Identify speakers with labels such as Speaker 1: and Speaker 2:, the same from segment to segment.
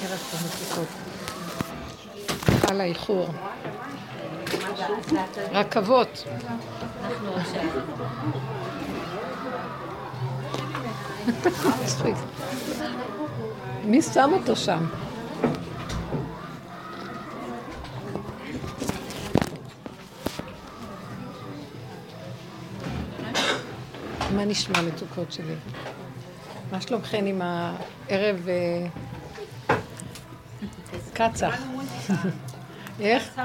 Speaker 1: ערב טוב מתוקות. על האיחור. רכבות. מי שם אותו שם? מה נשמע מתוקות שלי? מה שלומכן עם הערב קצח? איך?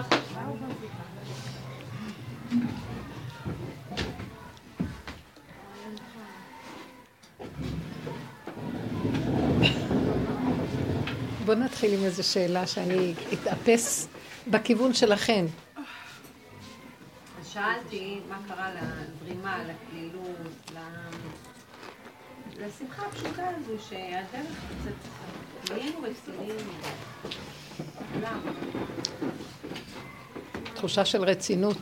Speaker 1: בואו נתחיל עם איזו שאלה שאני אתאפס בכיוון שלכן.
Speaker 2: שאלתי מה קרה לדרימה, לפעילות, לשמחה הפשוטה הזו שהדרך קצת נהיינו רציניים. למה?
Speaker 1: תחושה של רצינות.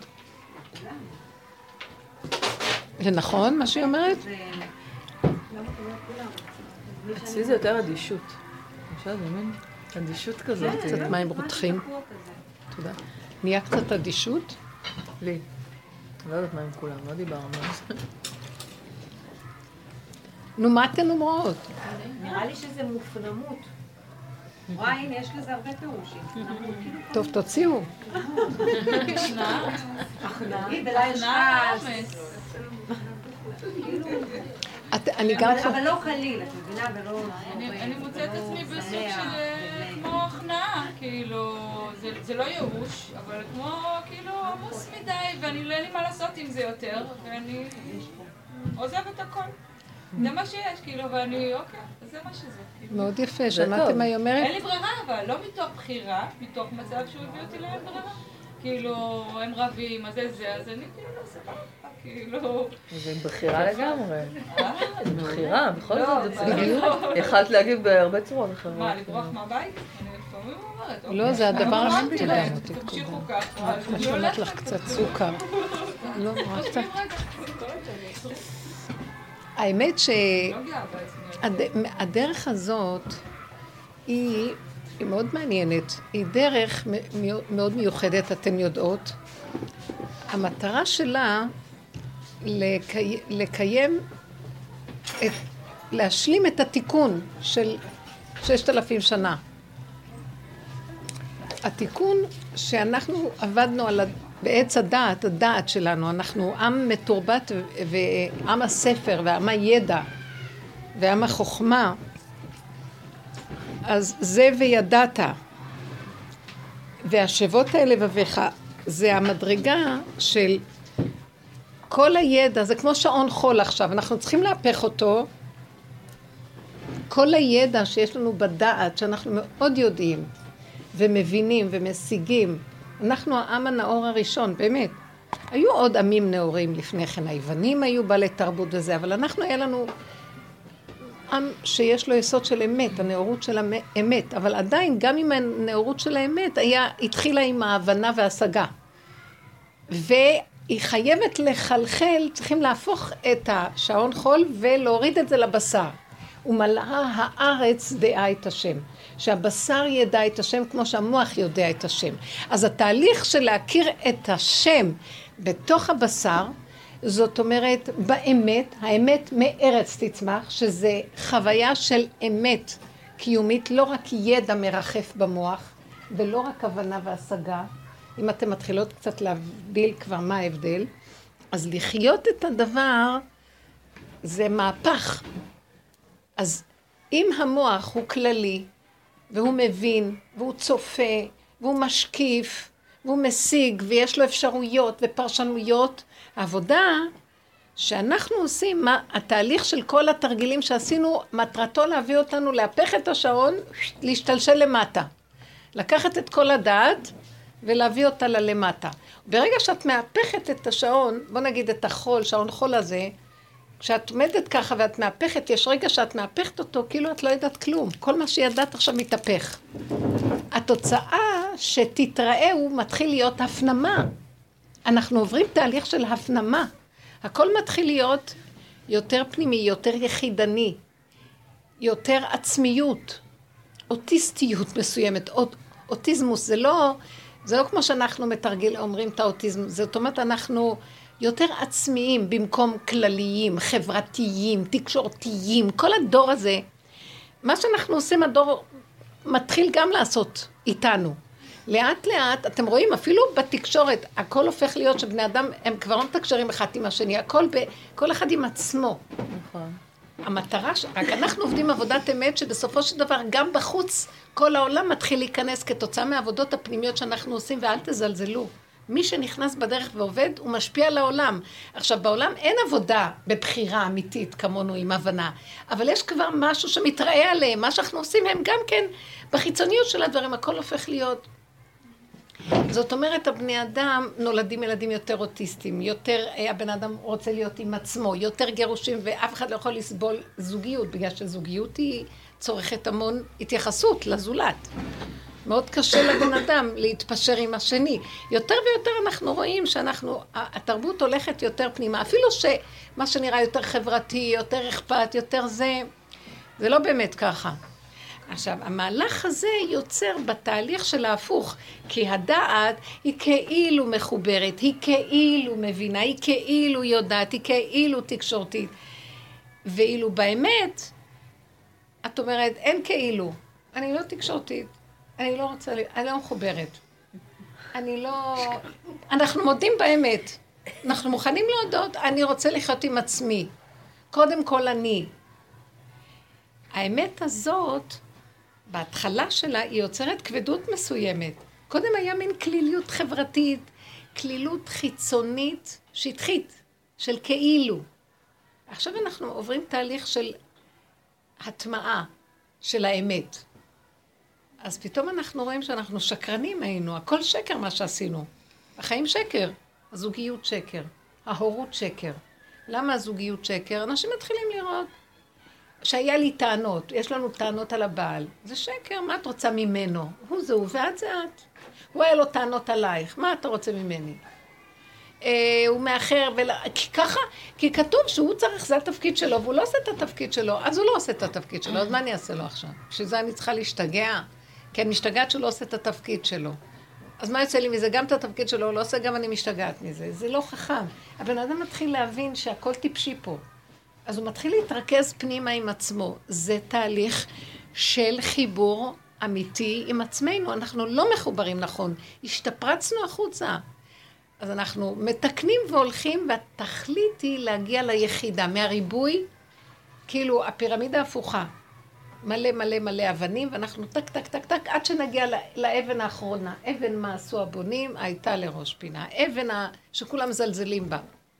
Speaker 1: זה נכון מה שהיא אומרת?
Speaker 3: אצלי זה יותר אדישות. אפשר לזמן? אדישות כזאת.
Speaker 1: קצת מים רותחים. תודה. נהיה קצת אדישות?
Speaker 3: לי. לא יודעת מה עם כולם, לא דיברנו על זה.
Speaker 1: נו, מה אתן אומרות?
Speaker 2: נראה לי שזה מופנמות. רואה, הנה, יש לזה הרבה פירושים.
Speaker 1: טוב, תוציאו. אני גם...
Speaker 2: אבל לא חליל, את מבינה, ולא...
Speaker 4: אני מוצאת עצמי בסוג של כמו הכנעה, כאילו, זה לא ייאוש, אבל כמו כאילו עמוס מדי, ואני לא אין לי מה לעשות עם זה יותר, ואני עוזבת הכל. זה מה שיש, כאילו, ואני, אוקיי, זה מה שזה.
Speaker 1: מאוד יפה, שמעתם מה היא אומרת?
Speaker 4: אין לי ברירה, אבל לא מתוך בחירה, מתוך מצב שהוא הביא אותי לאין ברירה. כאילו, הם רבים, אז זה, אז אני כאילו לא סבבה, כאילו...
Speaker 3: זה בחירה לגמרי. זה בחירה, בכל זאת זה בדיוק. יכלת להגיב בהרבה צורות אחרות.
Speaker 4: מה, לברוח מהבית? אני לפעמים אומרת.
Speaker 1: לא, זה הדבר השני להם אותי.
Speaker 4: תמשיכו ככה.
Speaker 1: אני שומעת לך קצת סוכר. לא, נורא קצת. האמת שהדרך הזאת היא מאוד מעניינת. היא דרך מאוד מיוחדת, אתן יודעות. המטרה שלה לקיים, להשלים את התיקון של 6,000 שנה. התיקון שאנחנו עבדנו על בעץ הדעת שלנו, אנחנו עם מתורבת ועם הספר ועם הידע ועם החוכמה, אז זה וידעת. והשבות האלה לבביך, זה המדרגה של כל הידע, זה כמו שעון חול עכשיו, אנחנו צריכים להפך אותו. כל הידע שיש לנו בדעת, שאנחנו מאוד יודעים ומבינים ומשיגים, אנחנו העם הנאור הראשון, באמת. היו עוד עמים נאורים לפני כן, היוונים היו בעלי תרבות וזה, אבל אנחנו היה לנו עם שיש לו יסוד של אמת, הנאורות של האמת, אבל עדיין גם עם הנאורות של האמת התחילה עם ההבנה וההשגה. והיא חייבת לחלחל, צריכים להפוך את השעון חול ולהוריד את זה לבשר. ומלאה הארץ דעה את השם. שהבשר ידע את השם כמו שהמוח יודע את השם. אז התהליך של להכיר את השם בתוך הבשר, זאת אומרת באמת, האמת מארץ תצמח, שזה חוויה של אמת קיומית, לא רק ידע מרחף במוח, ולא רק הבנה והשגה. אם אתם מתחילות קצת להבדיל כבר מה ההבדל, אז לחיות את הדבר זה מהפך. אז אם המוח הוא כללי, והוא מבין, והוא צופה, והוא משקיף, והוא משיג, ויש לו אפשרויות ופרשנויות, העבודה שאנחנו עושים, התהליך של כל התרגילים שעשינו, מטרתו להביא אותנו להפך את השעון, להשתלשל למטה. לקחת את כל הדעת ולהביא אותה ללמטה. ברגע שאת מהפכת את השעון, בוא נגיד את החול, שעון חול הזה, כשאת עומדת ככה ואת מהפכת, יש רגע שאת מהפכת אותו, כאילו את לא יודעת כלום. כל מה שידעת עכשיו מתהפך. התוצאה שתתראה הוא מתחיל להיות הפנמה. אנחנו עוברים תהליך של הפנמה. הכל מתחיל להיות יותר פנימי, יותר יחידני, יותר עצמיות. אוטיסטיות מסוימת, אוטיזמוס, זה לא כמו שאנחנו אומרים את האוטיזם, זאת אומרת אנחנו יותר עצמיים במקום כלליים, חברתיים, תקשורתיים, כל הדור הזה, מה שאנחנו עושים הדור מתחיל גם לעשות איתנו. לאט לאט, אתם רואים, אפילו בתקשורת, הכל הופך להיות שבני אדם, הם כבר לא מתקשרים אחד עם השני, כל אחד עם עצמו.
Speaker 3: נכון.
Speaker 1: המטרה, רק אנחנו עובדים עבודת אמת, שבסופו של דבר, גם בחוץ, כל העולם מתחיל להיכנס כתוצאה מהעבודות הפנימיות שאנחנו עושים, ואל תזלזלו. מי שנכנס בדרך ועובד, הוא משפיע על העולם. עכשיו, בעולם אין עבודה בבחירה אמיתית, כמונו עם הבנה, אבל יש כבר משהו שמתראה עליהם, מה שאנחנו עושים הם גם כן, בחיצוניות של הדברים, הכל הופך להיות. זאת אומרת, הבני אדם נולדים ילדים יותר אוטיסטים, יותר הבן אדם רוצה להיות עם עצמו, יותר גירושים, ואף אחד לא יכול לסבול זוגיות, בגלל שזוגיות היא צורכת המון התייחסות לזולת. מאוד קשה לבן אדם להתפשר עם השני. יותר ויותר אנחנו רואים התרבות הולכת יותר פנימה, אפילו שמה שנראה יותר חברתי, יותר אכפת, יותר זה לא באמת ככה. עכשיו, המהלך הזה יוצר בתהליך של ההפוך, כי הדעת היא כאילו מחוברת, היא כאילו מבינה, היא כאילו יודעת, היא כאילו תקשורתית. ואילו באמת, את אומרת, אין כאילו, אני לא תקשורתית, אני לא מחוברת. אנחנו מודים באמת, אנחנו מוכנים להודות, אני רוצה לחיות עם עצמי. קודם כל אני. האמת הזאת, בהתחלה שלה היא יוצרת כבדות מסוימת. קודם היה מין כליליות חברתית, כלילות חיצונית, שטחית, של כאילו. עכשיו אנחנו עוברים תהליך של הטמעה של האמת. אז פתאום אנחנו רואים שאנחנו שקרנים היינו, הכל שקר מה שעשינו. החיים שקר, הזוגיות שקר, ההורות שקר. למה הזוגיות שקר? אנשים מתחילים לראות שהיה לי טענות, יש לנו טענות על הבעל. זה שקר, מה את רוצה ממנו? הוא זה הוא ואת זה את. הוא היה לו טענות עלייך, מה אתה רוצה ממני? הוא מאחר, ככה, כי כתוב שהוא צריך, זה התפקיד שלו, והוא לא עושה את התפקיד שלו, אז הוא לא עושה את התפקיד שלו, אז מה אני אעשה לו עכשיו? שזה אני צריכה להשתגע, כי אני משתגעת שהוא לא עושה את התפקיד שלו. אז מה יוצא לי מזה? גם את התפקיד שלו הוא לא עושה, גם אני משתגעת מזה. זה לא חכם. הבן אדם מתחיל להבין שהכל טיפשי פה. אז הוא מתחיל להתרכז פנימה עם עצמו. זה תהליך של חיבור אמיתי עם עצמנו. אנחנו לא מחוברים נכון. השתפרצנו החוצה. אז אנחנו מתקנים והולכים, והתכלית היא להגיע ליחידה. מהריבוי, כאילו הפירמידה הפוכה. מלא מלא מלא אבנים, ואנחנו טק טק טק טק, עד שנגיע לאבן האחרונה. אבן מה עשו הבונים, הייתה לראש פינה. אבן שכולם זלזלים בה.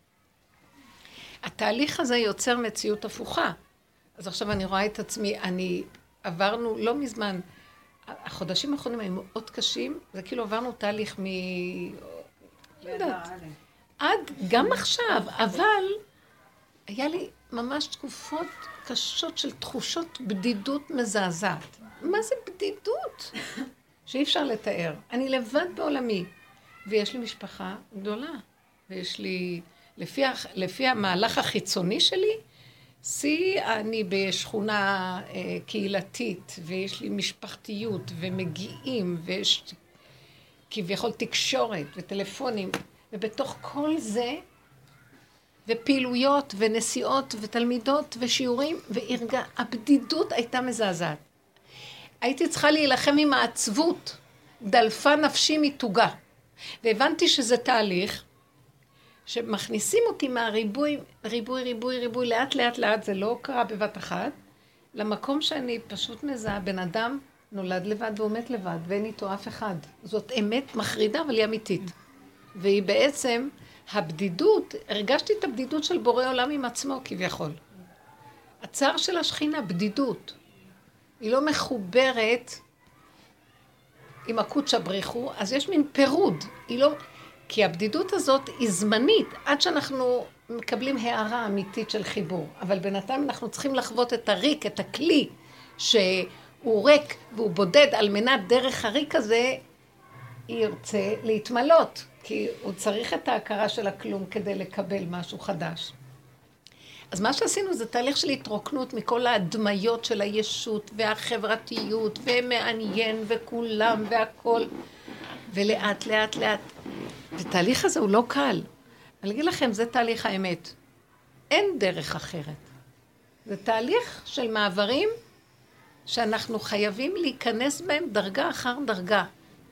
Speaker 1: התהליך הזה יוצר מציאות הפוכה. אז עכשיו אני רואה את עצמי, עברנו לא מזמן, החודשים האחרונים היו מאוד קשים, זה כאילו עברנו תהליך לא יודעת, עד גם עכשיו, אבל היה לי ממש תקופות קשות של תחושות בדידות מזעזעת. מה זה בדידות? שאי אפשר לתאר. אני לבד בעולמי, ויש לי משפחה גדולה, ויש לי, לפי המהלך החיצוני שלי, אני בשכונה קהילתית, ויש לי משפחתיות, ומגיעים, ויש כביכול תקשורת וטלפונים, ובתוך כל זה, ופעילויות ונסיעות ותלמידות ושיעורים, הבדידות הייתה מזעזעת. הייתי צריכה להילחם עם העצבות, דלפה נפשי מתוגה. והבנתי שזה תהליך שמכניסים אותי מהריבוי, ריבוי, לאט לאט לאט, זה לא קרה בבת אחת, למקום שאני פשוט מזהה, בן אדם נולד לבד והוא מת לבד, ואין איתו אף אחד. זאת אמת מחרידה, אבל היא אמיתית. והיא בעצם, הבדידות, הרגשתי את הבדידות של בורא עולם עם עצמו כביכול. הצער של השכינה, בדידות. היא לא מחוברת עם הקודשא בריחו, אז יש מין פירוד. היא לא, כי הבדידות הזאת היא זמנית, עד שאנחנו מקבלים הערה אמיתית של חיבור. אבל בינתיים אנחנו צריכים לחוות את הריק, את הכלי, שהוא ריק והוא בודד, על מנת דרך הריק הזה, ירצה להתמלות. כי הוא צריך את ההכרה של הכלום כדי לקבל משהו חדש. אז מה שעשינו זה תהליך של התרוקנות מכל ההדמיות של הישות והחברתיות ומעניין וכולם והכל. ולאט, לאט, לאט. ותהליך הזה הוא לא קל. אני אגיד לכם, זה תהליך האמת. אין דרך אחרת. זה תהליך של מעברים שאנחנו חייבים להיכנס בהם דרגה אחר דרגה.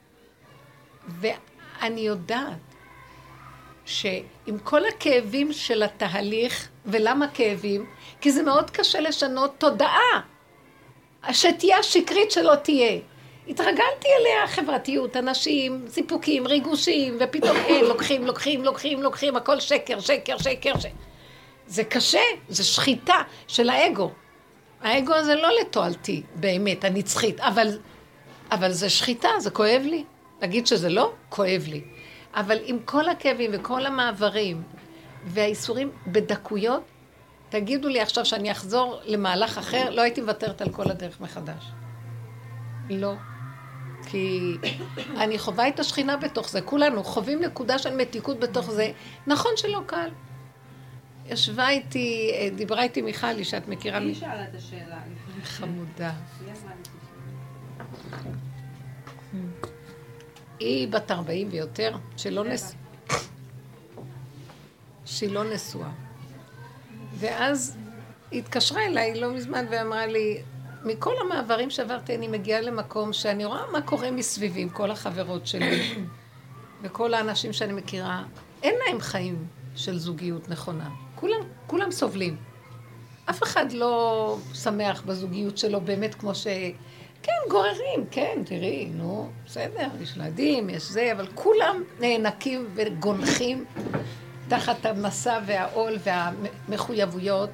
Speaker 1: ואני יודעת שעם כל הכאבים של התהליך, ולמה כאבים? כי זה מאוד קשה לשנות תודעה, שתהיה שקרית שלא תהיה. התרגלתי אליה חברתיות, אנשים, סיפוקים, ריגושים, ופתאום אין, לוקחים, הכל שקר. זה קשה, זה שחיטה של האגו. האגו הזה לא לתועלתי, באמת, הנצחית, אבל זה שחיטה, זה כואב לי. להגיד שזה לא, כואב לי. אבל עם כל הכאבים וכל המעברים והאיסורים בדקויות, תגידו לי עכשיו שאני אחזור למהלך אחר, לא הייתי מוותרת על כל הדרך מחדש. לא. כי אני חווה את השכינה בתוך זה, כולנו חווים נקודה של מתיקות בתוך זה, נכון שלא קל. ישבה איתי, דיברה איתי מיכלי, שאת מכירה
Speaker 2: היא שאלה את השאלה.
Speaker 1: חמודה. היא בת 40 ויותר, שהיא לא נשואה. ואז היא התקשרה אליי לא מזמן ואמרה לי, מכל המעברים שעברתי אני מגיעה למקום שאני רואה מה קורה מסביבי עם כל החברות שלי וכל האנשים שאני מכירה, אין להם חיים של זוגיות נכונה. כולם סובלים. אף אחד לא שמח בזוגיות שלו באמת כמו כן, גוררים, כן, תראי, נו, בסדר, יש ילדים, יש זה, אבל כולם נאנקים וגונחים תחת המסע והעול והמחויבויות,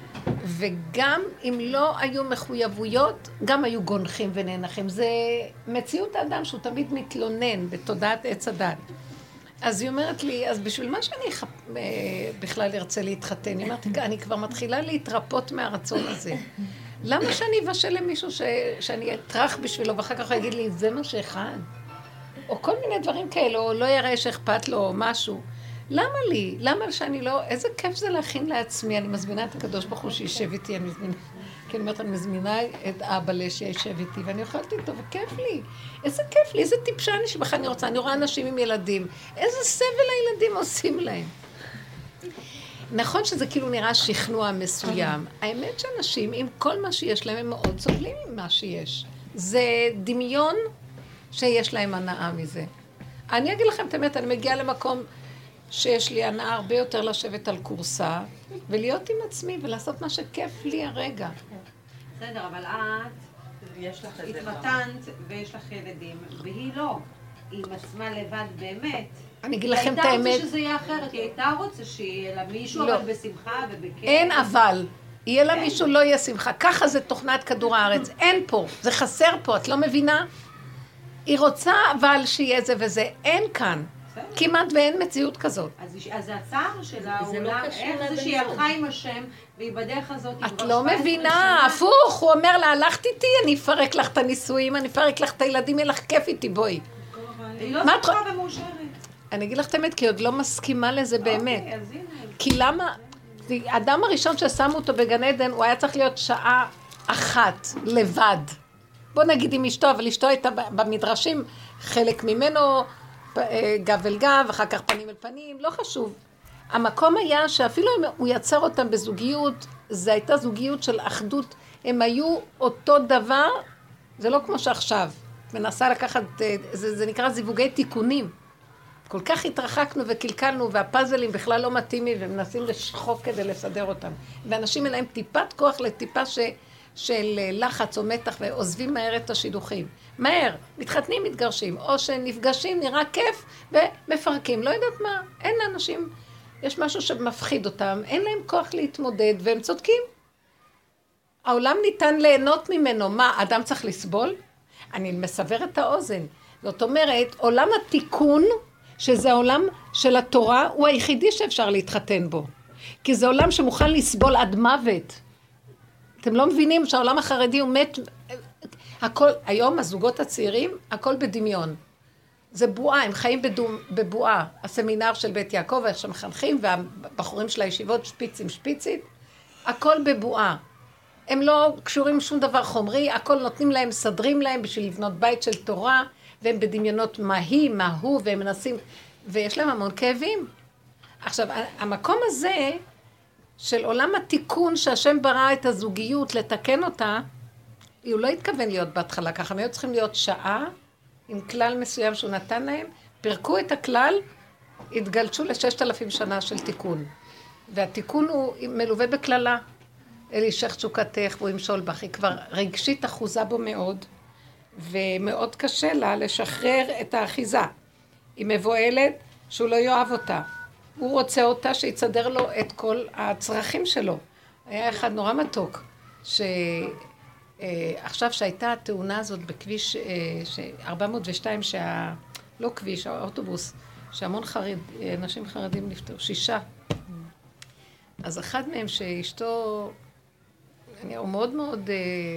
Speaker 1: וגם אם לא היו מחויבויות, גם היו גונחים ונאנחים. זה מציאות האדם שהוא תמיד מתלונן בתודעת עץ הדת. אז היא אומרת לי, אז בשביל מה שאני בכלל ארצה להתחתן? היא אומרת, אני כבר מתחילה להתרפות מהרצון הזה. למה שאני אבשל למישהו שאני אטרח בשבילו, ואחר כך הוא יגיד לי, זה מה שאחד? או כל מיני דברים כאלה, או לא יראה שאכפת לו או משהו. למה לי? למה שאני לא... איזה כיף זה להכין לעצמי. אני מזמינה את הקדוש ברוך הוא שישב איתי, אני אומרת, אני מזמינה את אבא שישב איתי, ואני אוכלת איתו, וכיף לי. איזה כיף לי, איזה טיפשה אני שבכלל אני רוצה. אני רואה אנשים עם ילדים. איזה סבל הילדים עושים להם. נכון שזה כאילו נראה שכנוע מסוים. האמת שאנשים, עם כל מה שיש להם, הם מאוד סובלים ממה שיש. זה דמיון שיש להם הנאה מזה. אני אגיד לכם את האמת, אני מגיעה למקום שיש לי הנאה הרבה יותר לשבת על קורסה, ולהיות עם עצמי ולעשות מה שכיף לי הרגע.
Speaker 2: בסדר, אבל את התחתנת ויש לך ילדים, והיא לא. היא עצמה לבד באמת.
Speaker 1: אני אגיד לכם את האמת.
Speaker 2: הייתה רוצה שזה יהיה אחרת, היא הייתה רוצה שיהיה לה מישהו, אבל בשמחה ובכיף.
Speaker 1: אין אבל. יהיה לה מישהו, לא יהיה שמחה. ככה זה תוכנת כדור הארץ. אין פה. זה חסר פה, את לא מבינה? היא רוצה אבל שיהיה זה וזה. אין כאן. כמעט ואין מציאות כזאת.
Speaker 2: אז הצער שלה הוא איך זה שהיא הלכה עם השם, והיא בדרך הזאת...
Speaker 1: את לא מבינה, הפוך, הוא אומר לה, הלכת איתי, אני אפרק לך את הנישואים, אני אפרק לך את הילדים, יהיה לך כיף איתי, בואי.
Speaker 2: היא לא שמחה ומאושרת.
Speaker 1: אני אגיד לך את האמת, כי עוד לא מסכימה לזה באמת. כי למה... האדם הראשון ששמו אותו בגן עדן, הוא היה צריך להיות שעה אחת, לבד. בוא נגיד עם אשתו, אבל אשתו הייתה במדרשים, חלק ממנו... גב אל גב, אחר כך פנים אל פנים, לא חשוב. המקום היה שאפילו אם הוא יצר אותם בזוגיות, זו הייתה זוגיות של אחדות, הם היו אותו דבר, זה לא כמו שעכשיו. מנסה לקחת, זה נקרא זיווגי תיקונים. כל כך התרחקנו וקלקלנו, והפאזלים בכלל לא מתאימים, ומנסים לשחוק כדי לסדר אותם. ואנשים אליהם טיפת כוח לטיפה של לחץ או מתח, ועוזבים מהר את השידוכים. מהר, מתחתנים, מתגרשים, או שנפגשים, נראה כיף, ומפרקים. לא יודעת מה, אין לאנשים, יש משהו שמפחיד אותם, אין להם כוח להתמודד, והם צודקים. העולם ניתן ליהנות ממנו. מה, אדם צריך לסבול? אני מסבר את האוזן. זאת אומרת, עולם התיקון, שזה העולם של התורה, הוא היחידי שאפשר להתחתן בו. כי זה עולם שמוכן לסבול עד מוות. אתם לא מבינים שהעולם החרדי הוא מת... הכל, היום הזוגות הצעירים, הכל בדמיון. זה בועה, הם חיים בבועה. הסמינר של בית יעקב, איך שמחנכים, והבחורים של הישיבות שפיצים שפיצית, הכל בבועה. הם לא קשורים שום דבר חומרי, הכל נותנים להם, סדרים להם בשביל לבנות בית של תורה, והם בדמיונות מה היא, מה הוא, והם מנסים, ויש להם המון כאבים. עכשיו, המקום הזה של עולם התיקון שהשם ברא את הזוגיות, לתקן אותה, הוא לא התכוון להיות בהתחלה ככה, הם היו צריכים להיות שעה, עם כלל מסוים שהוא נתן להם, פרקו את הכלל, התגלשו ל6,000 שנה של תיקון. והתיקון הוא מלווה בכללה. אל ישך תשוקתך והוא ימשול בך. היא כבר רגשית אחוזה בו מאוד, ומאוד קשה לה לשחרר את האחיזה. היא מבועלת שהוא לא יאהב אותה. הוא רוצה אותה שיצדר לו את כל הצרכים שלו. היה אחד נורא מתוק, עכשיו שהייתה התאונה הזאת בכביש 402, לא כביש, האוטובוס, שהמון אנשים חרדים נפטרו, 6. אז אחד מהם שאשתו, הוא מאוד מאוד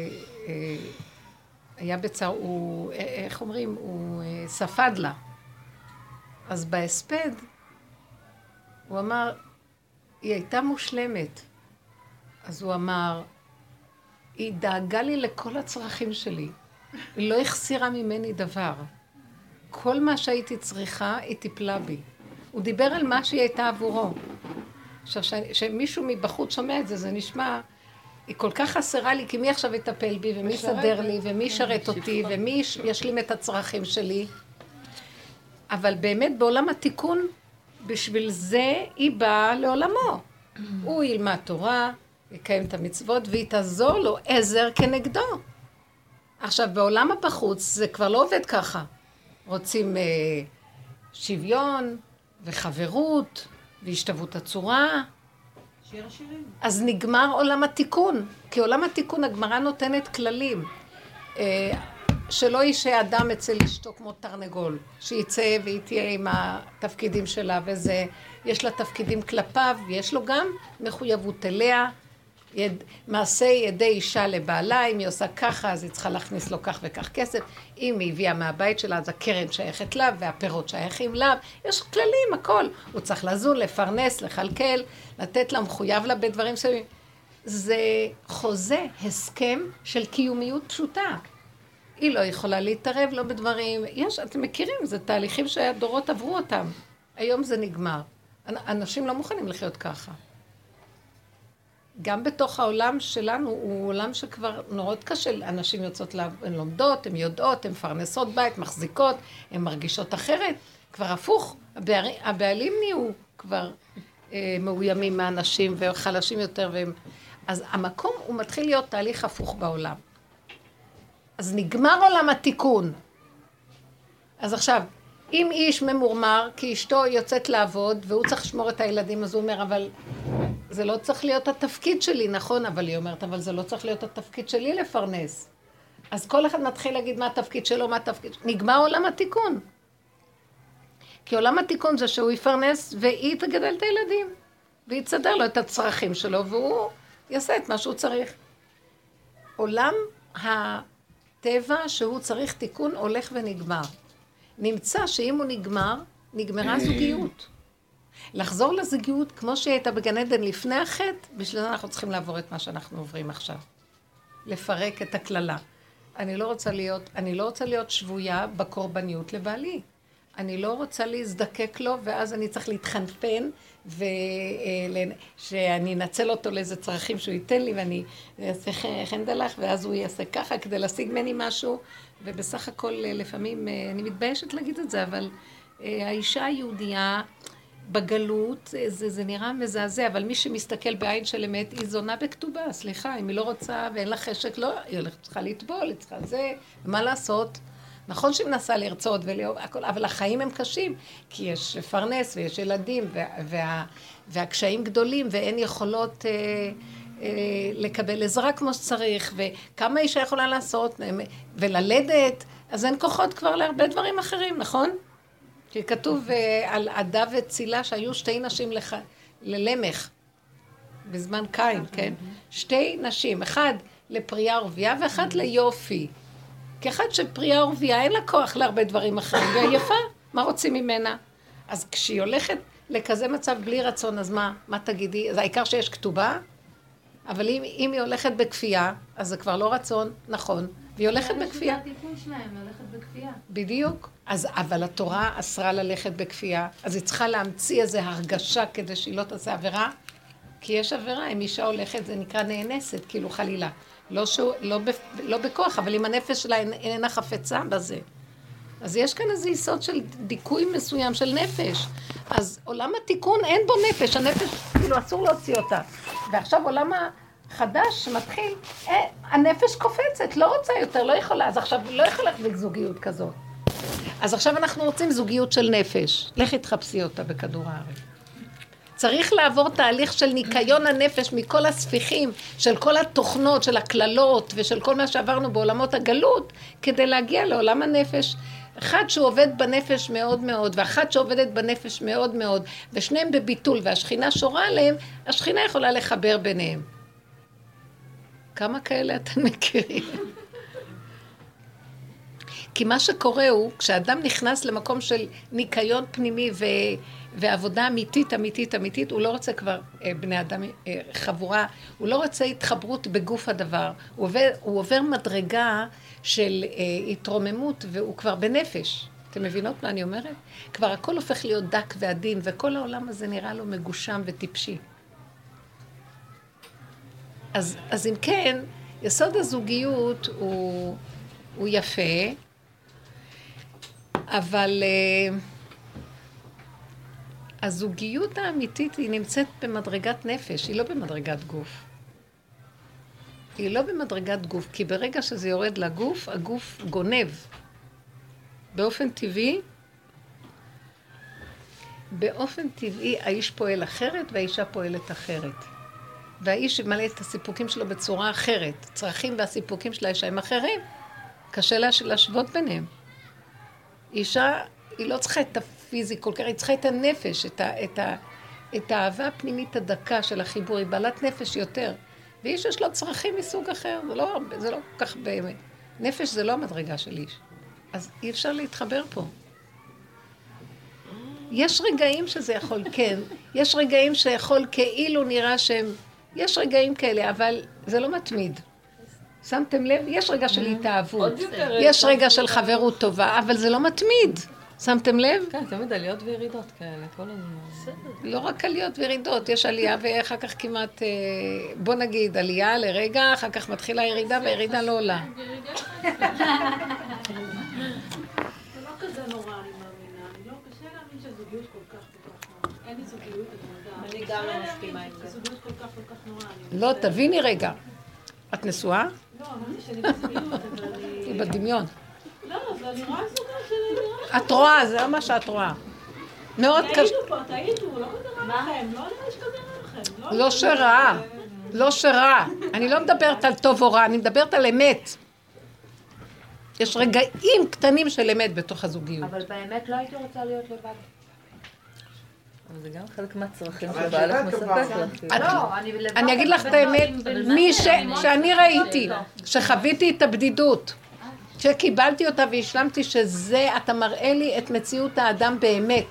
Speaker 1: היה בצער, הוא, איך אומרים, הוא ספד לה. אז בהספד, הוא אמר, היא הייתה מושלמת. אז הוא אמר, היא דאגה לי לכל הצרכים שלי. היא לא החסירה ממני דבר. כל מה שהייתי צריכה, היא טיפלה בי. הוא דיבר על מה שהיא הייתה עבורו. עכשיו, שמישהו מבחוץ שומע את זה, זה נשמע, היא כל כך חסרה לי, כי מי עכשיו יטפל בי, ומי יסדר לי, ומי ישרת אותי, ומי ישלים את הצרכים שלי. אבל באמת בעולם התיקון, בשביל זה היא באה לעולמו. הוא ילמד תורה, יקיים את המצוות, והיא תעזור לו עזר כנגדו. עכשיו, בעולם הבחוץ זה כבר לא עובד ככה. רוצים שוויון וחברות והשתוות הצורה.
Speaker 2: שיר השירים.
Speaker 1: אז נגמר עולם התיקון, כי עולם התיקון הגמרא נותנת כללים. שלא יישא אדם אצל אשתו כמו תרנגול, שיצא והיא תהיה עם התפקידים שלה, וזה, יש לה תפקידים כלפיו, ויש לו גם מחויבות אליה, מעשה ידי אישה לבעלה, אם היא עושה ככה, אז היא צריכה להכניס לו כך וכך כסף, אם היא הביאה מהבית שלה, אז הקרן שייכת לה, והפירות שייכים לה, יש כללים, הכל. הוא צריך לזון, לפרנס, לחלקל, לתת לה, מחויב לה בדברים מסוימים. זה חוזה, הסכם של קיומיות פשוטה. היא לא יכולה להתערב, לא בדברים, אתם מכירים, זה תהליכים שהדורות עברו אותם. היום זה נגמר. אנשים לא מוכנים לחיות ככה. גם בתוך העולם שלנו, הוא עולם שכבר נורא קשה, אנשים יוצאות, הן לומדות, הן יודעות, הן מפרנסות בית, מחזיקות, הן מרגישות אחרת. כבר הפוך, הבעלים נהיו כבר מאוימים מהאנשים וחלשים יותר. אז המקום הוא מתחיל להיות תהליך הפוך בעולם. אז נגמר עולם התיקון. אז עכשיו, אם איש ממורמר, כי אשתו יוצאת לעבוד, והוא צריך לשמור את הילדים, אז הוא אומר, אבל זה לא צריך להיות התפקיד שלי, נכון? אבל היא אומרת, אבל זה לא צריך להיות התפקיד שלי לפרנס. אז כל אחד מתחיל להגיד מה התפקיד שלו, מה התפקיד שלו. נגמר עולם התיקון. כי עולם התיקון זה שהוא יפרנס, והיא תגדל את הילדים. והיא תסדר לו את הצרכים שלו, והוא יעשה את מה שהוא צריך. עולם הטבע שהוא צריך תיקון הולך ונגמר. נמצא שאם הוא נגמר, נגמרה זוגיות. לחזור לזוגיות כמו שהיא הייתה בגן עדן לפני החטא, בשביל זה אנחנו צריכים לעבור את מה שאנחנו עוברים עכשיו. לפרק את הכללה. אני לא רוצה להיות שבויה בקורבניות לבעלי. אני לא רוצה להזדקק לו, ואז אני צריך להתחנפן, שאני אנצל אותו לאיזה צרכים שהוא ייתן לי, ואני אעשה חנדלך, ואז הוא יעשה ככה כדי להשיג ממני משהו, ובסך הכל לפעמים, אני מתביישת להגיד את זה, אבל האישה היהודייה בגלות, זה נראה מזעזע, אבל מי שמסתכל בעין של אמת, היא זונה בכתובה, סליחה, אם היא לא רוצה ואין לה חשק, לא, היא צריכה לטבול, היא צריכה זה, ומה לעשות? נכון שהיא מנסה לרצות והכל, אבל החיים הם קשים, כי יש לפרנס ויש ילדים, והקשיים גדולים, ואין יכולות לקבל עזרה כמו שצריך, וכמה אישה יכולה לעשות, וללדת, אז אין כוחות כבר להרבה דברים אחרים, נכון? כי כתוב על עדה וצילה שהיו שתי נשים ללמך, בזמן קין, כן? שתי נשים, אחד לפריה ורבייה ואחד ליופי. כאחד שפריה ורבייה אין לה כוח להרבה דברים אחרים, והיא יפה, מה רוצים ממנה? אז כשהיא הולכת לכזה מצב בלי רצון, אז מה תגידי? אז העיקר שיש כתובה? אבל אם היא הולכת בכפייה, אז זה כבר לא רצון, נכון, והיא הולכת בכפייה.
Speaker 5: זה הטיפול שלהם, ללכת בכפייה.
Speaker 1: בדיוק. אבל התורה אסרה ללכת בכפייה, אז היא צריכה להמציא איזו הרגשה כדי שהיא לא תעשה עבירה, כי יש עבירה, אם אישה הולכת, זה נקרא נאנסת, כאילו חלילה. לא בכוח, אבל אם הנפש שלה איננה חפצה בזה. אז יש כאן איזה יסוד של דיכוי מסוים של נפש. אז עולם התיקון אין בו נפש, הנפש כאילו אסור להוציא אותה. ועכשיו עולם החדש שמתחיל, הנפש קופצת, לא רוצה יותר, לא יכולה, אז עכשיו לא יכול להחזיק זוגיות כזאת. אז עכשיו אנחנו רוצים זוגיות של נפש. לכי תחפשי אותה בכדור הארץ. צריך לעבור תהליך של ניקיון הנפש מכל הספיחים, של כל התוכנות, של הכללות ושל כל מה שעברנו בעולמות הגלות, כדי להגיע לעולם הנפש. אחד שהוא עובד בנפש מאוד מאוד, ואחת שעובדת בנפש מאוד מאוד, ושניהם בביטול, והשכינה שורה עליהם, השכינה יכולה לחבר ביניהם. כמה כאלה אתם מכירים? כי מה שקורה הוא, כשאדם נכנס למקום של ניקיון פנימי ועבודה אמיתית, אמיתית, אמיתית, הוא לא רוצה כבר בני אדם חבורה, הוא לא רוצה התחברות בגוף הדבר, הוא עובר מדרגה של התרוממות והוא כבר בנפש. אתם מבינות מה אני אומרת? כבר הכל הופך להיות דק ועדין, וכל העולם הזה נראה לו מגושם וטיפשי. אז אם כן, יסוד הזוגיות הוא יפה, אבל הזוגיות האמיתית היא נמצאת במדרגת נפש, היא לא במדרגת גוף. היא לא במדרגת גוף, כי ברגע שזה יורד לגוף, הגוף גונב. באופן טבעי האיש פועל אחרת והאישה פועלת אחרת. והאיש מלא את הסיפוקים שלו בצורה אחרת. צרכים והסיפוקים של האישה הם אחרים. קשה לה להשוות ביניהם. אישה, היא לא צריכה את הפיזי כל כך, היא צריכה את הנפש, את האהבה הפנימית הדקה של החיבור, היא בעלת נפש יותר. ואיש יש לו צרכים מסוג אחר, זה לא כל כך באמת. נפש זה לא המדרגה של איש. אז אי אפשר להתחבר פה. יש רגעים שזה יכול, כן, יש רגעים שיכול כאילו נראה שהם, יש רגעים כאלה, אבל זה לא מתמיד. שמתם לב? יש רגע של התאהבות, יש רגע של חברות טובה, אבל זה לא מתמיד. שמתם לב?
Speaker 3: כן, תמיד עליות וירידות כאלה, כל הזמן.
Speaker 1: לא רק עליות וירידות, יש עלייה ואחר כך כמעט, בוא נגיד, עלייה לרגע, אחר כך מתחילה ירידה והירידה לא עולה.
Speaker 5: זה לא כזה נורא, אני מאמינה. אני לא קשה להאמין שהזוגיות כל כך נורא. אין לי זוגיות,
Speaker 2: אני גם לא מסכימה עם זה.
Speaker 5: זוגיות כל כך נורא.
Speaker 1: לא, תביני רגע. את נשואה?
Speaker 5: לא, אמרתי שאני בזוגיות, אבל אני...
Speaker 1: היא בדמיון.
Speaker 5: לא, אבל אני רואה זוגה שלי.
Speaker 1: את רואה, זה לא מה שאת רואה. מאוד קשה.
Speaker 5: תעידו פה, תעידו, לא כזה רע לכם. לא נראה שכזה רע לכם.
Speaker 1: לא שרע. לא שרע. אני לא מדברת על טוב או רע, אני מדברת על אמת. יש רגעים קטנים של אמת בתוך הזוגיות.
Speaker 6: אבל באמת לא הייתי רוצה להיות לבד.
Speaker 3: אבל זה גם חלק מהצרכים שבעלך מספק לך.
Speaker 1: אני אגיד לך את האמת, שאני ראיתי, שחוויתי את הבדידות, שקיבלתי אותה והשלמתי שזה, אתה מראה לי את מציאות האדם באמת.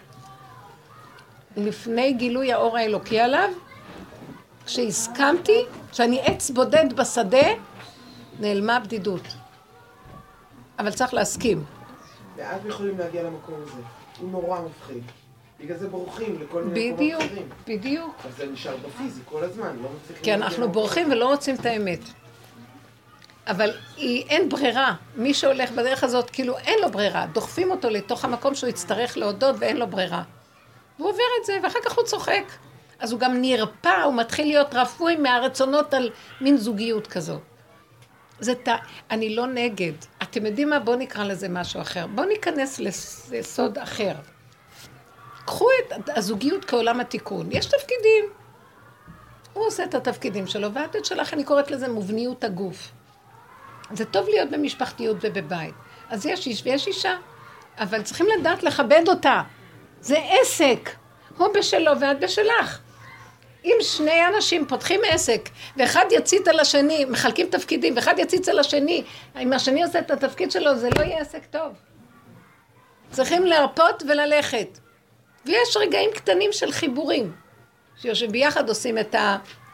Speaker 1: לפני גילוי האור האלוקי עליו, כשהסכמתי שאני עץ בודד בשדה, נעלמה הבדידות. אבל צריך להסכים.
Speaker 7: ואז יכולים להגיע למקום הזה. הוא נורא מפחיד. בגלל זה בורחים לכל מיני מקומות אחרים.
Speaker 1: בדיוק.
Speaker 7: אז זה נשאר בפיזי כל הזמן, לא מצליחים...
Speaker 1: כי אנחנו בורחים ולא רוצים את האמת. אבל אין ברירה. מי שהולך בדרך הזאת, כאילו אין לו ברירה. דוחפים אותו לתוך המקום שהוא יצטרך להודות ואין לו ברירה. והוא עובר את זה, ואחר כך הוא צוחק. אז הוא גם נרפא, הוא מתחיל להיות רפוי מהרצונות על מין זוגיות כזאת. אני לא נגד. אתם יודעים מה? בואו נקרא לזה משהו אחר. בואו ניכנס לסוד אחר. קחו את הזוגיות כעולם התיקון. יש תפקידים. הוא עושה את התפקידים שלו, והעתיד שלך, אני קוראת לזה מובניות הגוף. זה טוב להיות במשפחתיות ובבית. אז יש איש ויש אישה, אבל צריכים לדעת לכבד אותה. זה עסק. הוא בשלו ואת בשלך. אם שני אנשים פותחים עסק, ואחד יציץ על השני, מחלקים תפקידים, ואחד יציץ על השני, אם השני עושה את התפקיד שלו, זה לא יהיה עסק טוב. צריכים להרפות וללכת. ויש רגעים קטנים של חיבורים, שיושבים ביחד עושים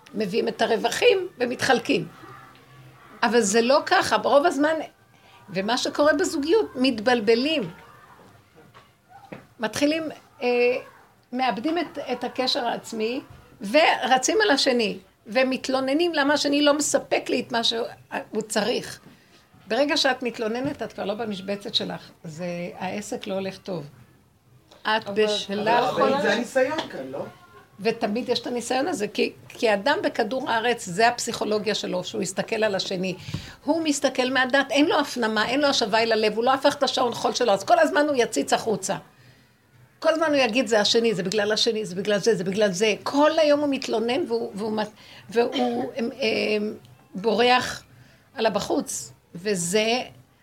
Speaker 1: מביאים את הרווחים ומתחלקים. אבל זה לא ככה, ברוב הזמן, ומה שקורה בזוגיות, מתבלבלים. מתחילים, מאבדים את הקשר העצמי, ורצים על השני, ומתלוננים למה השני לא מספק לי את מה שהוא צריך. ברגע שאת מתלוננת, את כבר לא במשבצת שלך, העסק לא הולך טוב. את בשלך...
Speaker 7: אבל זה הניסיון כאן, לא?
Speaker 1: ותמיד יש את הניסיון הזה, כי אדם בכדור הארץ, זה הפסיכולוגיה שלו, שהוא יסתכל על השני. הוא מסתכל מהדת, אין לו הפנמה, אין לו השווה אל הלב, הוא לא הפך את השעון חול שלו, אז כל הזמן הוא יציץ החוצה. כל הזמן הוא יגיד, זה השני, זה בגלל השני, זה בגלל זה, זה בגלל זה. כל היום הוא מתלונן והוא בורח על הבחוץ. וזה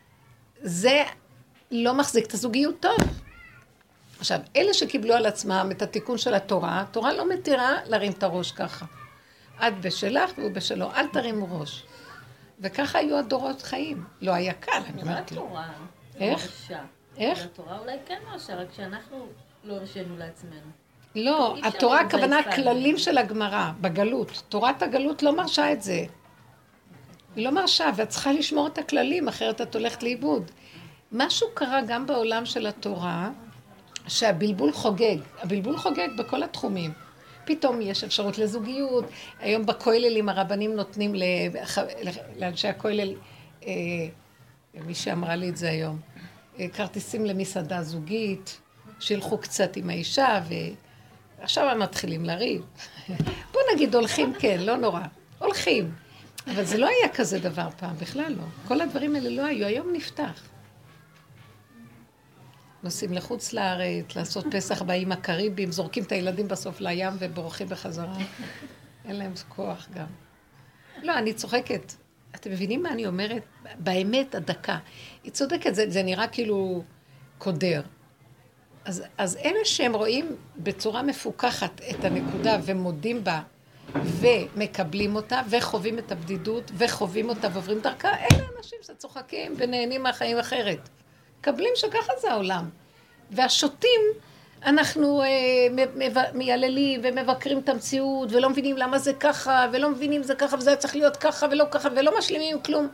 Speaker 1: לא מחזיק את הזוגיות טוב. עכשיו, אלה שקיבלו על עצמם את התיקון של התורה, התורה לא מתירה להרים את הראש ככה. את בשלך והוא בשלו, אל תרימו ראש. וככה היו הדורות חיים. לא היה קל, אני אומרת לו.
Speaker 6: התורה
Speaker 1: איך? איך?
Speaker 6: התורה אולי כן מרשה, רק שאנחנו לא הרשינו לעצמנו.
Speaker 1: לא, התורה הכוונה כללים של הגמרא, בגלות. תורת הגלות לא מרשה את זה. היא לא מרשה, ואת צריכה לשמור את הכללים, אחרת את הולכת לאיבוד. משהו קרה גם בעולם של התורה, שהבלבול חוגג. הבלבול חוגג בכל התחומים. פתאום יש אפשרות לזוגיות. היום בכוללים הרבנים נותנים לאנשי הכולל, מי שאמרה לי את זה היום, כרטיסים למסעדה זוגית, שילכו קצת עם האישה, ועכשיו הם מתחילים לריב. בוא נגיד, הולכים, כן, לא נורא. הולכים. אבל זה לא היה כזה דבר פעם, בכלל לא. כל הדברים האלה לא היו, היום נפתח. נוסעים לחוץ לארץ, לעשות פסח באים הקריבים, זורקים את הילדים בסוף לים ובורחים בחזרה. אין להם כוח גם. לא, אני צוחקת. אתם מבינים מה אני אומרת? באמת, הדקה. היא צודקת, זה נראה כאילו קודר. אז אלה שהם רואים בצורה מפוקחת את הנקודה ומודים בה, ומקבלים אותה, וחווים את הבדידות, וחווים אותה ועוברים דרכה, אלה אנשים שצוחקים ונהנים מהחיים אחרת. מקבלים שככה זה העולם. והשוטים, אנחנו מייללים ומבקרים את המציאות, ולא מבינים למה זה ככה, ולא מבינים זה ככה, וזה צריך להיות ככה ולא ככה, ולא משלימים עם כלום.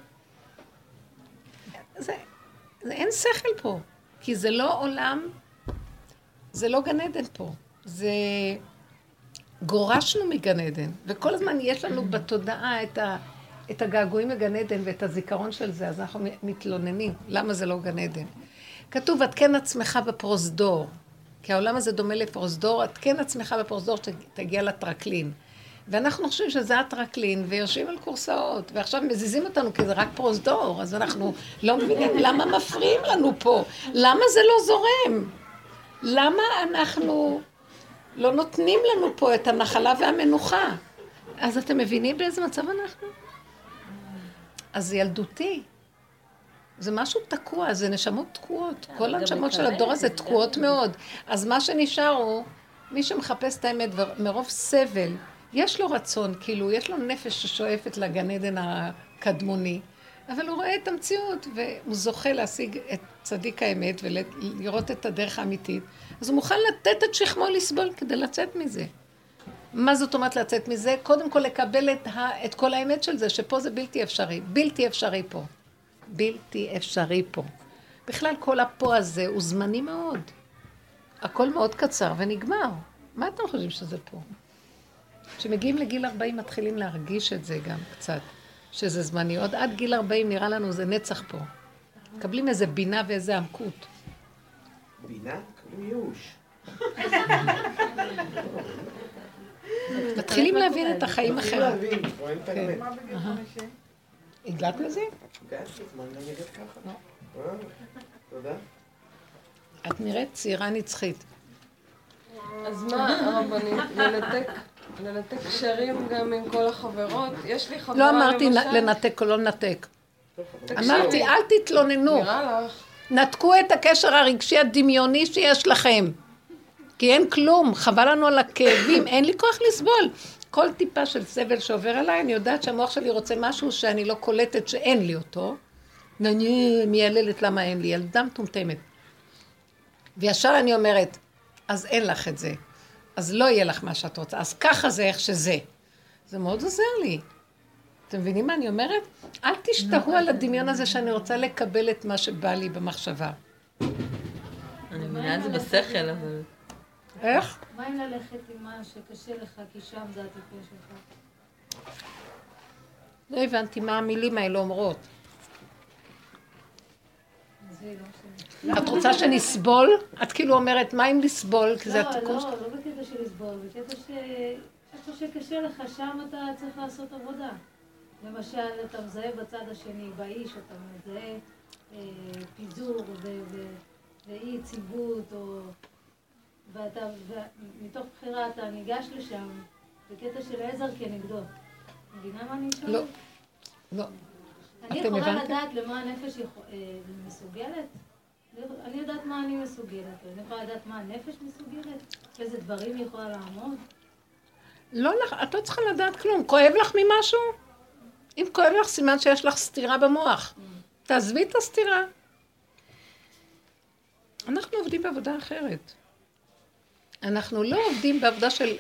Speaker 1: זה אין שכל פה, כי זה לא עולם, זה לא גן עדן פה. זה גורשנו מגן עדן, וכל הזמן יש לנו בתודעה את הגעגועים לגן עדן ואת הזיכרון של זה, אז אנחנו מתלוננים. למה זה לא גן עדן? כתוב, התקן עצמך בפרוזדור, כי העולם הזה דומה לפרוזדור, התקן עצמך בפרוזדור שתגיע לטרקלין. ואנחנו חושבים שזה הטרקלין, ויושבים על קורסאות, ועכשיו מזיזים אותנו כי זה רק פרוזדור, אז אנחנו לא מבינים למה מפריעים לנו פה, למה זה לא זורם? למה אנחנו לא נותנים לנו פה את הנחלה והמנוחה? אז אתם מבינים באיזה מצב אנחנו? אז זה ילדותי. זה משהו תקוע, זה נשמות תקועות. כל הנשמות של הדור הזה תקועות מאוד. אז מה שנשאר הוא, מי שמחפש את האמת מרוב סבל, יש לו רצון, כאילו, יש לו נפש ששואפת לגן עדן הקדמוני, אבל הוא רואה את המציאות, והוא זוכה להשיג את צדיק האמת ולראות את הדרך האמיתית, אז הוא מוכן לתת את שכמו לסבול כדי לצאת מזה. מה זאת אומרת לצאת מזה? קודם כל לקבל את כל האמת של זה, שפה זה בלתי אפשרי. בלתי אפשרי פה. בלתי אפשרי פה. בכלל כל הפה הזה הוא זמני מאוד. הכל מאוד קצר ונגמר. מה אתם חושבים שזה פה? כשמגיעים לגיל 40 מתחילים להרגיש את זה גם קצת, שזה זמני. עוד עד גיל 40 נראה לנו זה נצח פה. מקבלים איזה בינה ואיזה עמקות.
Speaker 7: בינה? כמו ייאוש.
Speaker 1: מתחילים להבין את החיים אחרת.
Speaker 7: מתחילים להבין, רואים את האמת.
Speaker 5: מה בגיל 50?
Speaker 1: הגעת לזה?
Speaker 7: הגעת לזמן נגד ככה. תודה.
Speaker 1: את נראית צעירה נצחית.
Speaker 3: אז מה, הרבנית, לנתק קשרים גם עם כל החברות? יש לי חברה
Speaker 1: לא אמרתי
Speaker 3: למשל...
Speaker 1: לנתק או לא לנתק.
Speaker 3: תקשיבי,
Speaker 1: אמרתי, אל תתלוננו.
Speaker 3: נראה לך.
Speaker 1: נתקו את הקשר הרגשי הדמיוני שיש לכם. כי אין כלום, חבל לנו על הכאבים, אין לי כוח לסבול. כל טיפה של סבל שעובר עליי, אני יודעת שהמוח שלי רוצה משהו שאני לא קולטת שאין לי אותו. ואני מייללת למה אין לי, ילדה מטומטמת. וישר אני אומרת, אז אין לך את זה. אז לא יהיה לך מה שאת רוצה. אז ככה זה איך שזה. זה מאוד עוזר לי. אתם מבינים מה אני אומרת? אל תשתהו על הדמיון הזה שאני רוצה לקבל את מה שבא לי במחשבה.
Speaker 3: אני מבינה את זה בשכל, אבל...
Speaker 1: איך?
Speaker 6: מה אם ללכת עם מה שקשה לך, כי שם זה התיקון שלך?
Speaker 1: לא הבנתי מה המילים האלה אומרות. את רוצה שנסבול? את כאילו אומרת, מה אם לסבול? כי זה התיקון...
Speaker 6: לא בקטע של לסבול, בקטע שאיפה שקשה לך, שם אתה צריך לעשות עבודה. למשל, אתה מזהה בצד השני, באיש, אתה מזהה פיזור ואי יציבות, ומתוך בחירה אתה ניגש לשם, בקטע של עזר כנגדו. מבינה מה אני שואלת?
Speaker 1: לא. לא.
Speaker 6: אני יכולה לדעת למה הנפש מסוגלת? אני יודעת מה אני מסוגלת, אני יכולה לדעת מה הנפש מסוגלת? איזה דברים היא יכולה לעמוד?
Speaker 1: לא, את לא צריכה לדעת כלום. כואב לך ממשהו? אם כואב לך, סימן שיש לך סתירה במוח. תעזבי את הסתירה. אנחנו עובדים בעבודה אחרת. אנחנו לא עובדים בעבודה של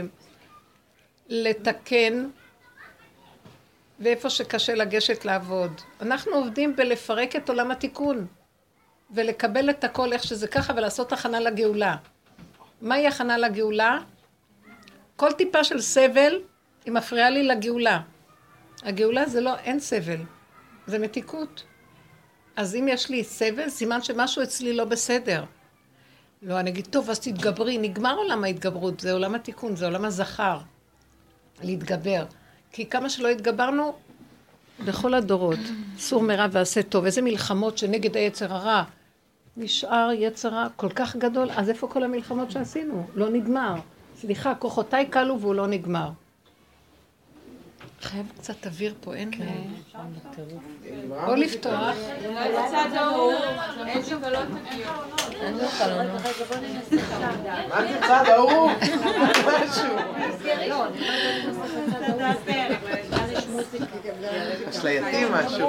Speaker 1: לתקן, ואיפה שקשה לגשת לעבוד. אנחנו עובדים בלפרק את עולם התיקון, ולקבל את הכל איך שזה ככה, ולעשות הכנה לגאולה. מהי הכנה לגאולה? כל טיפה של סבל, היא מפריעה לי לגאולה. הגאולה זה לא, אין סבל, זה מתיקות. אז אם יש לי סבל, סימן שמשהו אצלי לא בסדר. לא, אני אגיד, טוב, אז תתגברי, נגמר עולם ההתגברות, זה עולם התיקון, זה עולם הזכר. להתגבר. כי כמה שלא התגברנו, בכל הדורות, סור מרע ועשה טוב, איזה מלחמות שנגד היצר הרע, נשאר יצר רע כל כך גדול, אז איפה כל המלחמות שעשינו? לא נגמר. סליחה, כוחותיי קלו והוא לא נגמר. חייב קצת אוויר פה, אין לי. או לפתוח.
Speaker 4: אולי בצד ההוא, אין שבלות תגיעות.
Speaker 3: אין לו חלונות.
Speaker 7: מה זה צד ההוא? משהו. יש לה יתים משהו.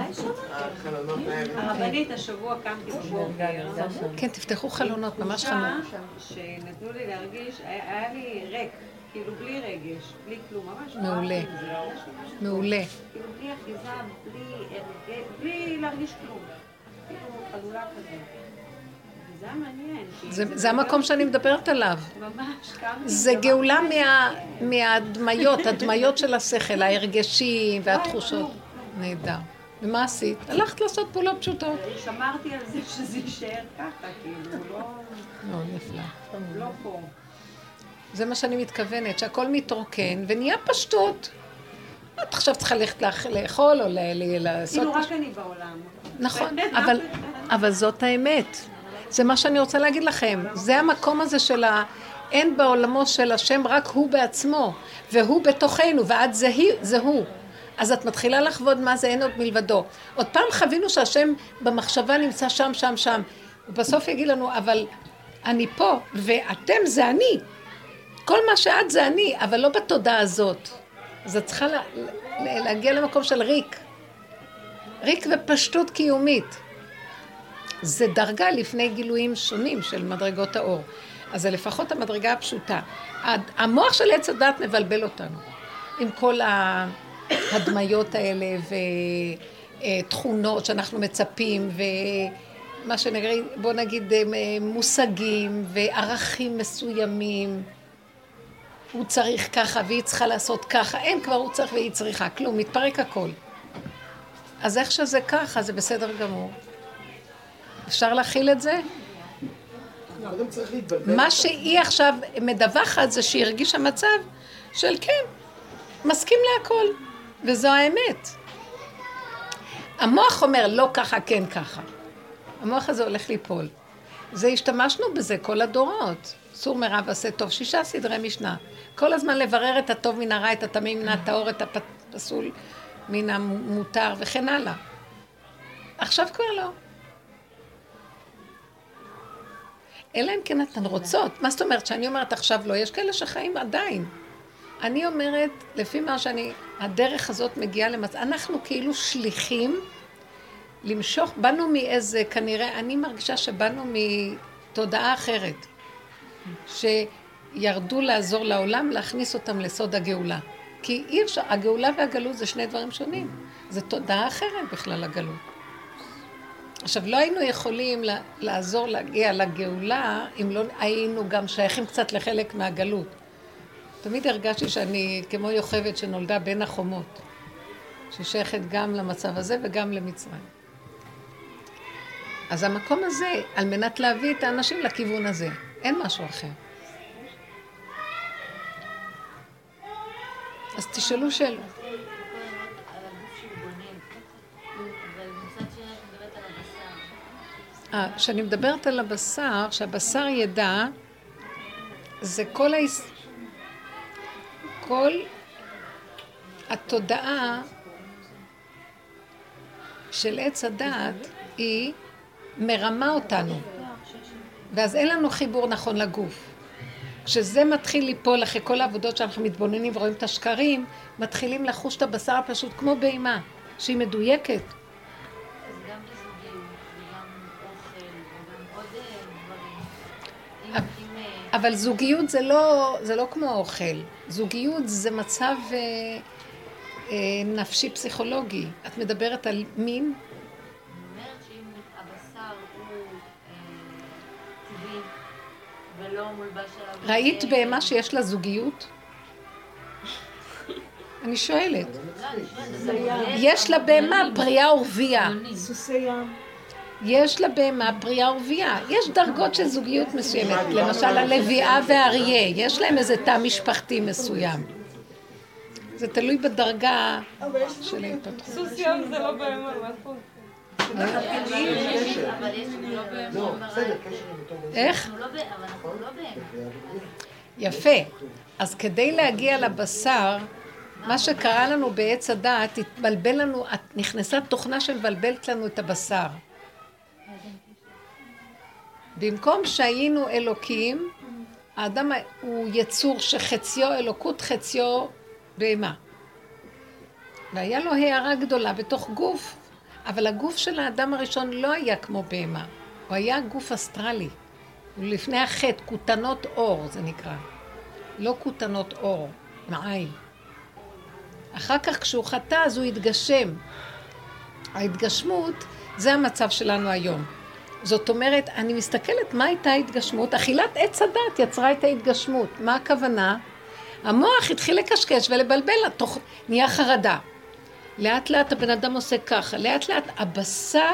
Speaker 2: הרבנית, השבוע קמתי בבוקר.
Speaker 1: כן, תפתחו חלונות, ממש חלונות.
Speaker 2: שנתנו לי להרגיש, היה לי ריק. כאילו בלי רגש, בלי כלום, ממש
Speaker 1: מעולה. מעולה.
Speaker 2: כאילו בלי אחיזה, בלי להרגיש כלום. כאילו חלולה כזה. וזה מעניין.
Speaker 1: זה המקום שאני מדברת עליו.
Speaker 2: ממש, קמתי.
Speaker 1: זה גאולה מהדמיות, הדמיות של השכל, ההרגשים והתחושות. נהדר. ומה עשית? הלכת לעשות פעולות פשוטות.
Speaker 2: שמרתי על זה שזה יישאר ככה, כאילו, לא...
Speaker 1: מאוד נפלא.
Speaker 2: לא פה.
Speaker 1: זה מה שאני מתכוונת, שהכל מתרוקן ונהיה פשטות. את עכשיו צריכה ללכת לאכול או לעשות...
Speaker 2: כאילו רק אני בעולם.
Speaker 1: נכון, אבל זאת האמת. זה מה שאני רוצה להגיד לכם. זה המקום הזה של אין בעולמו של השם, רק הוא בעצמו, והוא בתוכנו, ועד זה הוא. אז את מתחילה לחוות מה זה אין עוד מלבדו. עוד פעם חווינו שהשם במחשבה נמצא שם, שם, שם. ובסוף יגיד לנו, אבל אני פה, ואתם זה אני. כל מה שאת זה אני, אבל לא בתודעה הזאת. אז את צריכה להגיע למקום של ריק. ריק ופשטות קיומית. זה דרגה לפני גילויים שונים של מדרגות האור. אז זה לפחות המדרגה הפשוטה. המוח של עץ הדת מבלבל אותנו. עם כל הדמיות האלה ותכונות שאנחנו מצפים ומה שנגיד, בוא נגיד מושגים וערכים מסוימים. הוא צריך ככה והיא צריכה לעשות ככה. אין כבר הוא צריך והיא צריכה. כלום, מתפרק הכל. אז איך שזה ככה, זה בסדר גמור. אפשר להכיל את זה? מה שהיא עכשיו מדווחת זה שהיא הרגישה מצב של כן, מסכים להכל, וזו האמת. המוח אומר לא ככה, כן ככה. המוח הזה הולך ליפול. זה השתמשנו בזה כל הדורות. סור מרע ועשה טוב, 6 סדרי משנה. כל הזמן לברר את הטוב מן הרע, את התמים מן הטהור, את הפסול מן המותר וכן הלאה. עכשיו כבר לא. אלא אם כן אתן רוצות. מה זאת אומרת? שאני אומרת עכשיו לא, יש כאלה שחיים עדיין. אני אומרת, לפי מה הדרך הזאת מגיעה אנחנו כאילו שליחים למשוך, באנו מאיזה, כנראה, אני מרגישה שבאנו מתודעה אחרת, שירדו לעזור לעולם, להכניס אותם לסוד הגאולה. כי אי אפשר, הגאולה והגלות זה שני דברים שונים. זה תודעה אחרת בכלל הגלות. עכשיו, לא היינו יכולים לעזור להגיע לגאולה, אם לא היינו גם שייכים קצת לחלק מהגלות. תמיד הרגשתי שאני כמו יוכבת שנולדה בין החומות, ששייכת גם למצב הזה וגם למצרים. אז המקום הזה, על מנת להביא את האנשים לכיוון הזה, אין משהו אחר. אז תשאלו שאלות. כשאני מדברת על הבשר, שהבשר ידע, זה כל התודעה של עץ הדעת היא מרמה אותנו, ואז אין לנו חיבור נכון לגוף. כשזה מתחיל ליפול אחרי כל העבודות שאנחנו מתבוננים ורואים את השקרים, מתחילים לחוש את הבשר פשוט כמו בהמה, שהיא מדויקת.
Speaker 6: אז גם בזוגיות, וגם אוכל, וגם עוד דברים.
Speaker 1: אבל זוגיות זה לא כמו אוכל. זוגיות זה מצב נפשי פסיכולוגי. את מדברת על מין?
Speaker 6: אני אומרת שאם הבשר הוא טבעי ולא מולבש עליו...
Speaker 1: ראית בהמה שיש לה זוגיות? אני שואלת. יש לה בהמה פרייה ורבייה.
Speaker 5: סוסי ים.
Speaker 1: יש לה בהמה פרייה ורבייה. יש דרגות של זוגיות מסוימת. למשל הלוויה והאריה. יש להם איזה תא משפחתי מסוים. זה תלוי בדרגה של ההתפתחות.
Speaker 4: סוס ים זה לא בהמה, מה פה?
Speaker 6: אבל יש לנו לא באמת.
Speaker 7: לא, בסדר, קשר עם אותו מוזר.
Speaker 1: איך?
Speaker 6: אבל אנחנו לא באמת.
Speaker 1: יפה. אז כדי להגיע לבשר, מה שקרה לנו בעץ הדעת, התבלבל לנו, נכנסה תוכנה שמבלבלת לנו את הבשר. במקום שהיינו אלוקים, האדם הוא יצור שחציו אלוקות, חציו בהמה. והיה לו הערה גדולה בתוך גוף, אבל הגוף של האדם הראשון לא היה כמו בהמה. הוא היה גוף אסטרלי. לפני החטא, כותנות אור זה נקרא. לא כותנות אור, מעין. אחר כך כשהוא חטא אז הוא התגשם. ההתגשמות זה המצב שלנו היום. זאת אומרת, אני מסתכלת מה הייתה ההתגשמות. אכילת עץ הדת יצרה את ההתגשמות. מה הכוונה? המוח התחיל לקשקש ולבלבל, נהיה חרדה. לאט לאט הבן אדם עושה ככה, לאט לאט הבשר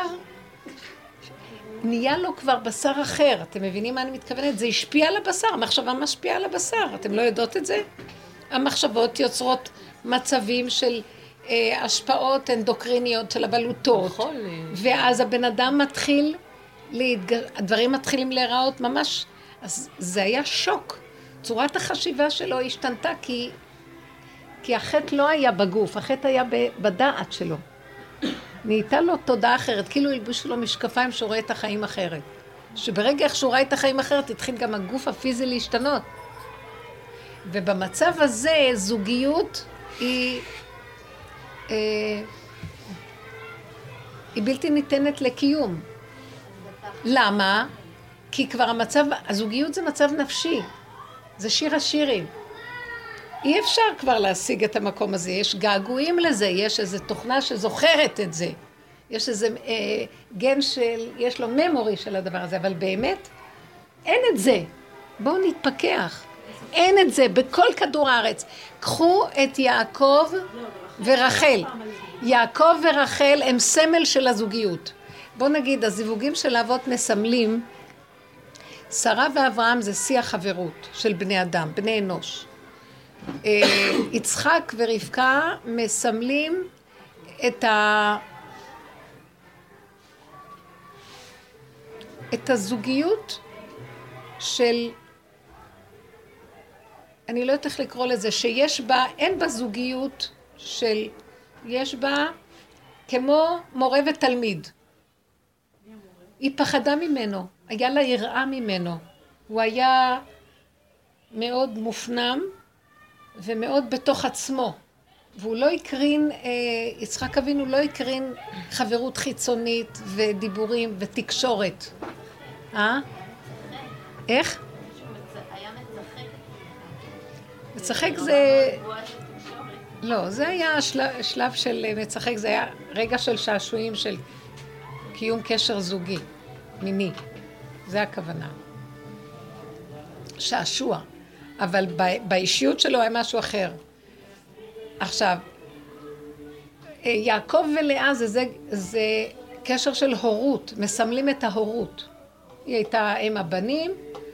Speaker 1: נהיה לו כבר בשר אחר. אתם מבינים מה אני מתכוונת? זה השפיע על הבשר, המחשבה משפיעה על הבשר. אתם לא יודעות את זה? המחשבות יוצרות מצבים של השפעות אנדוקריניות של הבלוטות. ואז הבן אדם מתחיל, הדברים מתחילים להיראות ממש, אז זה היה שוק. צורת החשיבה שלו השתנתה כי החטא לא היה בגוף, החטא היה בדעת שלו. נהייתה לו תודעה אחרת, כאילו ילבשו לו משקפיים שהוא רואה את החיים אחרת. שברגע שהוא ראה את החיים אחרת, התחיל גם הגוף הפיזי להשתנות. ובמצב הזה, זוגיות היא בלתי ניתנת לקיום. למה? כי כבר הזוגיות זה מצב נפשי. זה שיר השירים. אי אפשר כבר להשיג את המקום הזה, יש געגועים לזה, יש איזו תוכנה שזוכרת את זה. יש איזה גן יש לו ממורי של הדבר הזה, אבל באמת אין את זה. בואו נתפכח. אין את זה בכל כדור הארץ. קחו את יעקב ורחל. יעקב ורחל הם סמל של הזוגיות. בואו נגיד, הזיווגים של האבות מסמלים, שרה ואברהם זה שיא החברות של בני אדם, בני אנוש. יצחק ורבקה מסמלים את הזוגיות של, אני לא יודעת איך לקרוא לזה, שיש בה, אין בה זוגיות של, יש בה כמו מורה ותלמיד. היא פחדה ממנו, היה לה יראה ממנו. הוא היה מאוד מופנם ומאוד בתוך עצמו. והוא לא הקרין, יצחק אבינו לא הקרין חברות חיצונית ודיבורים ותקשורת. איך?
Speaker 6: היה מצחק.
Speaker 1: מצחק זה... לא, זה היה שלב של מצחק, זה היה רגע של שעשועים של קיום קשר זוגי, מיני. זה הכוונה. שעשוע. אבל באישיות שלו היה משהו אחר. עכשיו, יעקב ולאה זה קשר של הורות, מסמלים את ההורות. היא הייתה אם הבנים.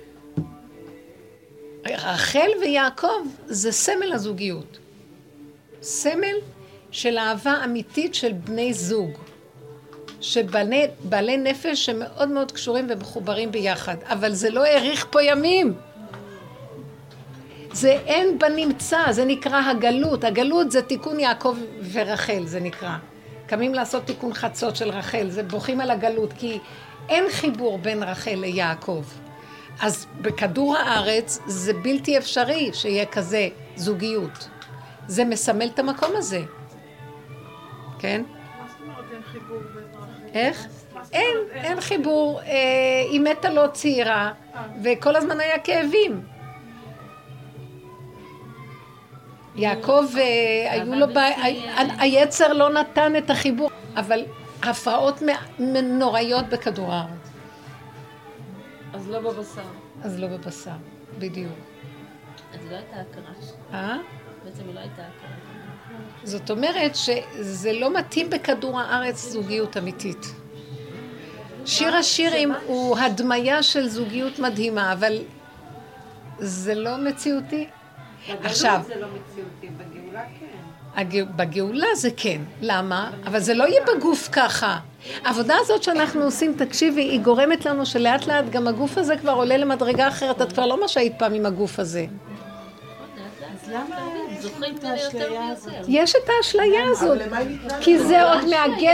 Speaker 1: רחל ויעקב זה סמל הזוגיות. סמל של אהבה אמיתית של בני זוג. שבעלי נפש שמאוד מאוד קשורים ומחוברים ביחד. אבל זה לא העריך פה ימים. זה אין בנמצא, זה נקרא הגלות. הגלות זה תיקון יעקב ורחל, זה נקרא. קמים לעשות תיקון חצות של רחל, זה בוכים על הגלות, כי אין חיבור בין רחל ליעקב. אז בכדור הארץ זה בלתי אפשרי שיהיה כזה זוגיות. זה מסמל את המקום הזה. כן?
Speaker 5: מה זאת אומרת אין חיבור בין רחל?
Speaker 1: איך? אין חיבור. היא מתה לא צעירה, וכל הזמן היה כאבים. יעקב, היו לו היצר לא נתן את החיבור, אבל הפרעות נוראיות בכדור הארץ.
Speaker 3: אז לא בבשר.
Speaker 1: אז לא בבשר, בדיוק.
Speaker 8: אז לא הייתה הכרה. בעצם היא לא הייתה הכרה.
Speaker 1: זאת אומרת שזה לא מתאים בכדור הארץ זוגיות אמיתית. שיר השירים הוא הדמיה של זוגיות מדהימה, אבל זה לא מציאותי. עכשיו,
Speaker 2: זה לא מציאותי, בגאולה כן.
Speaker 1: בגאולה זה כן. למה? אבל זה לא יהיה בגוף ככה. העבודה הזאת שאנחנו עושים, תקשיבי, היא גורמת לנו שלאט לאט גם הגוף הזה כבר עולה למדרגה אחרת. את כבר לא מה שהיית פעם עם הגוף הזה.
Speaker 5: אז למה
Speaker 8: זוכרים את האשליה הזאת?
Speaker 1: יש את האשליה הזאת. כי זה עוד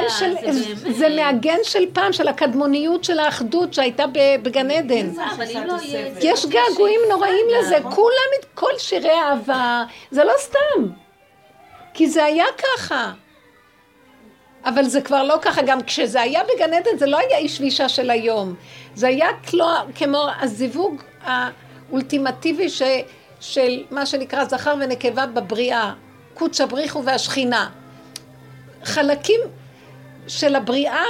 Speaker 1: זה מהגן של פעם, של הקדמוניות של האחדות שהייתה בגן עדן. יש געגועים נוראים לזה. כולם, כל שירי האהבה, זה לא סתם. כי זה היה ככה. אבל זה כבר לא ככה. גם כשזה היה בגן עדן, זה לא היה איש ואישה של היום. זה היה כמו הזיווג האולטימטיבי של מה שנקרא זכר ונקבה בבריאה. קודש הבריחו והשכינה. חלקים של הבריאה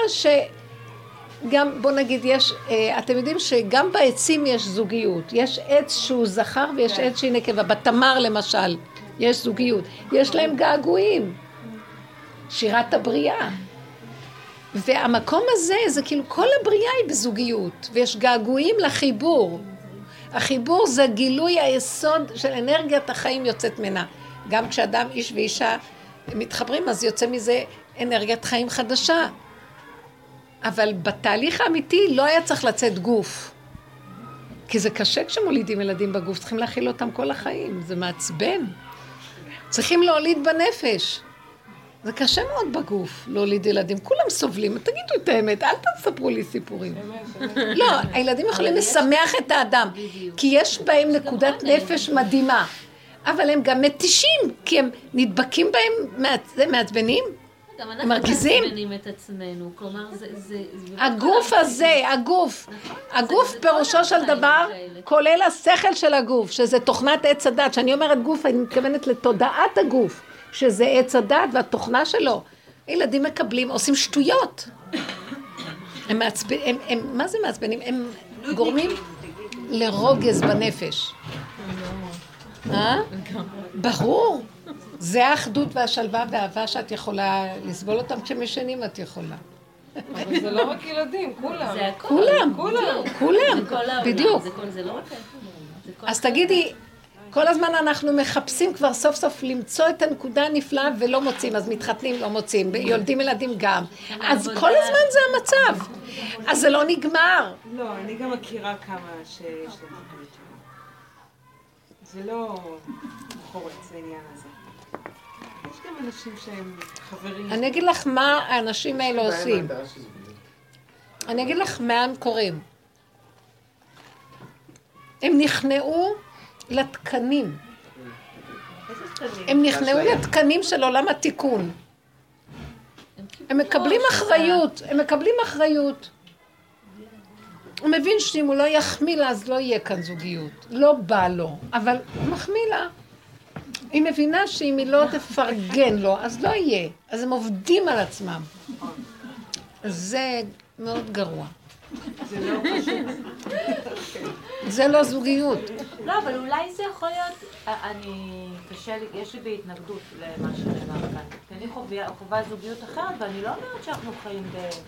Speaker 1: שגם, בוא נגיד, יש, אתם יודעים שגם בעצים יש זוגיות. יש עץ שהוא זכר ויש עץ שהיא נקבה. בתמר למשל, יש זוגיות. יש להם געגועים. שירת הבריאה. והמקום הזה, זה כאילו כל הבריאה היא בזוגיות. ויש געגועים לחיבור. החיבור זה גילוי היסוד של אנרגיית החיים יוצאת מנה. גם כשאדם, איש ואישה מתחברים, אז יוצא מזה אנרגיית חיים חדשה. אבל בתהליך האמיתי לא היה צריך לצאת גוף. כי זה קשה כשמולידים ילדים בגוף, צריכים להכיל אותם כל החיים, זה מעצבן. צריכים להוליד בנפש. זה קשה מאוד בגוף, להוליד ילדים. כולם סובלים, תגידו את האמת, אל תספרו לי סיפורים. לא, הילדים יכולים לשמח את האדם, כי יש בהם נקודת נפש מדהימה. אבל הם גם מתישים, כי הם נדבקים בהם מעצבנים. הם מרגיזים.
Speaker 8: מעצבנים את עצמנו, כלומר זה...
Speaker 1: הגוף הזה, הגוף פירושו של דבר, כולל השכל של הגוף, שזה תוכנת עץ הדת. כשאני אומרת גוף, אני מתכוונת לתודעת הגוף. שזה עץ הדת והתוכנה שלו. ילדים מקבלים, עושים שטויות. הם מה זה מעצבנים? הם גורמים לרוגז בנפש. ברור. זה האחדות והשלווה והאהבה שאת יכולה לסבול אותם כשמשנים את יכולה.
Speaker 3: אבל זה לא רק ילדים, כולם.
Speaker 8: זה הכל.
Speaker 1: כולם. בדיוק.
Speaker 8: זה לא רק...
Speaker 1: אז תגידי, כל הזמן אנחנו מחפשים כבר סוף סוף למצוא את הנקודה הנפלאה ולא מוצאים, אז מתחתנים לא מוצאים, יולדים ילדים גם. אז כל הזמן זה המצב. אז זה לא נגמר.
Speaker 9: לא, אני גם מכירה כמה שיש להם תוכנית שם. זה לא חורץ העניין הזה. יש גם אנשים שהם חברים.
Speaker 1: אני אגיד לך מה האנשים האלה עושים. אני אגיד לך מה הם קוראים. הם נכנעו לתקנים. הם נכנעו לתקנים של עולם התיקון. הם מקבלים אחריות. הוא מבין שאם הוא לא יחמיא לה, אז לא יהיה כאן זוגיות. לא בא לו, אבל הוא מחמיא לה. היא מבינה שאם היא לא תפרגן לו, אז לא יהיה. אז הם עובדים על עצמם. זה מאוד גרוע.
Speaker 9: זה לא פשוט.
Speaker 1: זה לא זוגיות.
Speaker 8: לא, אבל אולי זה יכול להיות, קשה לי, יש לי בהתנגדות למה שנאמר כאן. כי אני חווה זוגיות אחרת, ואני לא אומרת שאנחנו חיים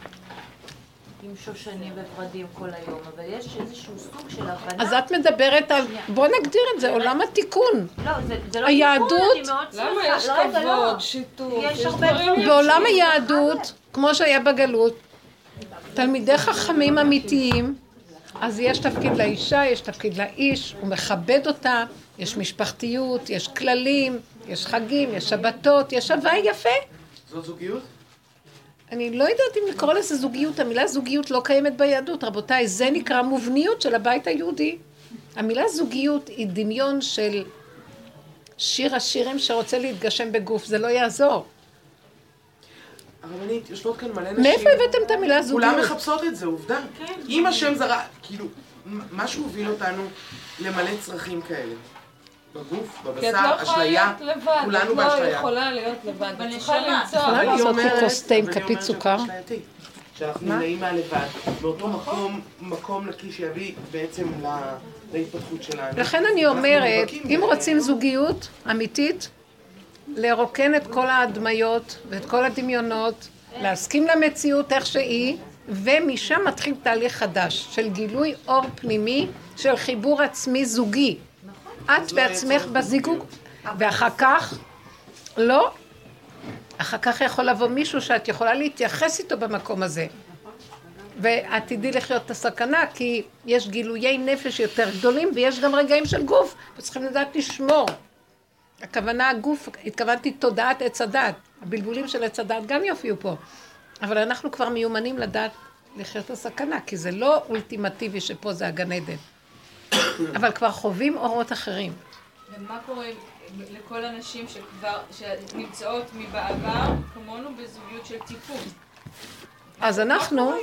Speaker 8: עם שושנים ופרדים כל היום, אבל יש איזשהו סוג של הבנה.
Speaker 1: אז את מדברת על, בוא נגדיר את זה, עולם התיקון.
Speaker 8: לא, זה לא
Speaker 1: היהדות,
Speaker 8: תיקון, אני מאוד שמחה.
Speaker 4: למה יש כבוד, שיתוף?
Speaker 8: יש הרבה דברים.
Speaker 1: בעולם היהדות, כמו שהיה בגלות, תלמידי חכמים אמיתיים, אז יש תפקיד לאישה, יש תפקיד לאיש, הוא מכבד אותה, יש משפחתיות, יש כללים, יש חגים, יש שבתות, יש הוואי יפה.
Speaker 7: זאת זוגיות?
Speaker 1: אני לא יודעת אם לקרוא לזה זוגיות, המילה זוגיות לא קיימת ביהדות, רבותיי, זה נקרא מובניות של הבית היהודי. המילה זוגיות היא דמיון של שיר השירים שרוצה להתגשם בגוף, זה לא יעזור.
Speaker 7: הרבנית, יושבות כאן מלא נשים.
Speaker 1: מאיפה הבאתם את המילה זוגיות?
Speaker 7: כולם מחפשות את זה, עובדה. אם השם זרה, כאילו, משהו הוביל אותנו למלא צרכים כאלה. בגוף,
Speaker 4: כי את
Speaker 7: בבשר,
Speaker 4: לא יכולה
Speaker 7: אשליה,
Speaker 4: להיות לבד, את
Speaker 7: כולנו
Speaker 4: לא
Speaker 7: באשליה.
Speaker 4: יכולה להיות לבד, את צריכה למצוא.
Speaker 1: יכולה לעשות לי כוס תה עם כפית סוכר?
Speaker 7: שאנחנו נמנעים מהלבד, מאותו מקום נקי שיביא בעצם להתפתחות שלנו.
Speaker 1: לכן אני אומרת, אם רוצים זוגיות אמיתית, לרוקן את כל ההדמיות ואת כל הדמיונות, להסכים למציאות איך שהיא, ומשם מתחיל תהליך חדש של גילוי אור פנימי, של חיבור עצמי זוגי. את בעצמך בזיגוג, ואחר כך, לא, אחר כך יכול לבוא מישהו שאת יכולה להתייחס איתו במקום הזה. ואת תדעי לחיות את הסכנה, כי יש גילויי נפש יותר גדולים, ויש גם רגעים של גוף, וצריכים לדעת לשמור. הכוונה הגוף, התכוונתי תודעת עץ הדת, הבלבולים של עץ הדת גם יופיעו פה. אבל אנחנו כבר מיומנים לדעת לחיות את הסכנה, כי זה לא אולטימטיבי שפה זה הגן עדן. אבל כבר חווים אורות אחרים.
Speaker 4: ומה קורה לכל הנשים שנמצאות מבעבר, כמונו בזוגיות של טיפול?
Speaker 1: אז אנחנו,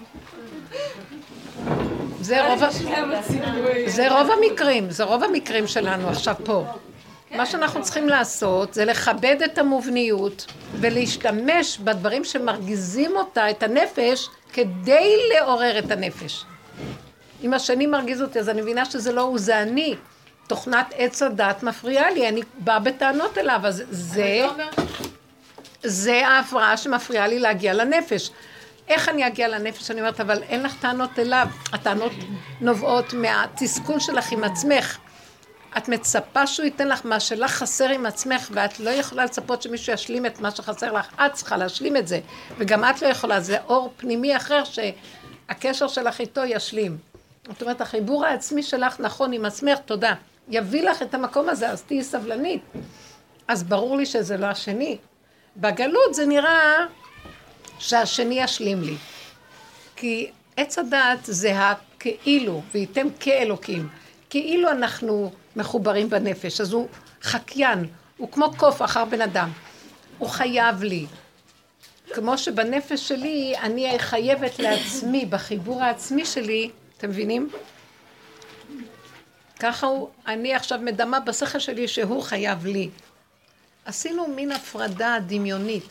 Speaker 1: זה רוב המקרים שלנו עכשיו פה. מה שאנחנו צריכים לעשות זה לכבד את המובניות ולהשתמש בדברים שמרגיזים אותה, את הנפש, כדי לעורר את הנפש. אם השני מרגיז אותי, אז אני מבינה שזה לא הוא, זה אני. תוכנת עץ הדת מפריעה לי, אני באה בטענות אליו, אז זה ההפרעה שמפריעה לי להגיע לנפש. איך אני אגיע לנפש? אני אומרת, אבל אין לך טענות אליו. הטענות נובעות מהתסכול שלך עם עצמך. את מצפה שהוא ייתן לך מה שלך חסר עם עצמך, ואת לא יכולה לצפות שמישהו ישלים את מה שחסר לך. את צריכה להשלים את זה, וגם את לא יכולה. זה אור פנימי אחר שהקשר שלך איתו ישלים. זאת אומרת, החיבור העצמי שלך נכון עם עצמך, תודה. יביא לך את המקום הזה, אז תהיי סבלנית. אז ברור לי שזה לא השני. בגלות זה נראה שהשני ישלים לי. כי עץ הדת זה הכאילו, וייתם כאלוקים. כאילו אנחנו מחוברים בנפש, אז הוא חקיין, הוא כמו קוף אחר בן אדם. הוא חייב לי. כמו שבנפש שלי אני חייבת לעצמי, בחיבור העצמי שלי, אתם מבינים? ככה אני עכשיו מדמה בשכל שלי שהוא חייב לי. עשינו מין הפרדה דמיונית.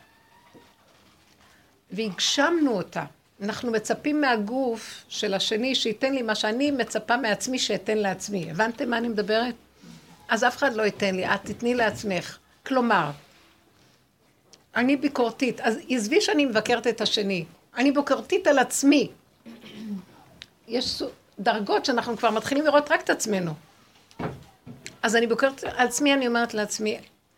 Speaker 1: והגשמנו אותה. אנחנו מצפים מהגוף של השני שייתן לי מה שאני מצפה מעצמי שאתן לעצמי. הבנתם מה אני מדברת? אז אף אחד לא ייתן לי, את תתני לעצמך. כלומר, אני ביקורתית, אז עזבי שאני מבקרת את השני. אני ביקורתית על עצמי. יש דרגות שאנחנו כבר מתחילים לראות רק את עצמנו. אז אני ביקרת על עצמי, אני אומרת לעצמי,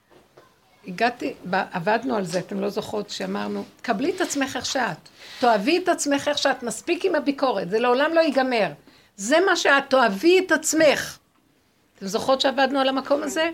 Speaker 1: עבדנו על זה, אתם לא זוכרות שאמרנו, קבלי את עצמך איך שאת, תאהבי את עצמך איך שאת, מספיק עם הביקורת, זה לעולם לא ייגמר. זה מה שאת, תאהבי את עצמך. אתם זוכרות שעבדנו על המקום הזה?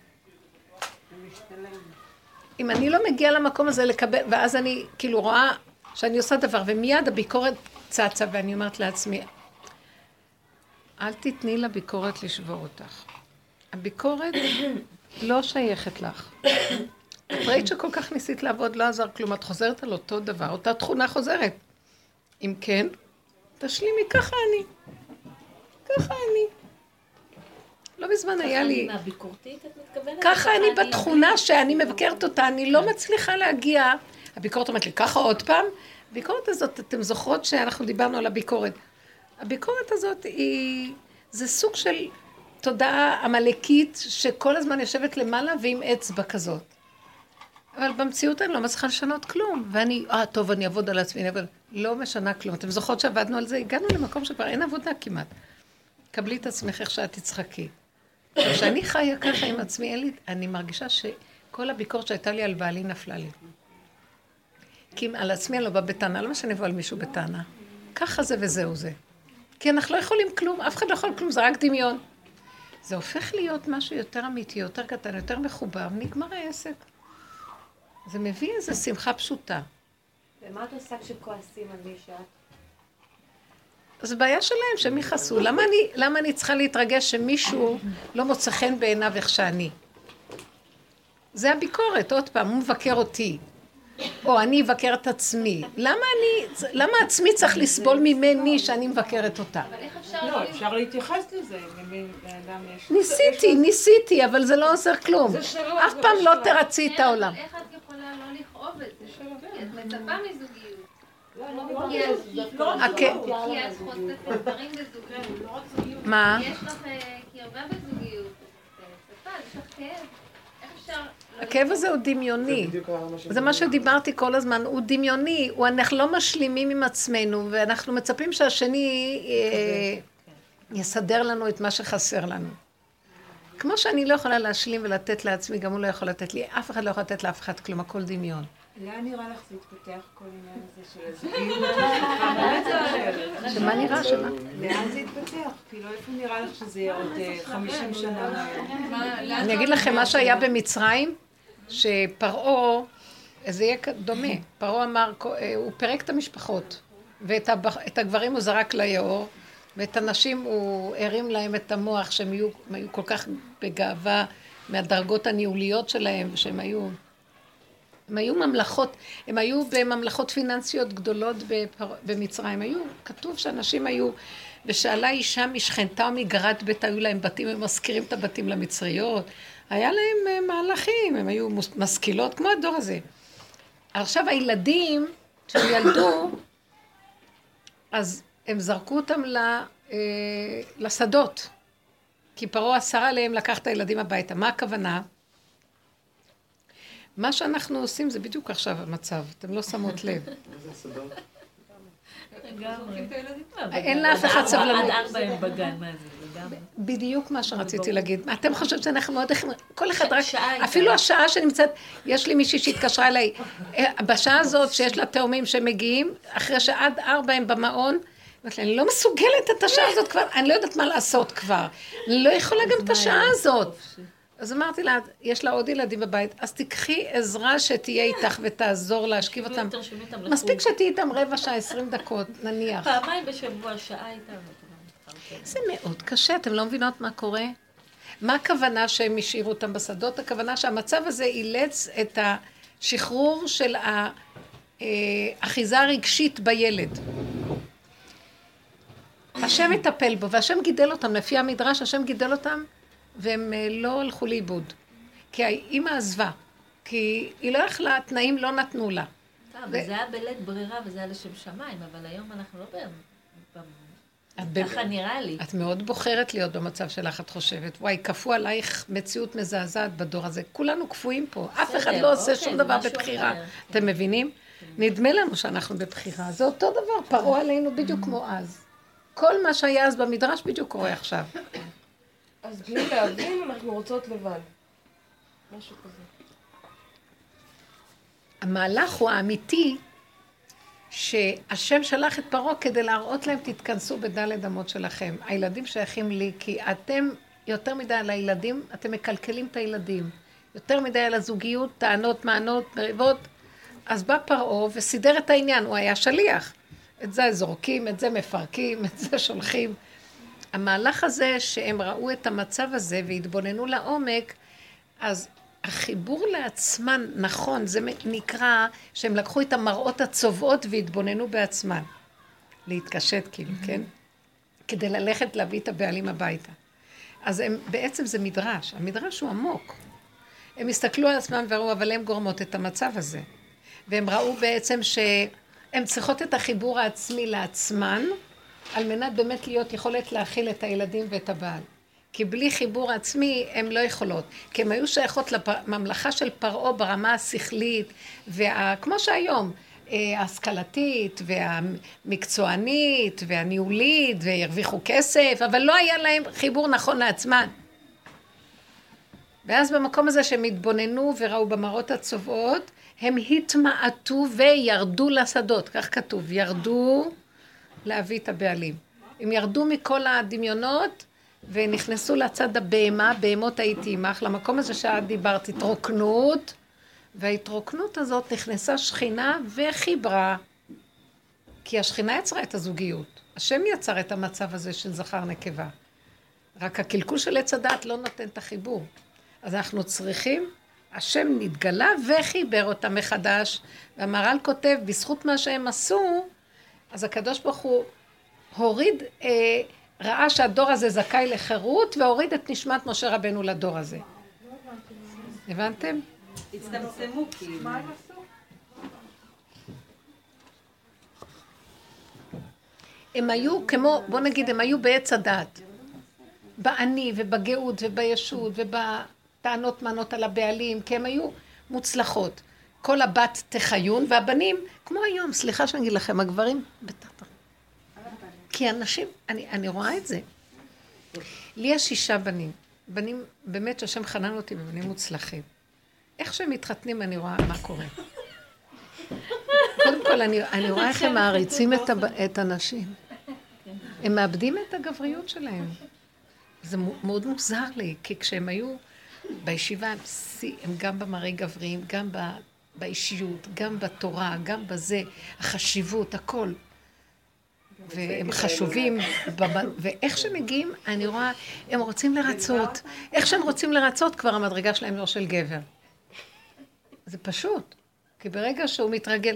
Speaker 1: אם אני לא מגיעה למקום הזה לקבל, ואז אני כאילו רואה שאני עושה דבר, ומיד הביקורת צצה, ואני אומרת לעצמי, אל תתני לביקורת לשבור אותך. הביקורת לא שייכת לך. את ראית שכל כך ניסית לעבוד, לא עזר כלום, את חוזרת על אותו דבר, אותה תכונה חוזרת. אם כן, תשלימי, ככה אני. לא מזמן היה לי...
Speaker 6: ככה אני מהביקורתית, את מתכוונת?
Speaker 1: ככה אני בתכונה שאני מבקרת אותה, אני לא מצליחה להגיע. הביקורת אומרת לי, ככה עוד פעם? הביקורת הזאת, אתם זוכרות שאנחנו דיברנו על הביקורת. הביקורת הזאת היא... זה סוג של תודעה עמלקית שכל הזמן יושבת למעלה ועם אצבע כזאת. אבל במציאות אני לא מצליחה לשנות כלום. ואני, טוב, אני אעבוד על עצמי, אבל לא משנה כלום. אתם זוכרות שעבדנו על זה? הגענו למקום שכבר אין עבודה כמעט. קבלי את עצמך איך שאת תצחקי. כשאני חיה ככה עם עצמי, אני מרגישה שכל הביקורת שהייתה לי על בעלי נפלה לי. כי על עצמי אני לא באה בטענה, למה שאני אבוא על מישהו בטענה? ככה זה וזהו זה. כי אנחנו לא יכולים כלום, אף אחד לא יכול כלום, זה רק דמיון. זה הופך להיות משהו יותר אמיתי, יותר קטן, יותר מחובר, נגמר העסק. זה מביא איזו שמחה פשוטה.
Speaker 8: ומה את עושה כשכועסים על מי שאת?
Speaker 1: אז בעיה שלהם שהם יכעסו. למה אני צריכה להתרגש שמישהו לא מוצא חן בעיניו איך שאני? זה הביקורת, עוד פעם, הוא מבקר אותי. או אני מבקר את עצמי. למה עצמי צריך לסבול ממני שאני מבקרת אותה?
Speaker 9: אבל איך אפשר... לא, אפשר להתייחס לזה.
Speaker 1: ניסיתי, אבל זה לא עוזר כלום. אף פעם לא תרצי את העולם.
Speaker 10: איך את יכולה לא לכאוב את זה? כי את מצפה מזוגיות. כי את חושפת דברים בזוגיות.
Speaker 1: מה?
Speaker 10: יש לך קרבה בזוגיות. יש לך כאב. איך אפשר...
Speaker 1: הכאב הזה הוא דמיוני. זה מה שדיברתי כל הזמן, הוא דמיוני. אנחנו לא משלימים עם עצמנו, ואנחנו מצפים שהשני יסדר לנו את מה שחסר לנו. כמו שאני לא יכולה להשלים ולתת לעצמי, גם הוא לא יכול לתת לי, אף אחד לא יכול לתת לאף אחד כלום, הכל דמיון.
Speaker 9: לאן נראה לך זה התפתח כל עניין הזה של הזוגיות?
Speaker 1: שמה נראה? שמה?
Speaker 9: לאן זה התפתח? כאילו איפה נראה לך שזה יהיה עוד 50 שנה?
Speaker 1: אני אגיד לכם מה שהיה במצרים, שפרעה, זה יהיה דומה, פרעה אמר, הוא פירק את המשפחות, ואת הגברים הוא זרק ליאור, ואת הנשים הוא הרים להם את המוח, שהם היו כל כך בגאווה מהדרגות הניהוליות שלהם, שהם היו... הם היו ממלכות, הם היו בממלכות פיננסיות גדולות במצרים, היו, כתוב שאנשים היו, ושאלה אישה משכנתה או מגרד ביתה, היו להם בתים, הם מזכירים את הבתים למצריות, היה להם מהלכים, הם היו משכילות כמו הדור הזה. עכשיו הילדים שהם ילדו, אז הם זרקו אותם לשדות, כי פרעה אסר עליהם לקח את הילדים הביתה. מה הכוונה? מה שאנחנו עושים זה בדיוק עכשיו המצב, אתם לא שמות לב. אין לאף אחד סבלנות.
Speaker 6: עד 4 הם בגן, מה זה?
Speaker 1: בדיוק מה שרציתי להגיד. אתם חושבים שאנחנו מאוד... כל אחד רק... אפילו השעה שנמצאת... יש לי מישהי שהתקשרה אליי. בשעה הזאת שיש לה תאומים שמגיעים, אחרי שעד 4 הם במעון, אני לא מסוגלת את השעה הזאת כבר, אני לא יודעת מה לעשות כבר. אני לא יכולה גם את השעה הזאת. אז אמרתי לה, יש לה עוד ילדים בבית, אז תקחי עזרה שתהיה איתך ותעזור להשכיב אותם. מספיק שתהיי איתם 15 שעה, 20 דקות, נניח.
Speaker 6: פעמיים בשבוע, שעה איתם.
Speaker 1: זה מאוד קשה, אתם לא מבינות מה קורה? מה הכוונה שהם השאירו אותם בשדות? הכוונה שהמצב הזה אילץ את השחרור של האחיזה הרגשית בילד. השם מטפל בו, והשם גידל אותם, לפי המדרש, השם גידל אותם, והם לא הלכו לאיבוד. כי האמא עזבה, כי היא לא יכלה, התנאים לא נתנו לה.
Speaker 6: זה היה בלית ברירה וזה היה לשם שמיים, אבל היום אנחנו לא ככה נראה לי.
Speaker 1: את מאוד בוחרת להיות במצב שלך, את חושבת. וואי, כפו עלייך מציאות מזעזעת בדור הזה. כולנו כפויים פה, אף אחד לא עושה שום דבר בבחירה. אתם מבינים? נדמה לנו שאנחנו בבחירה. זה אותו דבר, פרעה עלינו בדיוק כמו אז. כל מה שהיה אז במדרש בדיוק קורה עכשיו.
Speaker 3: אז בלי להבין, אנחנו רוצות לבד. משהו כזה.
Speaker 1: המהלך הוא האמיתי, שהשם שלח את פרעה כדי להראות להם, תתכנסו בדלת אמות שלכם. הילדים שייכים לי, כי אתם יותר מדי על הילדים, אתם מקלקלים את הילדים. יותר מדי על הזוגיות, טענות, מענות, מריבות. אז בא פרעה וסידר את העניין, הוא היה שליח. את זה זורקים, את זה מפרקים, את זה שולחים. המהלך הזה שהם ראו את המצב הזה והתבוננו לעומק, אז החיבור לעצמן, נכון, זה נקרא שהם לקחו את המראות הצובעות והתבוננו בעצמן. להתקשט כאילו, כן? כדי ללכת להביא את הבעלים הביתה. אז בעצם זה מדרש, המדרש הוא עמוק. הם הסתכלו על עצמם וראו, אבל הם גורמות את המצב הזה. והם ראו בעצם שהן צריכות את החיבור העצמי לעצמן, על מנת באמת להיות יכולת להכיל את הילדים ואת הבעל. כי בלי חיבור עצמי הן לא יכולות. כי הן היו שייכות לממלכה של פרעה ברמה השכלית, כמו שהיום, ההשכלתית והמקצוענית והניהולית, והרוויחו כסף, אבל לא היה להם חיבור נכון לעצמן. ואז במקום הזה שהם התבוננו וראו במראות הצובעות, הם התמעטו וירדו לשדות, כך כתוב, ירדו להביא את הבעלים. הם ירדו מכל הדמיונות ונכנסו לצד הבהמה, בהמות הייתי עמך, למקום הזה שאת דיברת, התרוקנות, וההתרוקנות הזאת נכנסה שכינה וחיברה, כי השכינה יצרה את הזוגיות. השם יצר את המצב הזה של זכר נקבה. רק הקלקול של עץ הדעת לא נותן את החיבור. אז אנחנו צריכים, השם נתגלה וחיבר אותם מחדש, והמהר"ל כותב, בזכות מה שהם עשו, אז הקדוש ברוך הוא הוריד, ראה שהדור הזה זכאי לחירות, והוריד את נשמת משה רבנו לדור הזה. הבנתם?
Speaker 2: הצטמצמו כאילו. מה הם עשו?
Speaker 1: הם היו כמו, בוא נגיד, הם היו בעץ הדעת. בעני ובגאות ובישות ובטענות מנות על הבעלים, כי הם היו מוצלחות. כל הבת תחיון, והבנים, כמו היום, סליחה שאני אגיד לכם, הגברים בטטה. כי אנשים, אני רואה את זה. לי יש 6 בנים. בנים, באמת שהשם חנן אותי בבנים מוצלחים. איך שהם מתחתנים אני רואה מה קורה. קודם כל אני רואה איך הם מעריצים את הנשים. הם מאבדים את הגבריות שלהם. זה מאוד מוזר לי, כי כשהם היו בישיבה, הם גם במראה גבריים, גם באישיות, גם בתורה, גם בזה, החשיבות, הכל. והם חשובים, ואיך שמגיעים, אני רואה, הם רוצים לרצות. איך שהם רוצים לרצות, כבר המדרגה שלהם לא של גבר. זה פשוט, כי ברגע שהוא מתרגל,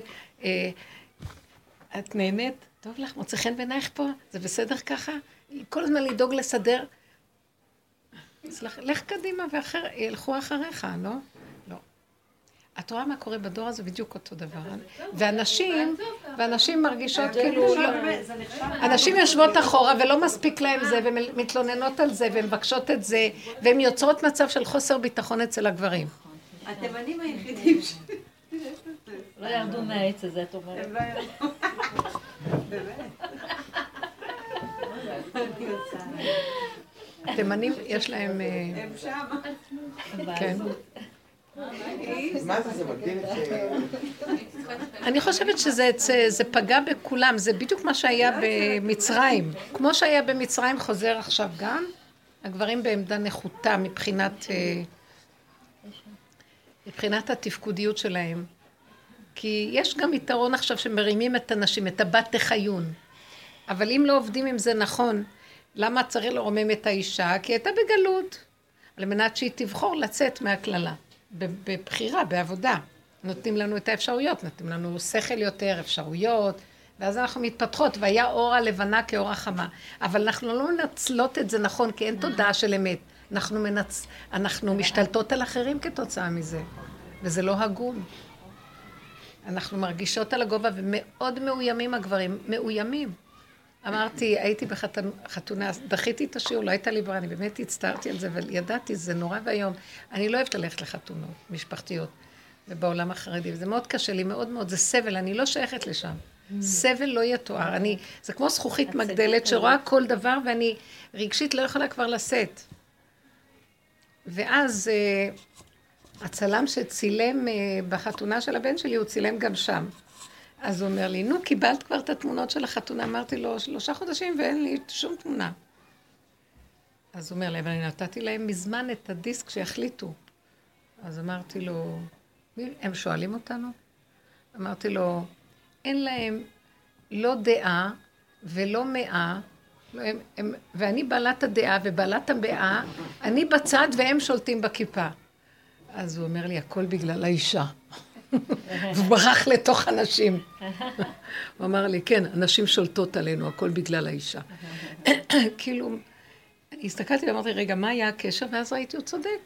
Speaker 1: את נהנית, טוב לך, מוצא חן בעינייך פה, זה בסדר ככה? כל הזמן לדאוג לסדר. לך קדימה ואחר, ילכו אחריך, לא? לא. את רואה מה קורה בדור הזה בדיוק אותו דבר. ואנשים מרגישות כאילו, אנשים יושבות אחורה ולא מספיק להם זה, ומתלוננות על זה, והן מבקשות את זה, והן יוצרות מצב של חוסר ביטחון אצל הגברים.
Speaker 2: התימנים היחידים ש...
Speaker 8: לא ירדו מהעץ הזה, את אומרת.
Speaker 2: הם לא ירדו. באמת.
Speaker 1: תימנים יש להם...
Speaker 2: הם שם.
Speaker 1: כן.
Speaker 7: מה זה מגדיל את זה?
Speaker 1: אני חושבת שזה פגע בכולם, זה בדיוק מה שהיה במצרים. כמו שהיה במצרים חוזר עכשיו גם, הגברים בעמדה נחותה מבחינת התפקודיות שלהם. כי יש גם יתרון עכשיו שמרימים את הנשים, את הבת תחיון. אבל אם לא עובדים עם זה נכון, למה צריך לרומם את האישה? כי הייתה בגלות. על מנת שהיא תבחור לצאת מהכללה. בבחירה, בעבודה. נותנים לנו את האפשרויות, נותנים לנו שכל יותר, אפשרויות, ואז אנחנו מתפתחות, והיה אור הלבנה כאור החמה. אבל אנחנו לא מנצלות את זה נכון, כי אין תודעה של אמת. אנחנו משתלטות על אחרים כתוצאה מזה, וזה לא הגון. אנחנו מרגישות על הגובה, ומאוד מאוימים הגברים, מאוימים. אמרתי, הייתי בחתונה, דחיתי את השיעור, לא הייתה לי ברירה, אני באמת הצטערתי על זה, אבל ידעתי, זה נורא והיום. אני לא אוהבת ללכת לחתונות משפחתיות, ובעולם החרדי, וזה מאוד קשה לי, מאוד מאוד, זה סבל, אני לא שייכת לשם. סבל לא יתואר, זה כמו זכוכית מגדלת שרואה כל דבר, ואני רגשית לא יכולה כבר לשאת. ואז הצלם שצילם בחתונה של הבן שלי, הוא צילם גם שם. אז הוא אומר לי, נו, קיבלת כבר את התמונות של החתונה? אמרתי לו, 3 חודשים ואין לי שום תמונה. אז הוא אומר לי, אבל אני נתתי להם מזמן את הדיסק שיחליטו. אז אמרתי לו, הם שואלים אותנו? אמרתי לו, אין להם לא דעה ולא מאה, ואני בעלת הדעה ובעלת המאה, אני בצד והם שולטים בכיפה. אז הוא אומר לי, הכל בגלל האישה. והוא ברח לתוך אנשים. הוא אמר לי, כן, אנשים שולטות עלינו, הכל בגלל האישה. כאילו, אני הסתכלתי ואמרתי, רגע, מה היה הקשר? ואז ראיתי, הוא צודק.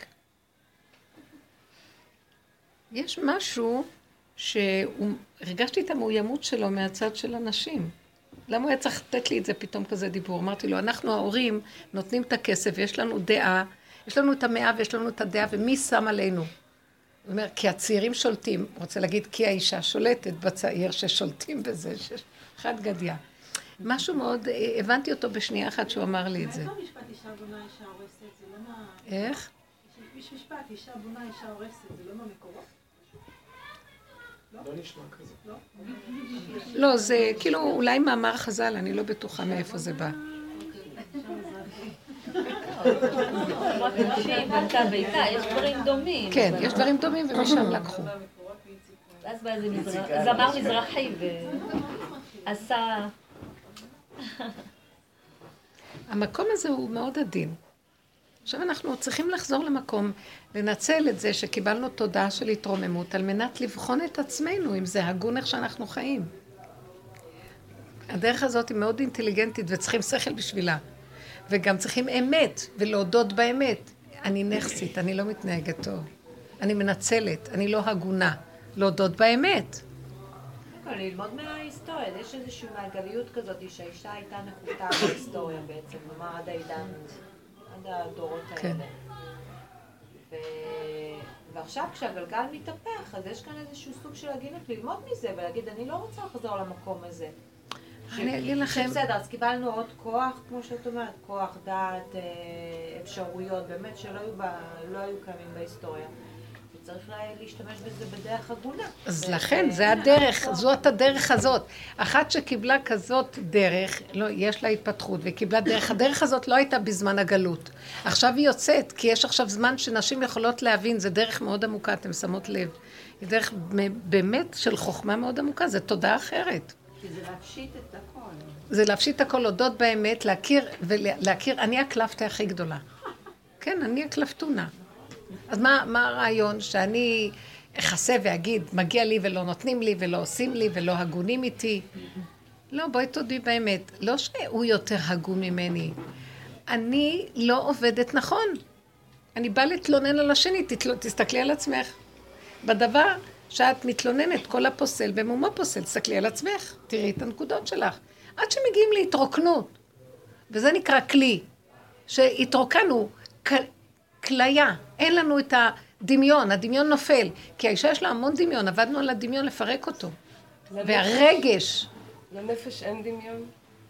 Speaker 1: יש משהו שהרגשתי את המאוימות שלו מהצד של אנשים. למה הוא היה צריך לתת לי את זה פתאום כזה דיבור? אמרתי לו, אנחנו ההורים נותנים את הכסף, ויש לנו דעה, יש לנו את המאה ויש לנו את הדעה, ומי שם עלינו? הוא אומר, כי הצעירים שולטים, הוא רוצה להגיד, כי האישה שולטת בצעיר ששולטים בזה, חד גדיה. משהו מאוד, הבנתי אותו בשנייה אחת שהוא אמר לי את זה.
Speaker 5: איפה משפט אישה בונה אישה הורסת? זה לא מה...
Speaker 1: איך?
Speaker 5: יש משפט, אישה בונה אישה הורסת, זה לא מהמקורות?
Speaker 7: לא נשמע כזה.
Speaker 1: לא, זה כאילו אולי מאמר חז"ל, אני לא בטוחה מאיפה זה בא.
Speaker 8: יש דברים דומים.
Speaker 1: כן, יש דברים דומים ומשם לקחו.
Speaker 8: אז בא איזה זמר מזרחי ועשה...
Speaker 1: המקום הזה הוא מאוד עדין. עכשיו אנחנו צריכים לחזור למקום, לנצל את זה שקיבלנו תודעה של התרוממות, על מנת לבחון את עצמנו, אם זה הגון איך שאנחנו חיים. הדרך הזאת היא מאוד אינטליגנטית וצריכים שכל בשבילה. וגם צריכים אמת ולהודות באמת. אני נכסית, אני לא מתנהגת טוב. אני מנצלת, אני לא הגונה. להודות באמת.
Speaker 8: ללמוד מההיסטוריה, יש איזושהי מעגליות כזאת שהאישה הייתה נחותה בהיסטוריה בעצם, כלומר עד העידן, עד הדורות האלה. ועכשיו כשהגלגל מתהפך, אז יש כאן איזשהו סוג של הגינות ללמוד מזה ולהגיד, אני לא רוצה לחזור למקום הזה.
Speaker 1: אני אגיד לכם...
Speaker 8: בסדר, אז קיבלנו עוד כוח, כמו שאת אומרת, כוח, דעת, אפשרויות, באמת שלא היו קיימים בהיסטוריה. וצריך להשתמש בזה בדרך הגונה.
Speaker 1: אז לכן, זה הדרך, זאת הדרך הזאת. אחת שקיבלה כזאת דרך, לא, יש לה התפתחות, וקיבלה דרך, הדרך הזאת לא הייתה בזמן הגלות. עכשיו היא יוצאת, כי יש עכשיו זמן שנשים יכולות להבין, זה דרך מאוד עמוקה, אתם שמות לב. היא דרך באמת של חוכמה מאוד עמוקה, זה תודעה אחרת.
Speaker 2: כי זה להפשיט את הכל.
Speaker 1: זה להפשיט את הכל, להודות באמת, להכיר, אני הקלפתה הכי גדולה. כן, אני הקלפתונה. אז מה הרעיון? שאני אחסה ואגיד, מגיע לי ולא נותנים לי ולא עושים לי ולא הגונים איתי? לא, בואי תודי באמת. לא שהוא יותר הגון ממני. אני לא עובדת נכון. אני באה להתלונן על השני, תסתכלי על עצמך. בדבר שאת מתלוננת, כל הפוסל במומו פוסל, תסתכלי על עצמך, תראי את הנקודות שלך. עד שמגיעים להתרוקנות. וזה נקרא כלי. שהתרוקנו כליה, אין לנו את הדמיון, הדמיון נופל, כי האישה יש לה המון דמיון, עבדנו על הדמיון לפרק אותו. והרגש.
Speaker 3: לנפש אין דמיון?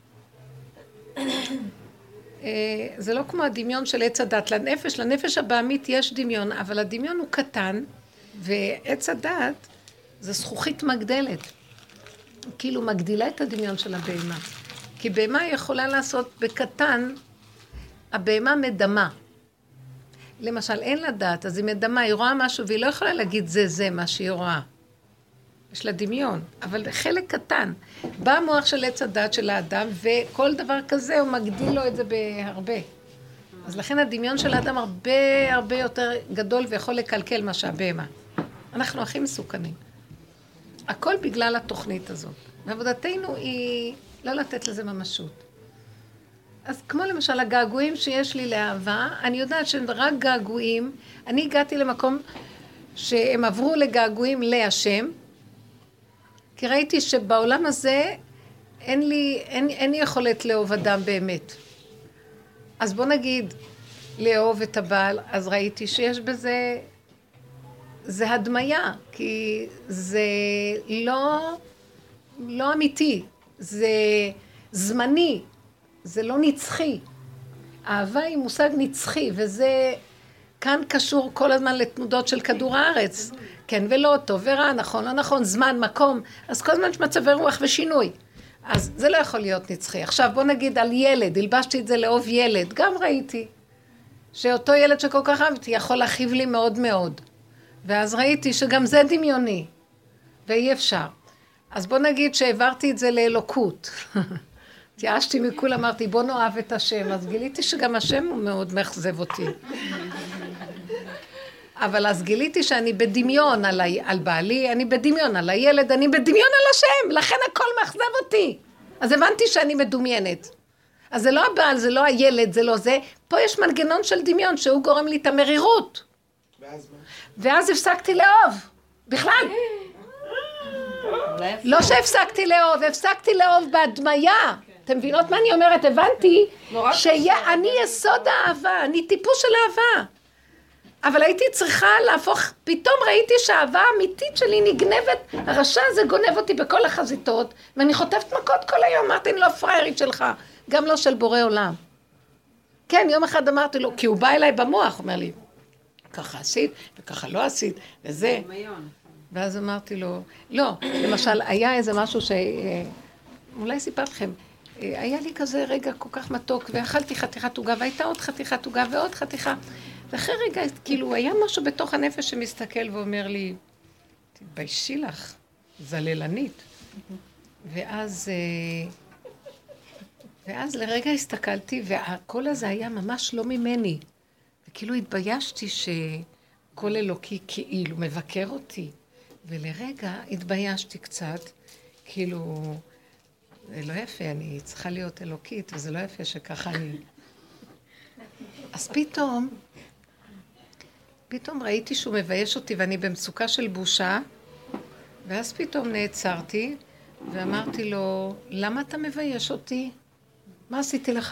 Speaker 1: זה לא כמו הדמיון של עץ הדת, לנפש הבאמית יש דמיון, אבל הדמיון הוא קטן, ועץ הדת זה זכוכית מגדלת. כאילו מגדילה את הדמיון של הבהמה. כי בהמה יכולה לעשות בקטן, הבהמה מדמה. למשל, אין לה דעת, אז היא מדמה, היא רואה משהו, והיא לא יכולה להגיד זה מה שהיא רואה. יש לה דמיון, אבל חלק קטן. בא המוח של עץ הדת של האדם, וכל דבר כזה הוא מגדיל לו את זה בהרבה. אז לכן הדמיון של האדם הרבה יותר גדול, ויכול לקלקל מה שהבהמה. אנחנו הכי מסוכנים. הכל בגלל התוכנית הזאת. ועבודתנו היא לא לתת לזה ממשות. אז כמו למשל הגעגועים שיש לי לאהבה, אני יודעת שהם רק געגועים, אני הגעתי למקום שהם עברו לגעגועים להשם, כי ראיתי שבעולם הזה אין לי יכולת לאהוב אדם באמת. אז בוא נגיד, לאהוב את הבעל, אז ראיתי שיש בזה, זה הדמיה, כי זה לא אמיתי, זה זמני, זה לא נצחי. אהבה היא מושג נצחי, וזה כאן קשור כל הזמן לתנודות של כדור הארץ. כן ולא, טוב ורע, נכון, לא נכון, זמן, מקום. אז כל הזמן יש מצבי רוח ושינוי. אז זה לא יכול להיות נצחי. עכשיו בוא נגיד על ילד, הלבשתי את זה לאהוב ילד, גם ראיתי שאותו ילד שכל כך אהבתי יכול להכאיב לי מאוד מאוד. ואז ראיתי שגם זה דמיוני, ואי אפשר. אז בוא נגיד שהעברתי את זה לאלוקות. התייאשתי מכול, אמרתי בוא נאהב את השם, אז גיליתי שגם השם הוא מאוד מאכזב אותי. אבל אז גיליתי שאני בדמיון על בעלי, אני בדמיון על הילד, אני בדמיון על השם, לכן הכל מאכזב אותי. אז הבנתי שאני מדומיינת. אז זה לא הבעל, זה לא הילד, זה לא זה. פה יש מנגנון של דמיון שהוא גורם לי את המרירות. ואז הפסקתי לאהוב. בכלל. לא שהפסקתי לאהוב, הפסקתי לאהוב בהדמיה. אתם מבינות מה אני אומרת? הבנתי שאני יסוד האהבה, אני טיפוס של אהבה. אבל הייתי צריכה להפוך, פתאום ראיתי שהאהבה האמיתית שלי נגנבת, הרשע הזה גונב אותי בכל החזיתות, ואני חוטפת מכות כל היום, אמרתי, אני לא פריירית שלך, גם לא של בורא עולם. כן, יום אחד אמרתי לו, כי הוא בא אליי במוח, אומר לי, ככה עשית, וככה לא עשית, וזה. ואז אמרתי לו, לא, למשל, היה איזה משהו אולי סיפרתי לכם, היה לי כזה רגע כל כך מתוק, ואכלתי חתיכת עוגה, והייתה עוד חתיכת עוגה ועוד חתיכה, ואחרי רגע, כאילו, היה משהו בתוך הנפש שמסתכל ואומר לי, תתביישי לך, זללנית. ואז לרגע הסתכלתי, והקול הזה היה ממש לא ממני. וכאילו התביישתי שקול אלוקי כאילו מבקר אותי. ולרגע התביישתי קצת, כאילו, זה לא יפה, אני צריכה להיות אלוקית, וזה לא יפה שככה אני... אז פתאום ראיתי שהוא מבייש אותי, ואני במצוקה של בושה, ואז פתאום נעצרתי, ואמרתי לו, למה אתה מבייש אותי? מה עשיתי לך?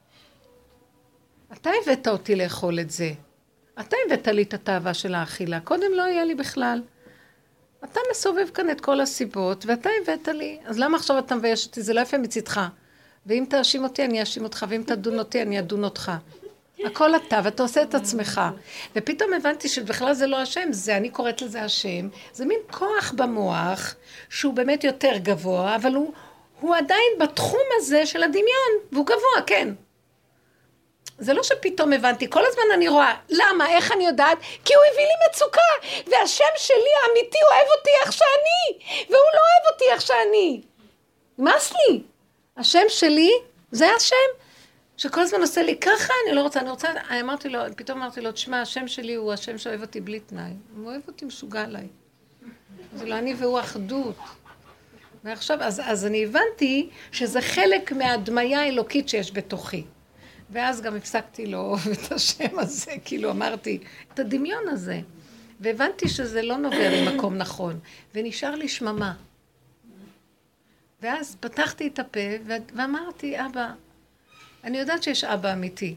Speaker 1: אתה הבאת אותי לאכול את זה. אתה הבאת לי את התאווה של האכילה. קודם לא היה לי בכלל. אתה מסובב כאן את כל הסיבות, ואתה הבאת לי. אז למה עכשיו אתה מבייש אותי? זה לא יפה מצדך. ואם תאשים אותי, אני אאשים אותך, ואם תדון אותי, אני אדון אותך. הכל אתה, ואתה עושה את עצמך. ופתאום הבנתי שבכלל זה לא השם, זה, אני קוראת לזה השם. זה מין כוח במוח, שהוא באמת יותר גבוה, אבל הוא עדיין בתחום הזה של הדמיון, והוא גבוה, כן. זה לא שפתאום הבנתי, כל הזמן אני רואה, למה, איך אני יודעת? כי הוא הביא לי מצוקה, והשם שלי האמיתי אוהב אותי איך שאני, והוא לא אוהב אותי איך שאני. נמאס לי. השם שלי, זה השם, שכל הזמן עושה לי ככה, אני לא רוצה, פתאום אמרתי לו, תשמע, השם שלי הוא השם שאוהב אותי בלי תנאי. הוא אוהב אותי משוגע עליי. זה לא אני והוא אחדות. ועכשיו, אז אני הבנתי שזה חלק מהדמיה האלוקית שיש בתוכי. ואז גם הפסקתי לאהוב את השם הזה, כאילו אמרתי, את הדמיון הזה. והבנתי שזה לא נובע למקום נכון, ונשאר לי שממה. ואז פתחתי את הפה ואמרתי, אבא, אני יודעת שיש אבא אמיתי.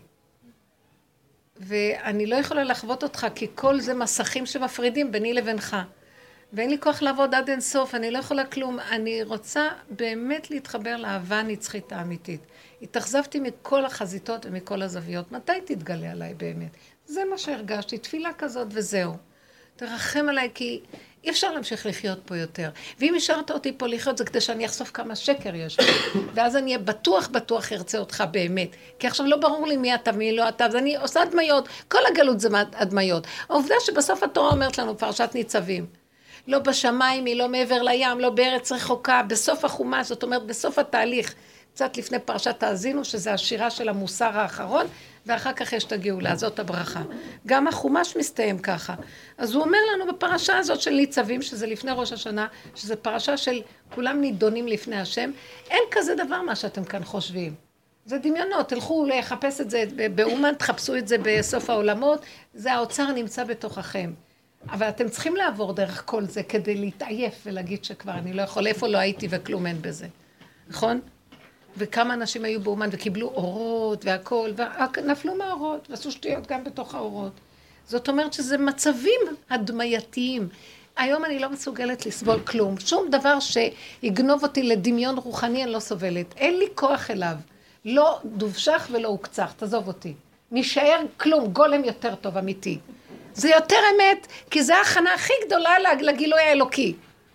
Speaker 1: ואני לא יכולה לחוות אותך, כי כל זה מסכים שמפרידים ביני לבינך. ואין לי כוח לעבוד עד אין סוף, אני לא יכולה כלום. אני רוצה באמת להתחבר לאהבה הנצחית האמיתית. התאכזבתי מכל החזיתות ומכל הזוויות. מתי תתגלה עליי באמת? זה מה שהרגשתי, תפילה כזאת וזהו. תרחם עליי, כי אי אפשר להמשיך לחיות פה יותר. ואם השארת אותי פה לחיות, זה כדי שאני אחשוף כמה שקר יש לי. ואז אני בטוח ארצה אותך באמת. כי עכשיו לא ברור לי מי אתה ומי לא אתה, אז אני עושה הדמיות. כל הגלות זה הדמיות. העובדה שבסוף התורה אומרת לנו, פרשת ניצבים. לא בשמיים, היא לא מעבר לים, לא בארץ רחוקה, בסוף החומש, זאת אומרת, בסוף התהליך, קצת לפני פרשת האזינו, שזה השירה של המוסר האחרון, ואחר כך יש את הגאולה, זאת הברכה. גם החומש מסתיים ככה. אז הוא אומר לנו בפרשה הזאת של ניצבים, שזה לפני ראש השנה, שזה פרשה של כולם נידונים לפני השם, אין כזה דבר מה שאתם כאן חושבים. זה דמיונות, תלכו לחפש את זה באומן, תחפשו את זה בסוף העולמות, זה האוצר נמצא בתוככם. אבל אתם צריכים לעבור דרך כל זה כדי להתעייף ולהגיד שכבר אני לא יכול, איפה לא הייתי וכלום אין בזה. נכון? וכמה אנשים היו באומן וקיבלו אורות והכל, ונפלו מהאורות ועשו שטויות גם בתוך האורות. זאת אומרת שזה מצבים הדמייתיים. היום אני לא מסוגלת לסבול כלום. שום דבר שיגנוב אותי לדמיון רוחני אני לא סובלת. אין לי כוח אליו. לא דובשך ולא הוקצח, תעזוב אותי. נשאר כלום, גולם יותר טוב, אמיתי. זה יותר אמת, כי זה ההכנה הכי גדולה לגילוי האלוקי.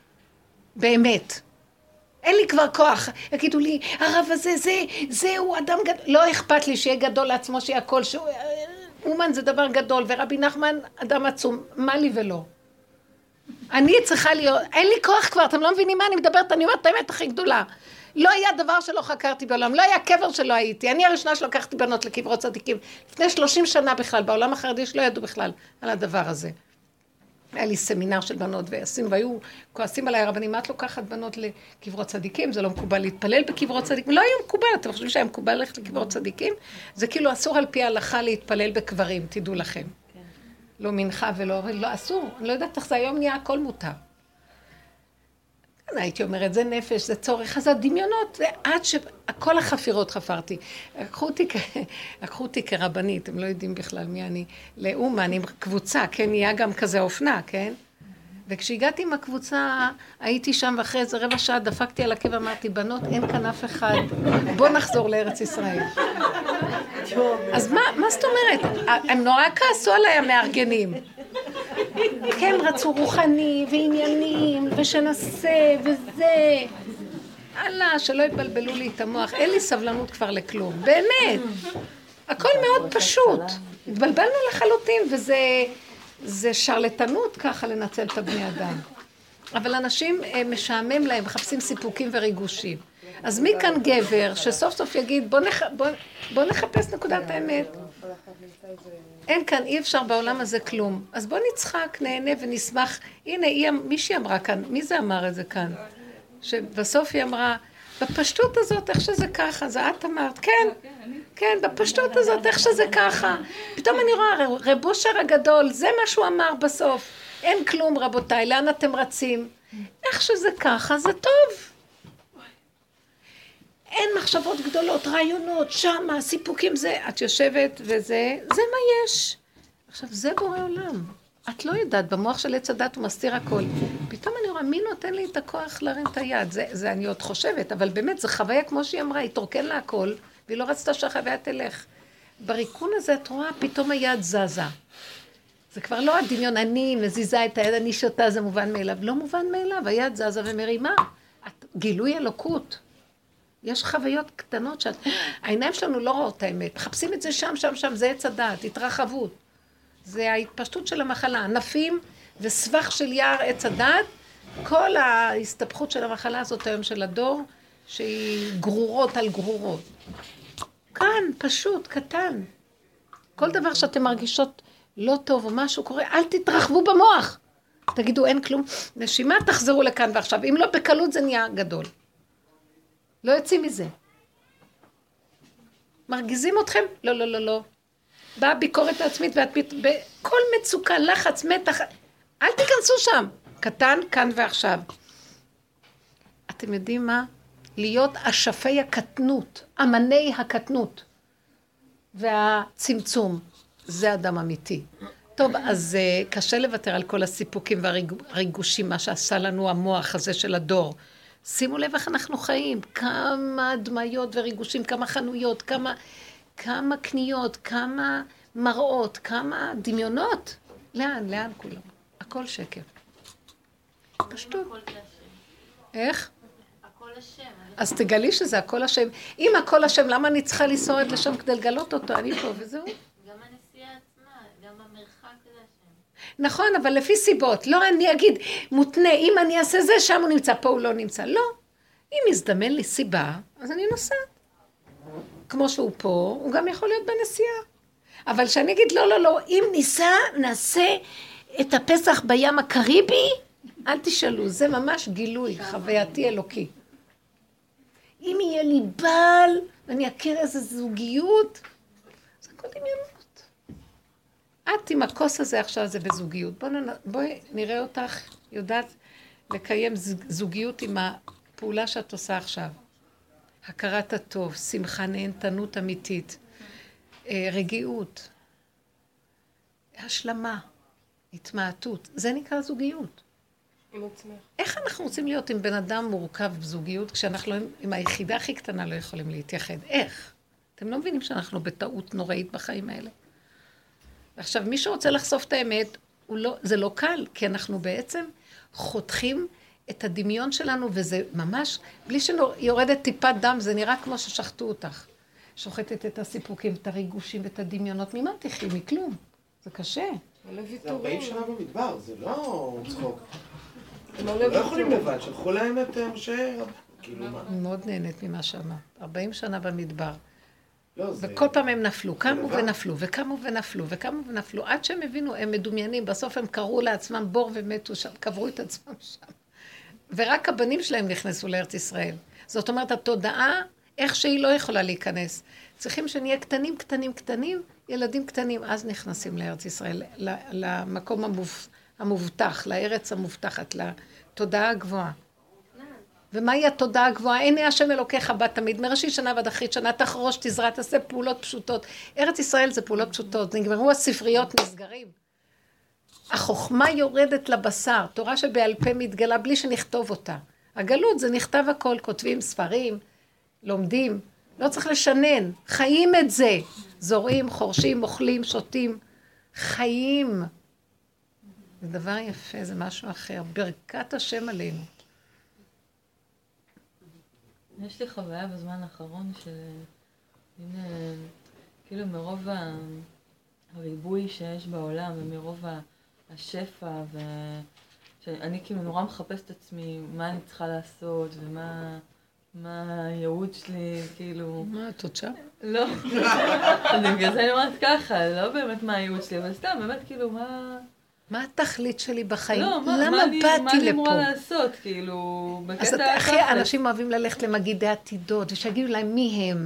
Speaker 1: באמת. אין לי כבר כוח. יגידו לי, הרב הזה, זהו אדם גדול. לא אכפת לי שיהיה גדול לעצמו, שיהיה הכל. אומן זה דבר גדול, ורבי נחמן אדם עצום. מה לי ולא? אני צריכה להיות, אין לי כוח כבר, אתם לא מבינים מה אני מדברת, אני אומרת את האמת הכי גדולה. לא היה דבר שלא חקרתי בעולם, לא היה קבר שלא הייתי. אני הראשונה שלקחתי בנות לקברות צדיקים. לפני 30 שנה בכלל, בעולם החרדי שלא ידעו בכלל על הדבר הזה. היה לי סמינר של בנות והיו כועסים עליי הרבנים, את לוקחת בנות לקברות צדיקים, זה לא מקובל להתפלל בקברות צדיקים, לא היה מקובל, אתם חושבים שהיה מקובל ללכת לקברות צדיקים? זה כאילו אסור על פי ההלכה להתפלל בקברים, תדעו לכם. לא מנחה ולא, לא אסור, אני לא יודעת איך זה היום נהיה, הכל מותר. הייתי אומרת, זה נפש, זה צורך, אז הדמיונות, זה עד שכל החפירות חפרתי. לקחו אותי כרבנית, הם לא יודעים בכלל מי אני, לאומן עם קבוצה, כן, נהיה גם כזה אופנה, כן? וכשהגעתי עם הקבוצה, הייתי שם ואחרי איזה רבע שעה דפקתי על עקב, אמרתי, בנות, אין כאן אף אחד, בוא נחזור לארץ ישראל. אז מה זאת אומרת? הם נורא כעסו עליי המארגנים. כן, רצו רוחני ועניינים ושנעשה וזה. אללה, שלא יבלבלו לי את המוח, אין לי סבלנות כבר לכלום, באמת. הכל מאוד פשוט. התבלבלנו לחלוטין וזה שרלטנות ככה לנצל את הבני אדם. אבל אנשים משעמם להם, מחפשים סיפוקים וריגושים. אז מי כאן גבר שסוף סוף יגיד בוא נחפש נקודת האמת. אין כאן, אי אפשר בעולם הזה כלום. אז בוא נצחק, נהנה ונשמח. הנה, מישהי אמרה כאן, מי זה אמר את זה כאן? שבסוף היא אמרה, בפשטות הזאת, איך שזה ככה, זה את אמרת, כן, בפשטות הזאת, איך שזה ככה. פתאום אני רואה, רב אושר הגדול, זה מה שהוא אמר בסוף. אין כלום, רבותיי, לאן אתם רצים? איך שזה ככה, זה טוב. אין מחשבות גדולות, רעיונות, שמה, סיפוקים זה, את יושבת וזה, זה מה יש. עכשיו, זה בורא עולם. את לא יודעת, במוח של עץ הדת הוא מסתיר הכל. פתאום אני רואה, מי נותן לי את הכוח להרים את היד? זה אני עוד חושבת, אבל באמת, זה חוויה כמו שהיא אמרה, היא תורקן לה הכל, והיא לא רצתה שהחוויה תלך. בריקון הזה, את רואה, פתאום היד זזה. זה כבר לא הדמיון, אני מזיזה את היד, אני שותה, זה מובן מאליו. לא מובן מאליו, היד זזה ומרימה. גילוי אלוקות. יש חוויות קטנות העיניים שלנו לא רואות את האמת. מחפשים את זה שם, זה עץ הדעת, התרחבות. זה ההתפשטות של המחלה, ענפים וסבך של יער עץ הדעת. כל ההסתבכות של המחלה הזאת היום של הדור, שהיא גרורות על גרורות. כאן, פשוט, קטן. כל דבר שאתם מרגישות לא טוב או משהו קורה, אל תתרחבו במוח. תגידו, אין כלום. נשימה, תחזרו לכאן ועכשיו. אם לא, בקלות זה נהיה גדול. לא יוצאים מזה. מרגיזים אתכם? לא, לא, לא, לא. באה ביקורת העצמית בכל מצוקה, לחץ, מתח. אל תיכנסו שם. קטן, כאן ועכשיו. אתם יודעים מה? להיות אשפי הקטנות, אמני הקטנות והצמצום. זה אדם אמיתי. טוב, אז קשה לוותר על כל הסיפוקים והריגושים, מה שעשה לנו המוח הזה של הדור. שימו לב איך אנחנו חיים, כמה דמיות וריגושים, כמה חנויות, כמה קניות, כמה מראות, כמה דמיונות. לאן כולם? הכל שקר. פשטות. איך?
Speaker 10: הכל השם.
Speaker 1: אז תגלי שזה הכל השם. אם הכל השם, למה אני צריכה לנסוע עד לשם כדי לגלות אותו? אני פה וזהו.
Speaker 10: גם הנסיעה עצמה, גם המרחק זה השם.
Speaker 1: נכון, אבל לפי סיבות. לא אני אגיד, מותנה, אם אני אעשה זה, שם הוא נמצא, פה הוא לא נמצא. לא. אם יזדמן לי סיבה, אז אני נוסעת. כמו שהוא פה, הוא גם יכול להיות בנסיעה. אבל שאני אגיד, לא, לא, לא, אם ניסע, נעשה את הפסח בים הקריבי, אל תשאלו, זה ממש גילוי, חווייתי אלוקי. אם יהיה לי בעל, ואני אכיר איזו זוגיות, זה הכל דמיונות. את עם הכוס הזה עכשיו זה בזוגיות. בואי נראה אותך, יודעת לקיים זוגיות עם הפעולה שאת עושה עכשיו. הכרת הטוב, שמחה, נהנתנות אמיתית, רגיעות, השלמה, התמעטות. זה נקרא זוגיות. איך אנחנו רוצים להיות עם בן אדם מורכב בזוגיות, כשאנחנו עם היחידה הכי קטנה לא יכולים להתייחד? איך? אתם לא מבינים שאנחנו בטעות נוראית בחיים האלה? עכשיו, מי שרוצה לחשוף את האמת, זה לא קל, כי אנחנו בעצם חותכים את הדמיון שלנו, וזה ממש, בלי שיורדת טיפת דם, זה נראה כמו ששחטו אותך. שוחטת את הסיפוקים, את הריגושים ואת הדמיונות. ממה תחי? מכלום. זה קשה.
Speaker 7: זה 40 שנה במדבר, זה לא צחוק. הם לא יכולים לבד, שלחו להם את משה, כאילו מה?
Speaker 1: אני מאוד נהנית ממה שאמרת. 40 שנה במדבר. וכל פעם הם נפלו, קמו ונפלו, וקמו ונפלו, וקמו ונפלו, עד שהם הבינו, הם מדומיינים, בסוף הם קראו לעצמם בור ומתו שם, קברו את עצמם שם. ורק הבנים שלהם נכנסו לארץ ישראל. זאת אומרת, התודעה, איך שהיא לא יכולה להיכנס. צריכים שנהיה קטנים, קטנים, קטנים, ילדים קטנים, אז נכנסים לארץ ישראל, למקום המובטח, לארץ המובטחת, לתודעה הגבוהה. ומהי התודעה הגבוהה? הנה השם אלוקיך בא תמיד, מראשית שנה ועד אחרית שנה, תחרוש, תזרע, תעשה פעולות פשוטות. ארץ ישראל זה פעולות פשוטות, נגמרו הספריות, נסגרים. החוכמה יורדת לבשר, תורה שבעל פה מתגלה בלי שנכתוב אותה. הגלות זה נכתב הכל, כותבים ספרים, לומדים, לא צריך לשנן, חיים את זה. זורעים, חורשים, אוכלים, שותים, חיים. זה דבר יפה, זה משהו אחר, ברכת השם עלינו.
Speaker 3: יש לי חוויה בזמן האחרון כאילו מרוב הריבוי שיש בעולם ומרוב השפע שאני כאילו נורא מחפשת את עצמי מה אני צריכה לעשות ומה הייעוד שלי, כאילו...
Speaker 1: מה, את עוד שם?
Speaker 3: לא. בגלל זה אני אומרת ככה, לא באמת מה הייעוד שלי, אבל סתם, באמת כאילו
Speaker 1: מה התכלית שלי בחיים?
Speaker 3: לא,
Speaker 1: למה באתי לפה?
Speaker 3: מה אני אמורה לעשות, כאילו, בקטע...
Speaker 1: אז אחרי אנשים אוהבים ללכת למגידי עתידות, ושיגידו להם מי הם.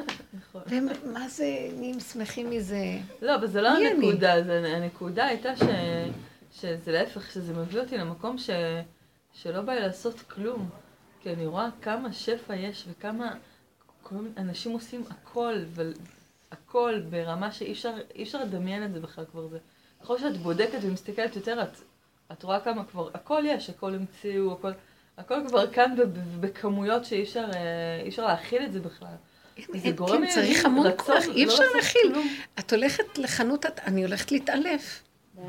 Speaker 1: ומה זה, נהיים שמחים מזה?
Speaker 3: לא, אבל זה לא הנקודה, הנקודה הייתה שזה להפך, שזה מביא אותי למקום שלא בא לי לעשות כלום. כי אני רואה כמה שפע יש וכמה אנשים עושים הכל ברמה שאי אפשר לדמיין את זה בכלל כבר זה. ככל שאת בודקת ומסתכלת יותר, את רואה כמה כבר, הכל יש, הכל המציאו, הכל כבר כאן בכמויות שאי אפשר להכיל את זה בכלל.
Speaker 1: כן, צריך המון כוח, אי אפשר להכיל. את הולכת לחנות, אני הולכת להתעלף.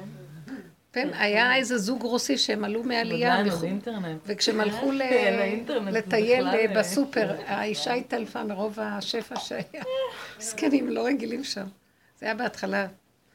Speaker 1: היה איזה זוג רוסי שהם עלו מעלייה, וכשהם הלכו לטייל בסופר, האישה התעלפה מרוב השפע שהיה. מסכנים, לא רגילים שם. זה היה בהתחלה.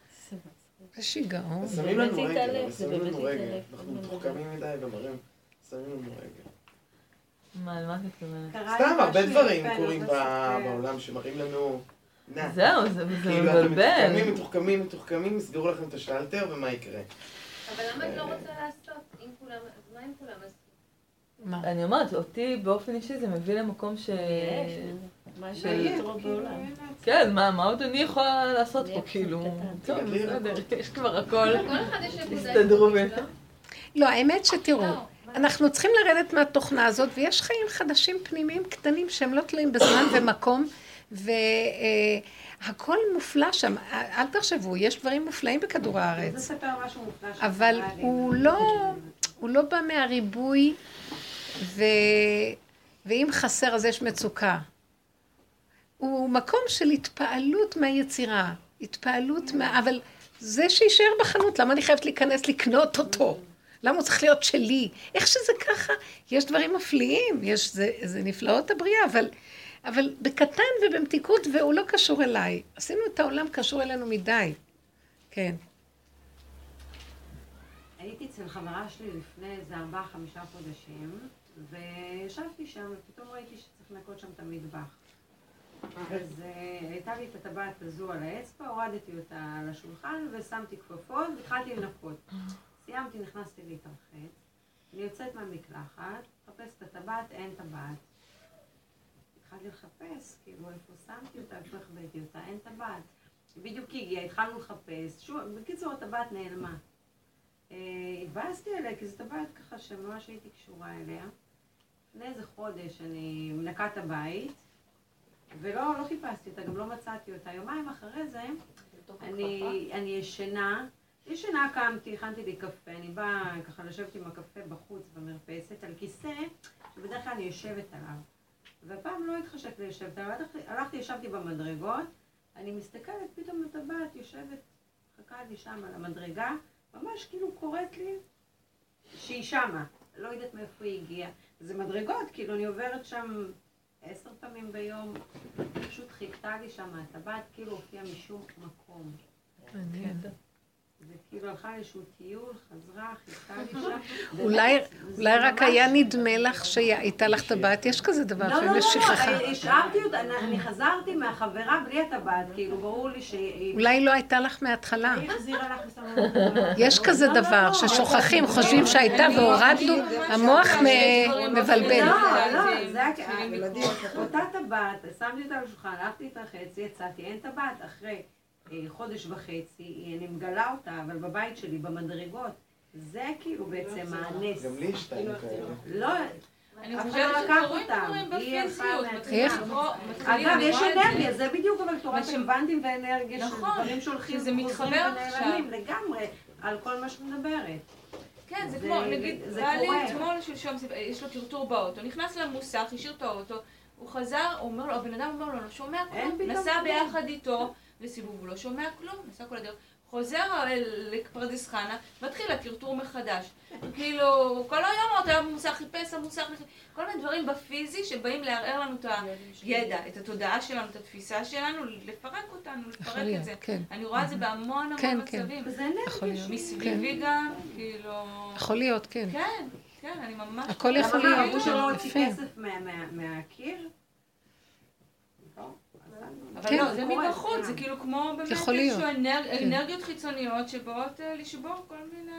Speaker 1: זה שיגעון.
Speaker 7: שמים לנו רגל, שמים לנו רגל. אנחנו מתוחכמים מדי ומראים, שמים לנו רגל.
Speaker 3: מה את מתכוונת?
Speaker 7: סתם, הרבה דברים קורים בעולם שמראים לנו...
Speaker 3: זהו, זה מבלבל.
Speaker 7: מתוחכמים, יסגרו לכם את השלטר ומה יקרה.
Speaker 10: אבל למה את לא רוצה לעשות? מה אם כולם עשו?
Speaker 3: אני אומרת, אותי באופן אישי זה מביא למקום
Speaker 6: מה שיתרוב בעולם.
Speaker 3: כן, מה עוד אני יכולה לעשות פה, כאילו? טוב, בסדר, יש כבר הכל. הסתדרו ב...
Speaker 1: לא, האמת שתראו, אנחנו צריכים לרדת מהתוכנה הזאת, ויש חיים חדשים פנימיים קטנים שהם לא תלויים בזמן ומקום, והכל מופלא שם. אל תחשבו, יש דברים מופלאים בכדור הארץ.
Speaker 2: זה ספר משהו מופלא.
Speaker 1: אבל הוא לא בא מהריבוי, ואם חסר אז יש מצוקה. הוא מקום של התפעלות מהיצירה, אבל זה שישאר בחנות, למה אני חייבת להיכנס לקנות אותו? למה הוא צריך להיות שלי? איך שזה ככה? יש דברים מפליאים, זה נפלאות הבריאה, אבל בקטן ובמתיקות, והוא לא קשור אליי. עשינו את העולם קשור אלינו מדי. כן.
Speaker 2: הייתי אצל חברה שלי לפני איזה 4-5 חודשים, וישבתי שם, ופתאום ראיתי שצריך לנקות שם את המטבח. אז הייתה לי את הטבעת הזו על האצבע, הורדתי אותה על השולחן, ושמתי כפפות, והתחלתי לנקות. סיימתי, נכנסתי להתרחץ, אני יוצאת מהמקלחת, מחפשת את הטבעת, אין טבעת. התחלתי לחפש, כאילו איפה שמתי אותה, איפה החבאתי אותה, אין טבעת. בדיוק הגיעה, התחלנו לחפש, שוב, בקיצור הטבעת נעלמה. התבאסתי עליה, כי זו טבעת ככה שממש הייתי קשורה אליה. לפני איזה חודש אני מנקה את הבית, ולא חיפשתי אותה, גם לא מצאתי אותה. יומיים אחרי זה, אני ישנה, קמתי, הכנתי לי קפה, אני באה ככה לשבת עם הקפה בחוץ במרפסת על כיסא, שבדרך כלל אני יושבת עליו. והפעם לא התחשק לי לשבת עליו, הלכתי, ישבתי במדרגות, אני מסתכלת, פתאום הטבעת יושבת, חכה לי שם על המדרגה, ממש כאילו קוראת לי שהיא שמה, לא יודעת מאיפה היא הגיעה. זה מדרגות, כאילו אני עוברת שם 10 פעמים ביום, פשוט חיכתה לי שם, הטבעת כאילו הופיעה משום מקום. זה כאילו הלכה לאיזשהו טיול, חזרה, חיכתה לי שם.
Speaker 1: אולי רק היה נדמה לך שהייתה לך טבעת, יש כזה דבר,
Speaker 2: לא,
Speaker 1: יש שכחה.
Speaker 2: השארתי אותה, אני חזרתי מהחברה בלי הטבעת, כאילו ברור לי שהיא...
Speaker 1: אולי לא הייתה לך מההתחלה.
Speaker 2: היא החזירה לך ושמה לך.
Speaker 1: יש כזה דבר ששוכחים, חושבים שהייתה והורדנו, המוח מבלבל.
Speaker 2: לא, זה היה אותה טבעת, שמתי אותה בשולחן, הלכתי איתה חצי, יצאתי, אין טבעת, אחרי חודש וחצי, אני מגלה אותה, אבל בבית שלי, במדרגות, זה כאילו בעצם הנס.
Speaker 7: גם לי יש שתיים כאלה.
Speaker 2: לא,
Speaker 4: אני חושבת שקורים דברים בפיזיות.
Speaker 2: אגב, יש אנרגיה, זה בדיוק אבל תורת הקוונטים ואנרגיה של דברים שהולכים
Speaker 4: שזה מתחבר
Speaker 2: ונעלמים לגמרי על כל מה שמדברת.
Speaker 4: כן, זה כמו, נגיד, בעלי אתמול שלשום, יש לו טרטור באוטו, נכנס למוסך, השאיר את האוטו, הוא חזר, הבן אדם אומר לו, לא שומע כלום, נסע ביחד איתו לסיבוב, הוא לא שומע כלום, נסע כל הדרך. חוזר לפרדס חנה, מתחיל הטרטור מחדש. כאילו, כל היום הוא היה במוסך, חיפש המוסך, כל מיני דברים בפיזי שבאים לערער לנו את הידע, את התודעה שלנו, את התפיסה שלנו, לפרק אותנו, לפרק את זה. אני רואה את זה בהמון המון מצבים.
Speaker 2: וזה נפש.
Speaker 4: מסביבי גם, כאילו...
Speaker 1: יכול להיות, כן.
Speaker 4: כן, כן, אני ממש...
Speaker 1: הכל יכול להיות.
Speaker 2: אמרו שלא הוציא כסף מהקיר?
Speaker 4: אבל לא, זה מבחוץ, זה כאילו כמו באמת איזשהו אנרגיות חיצוניות שבאות לשבור כל מיני...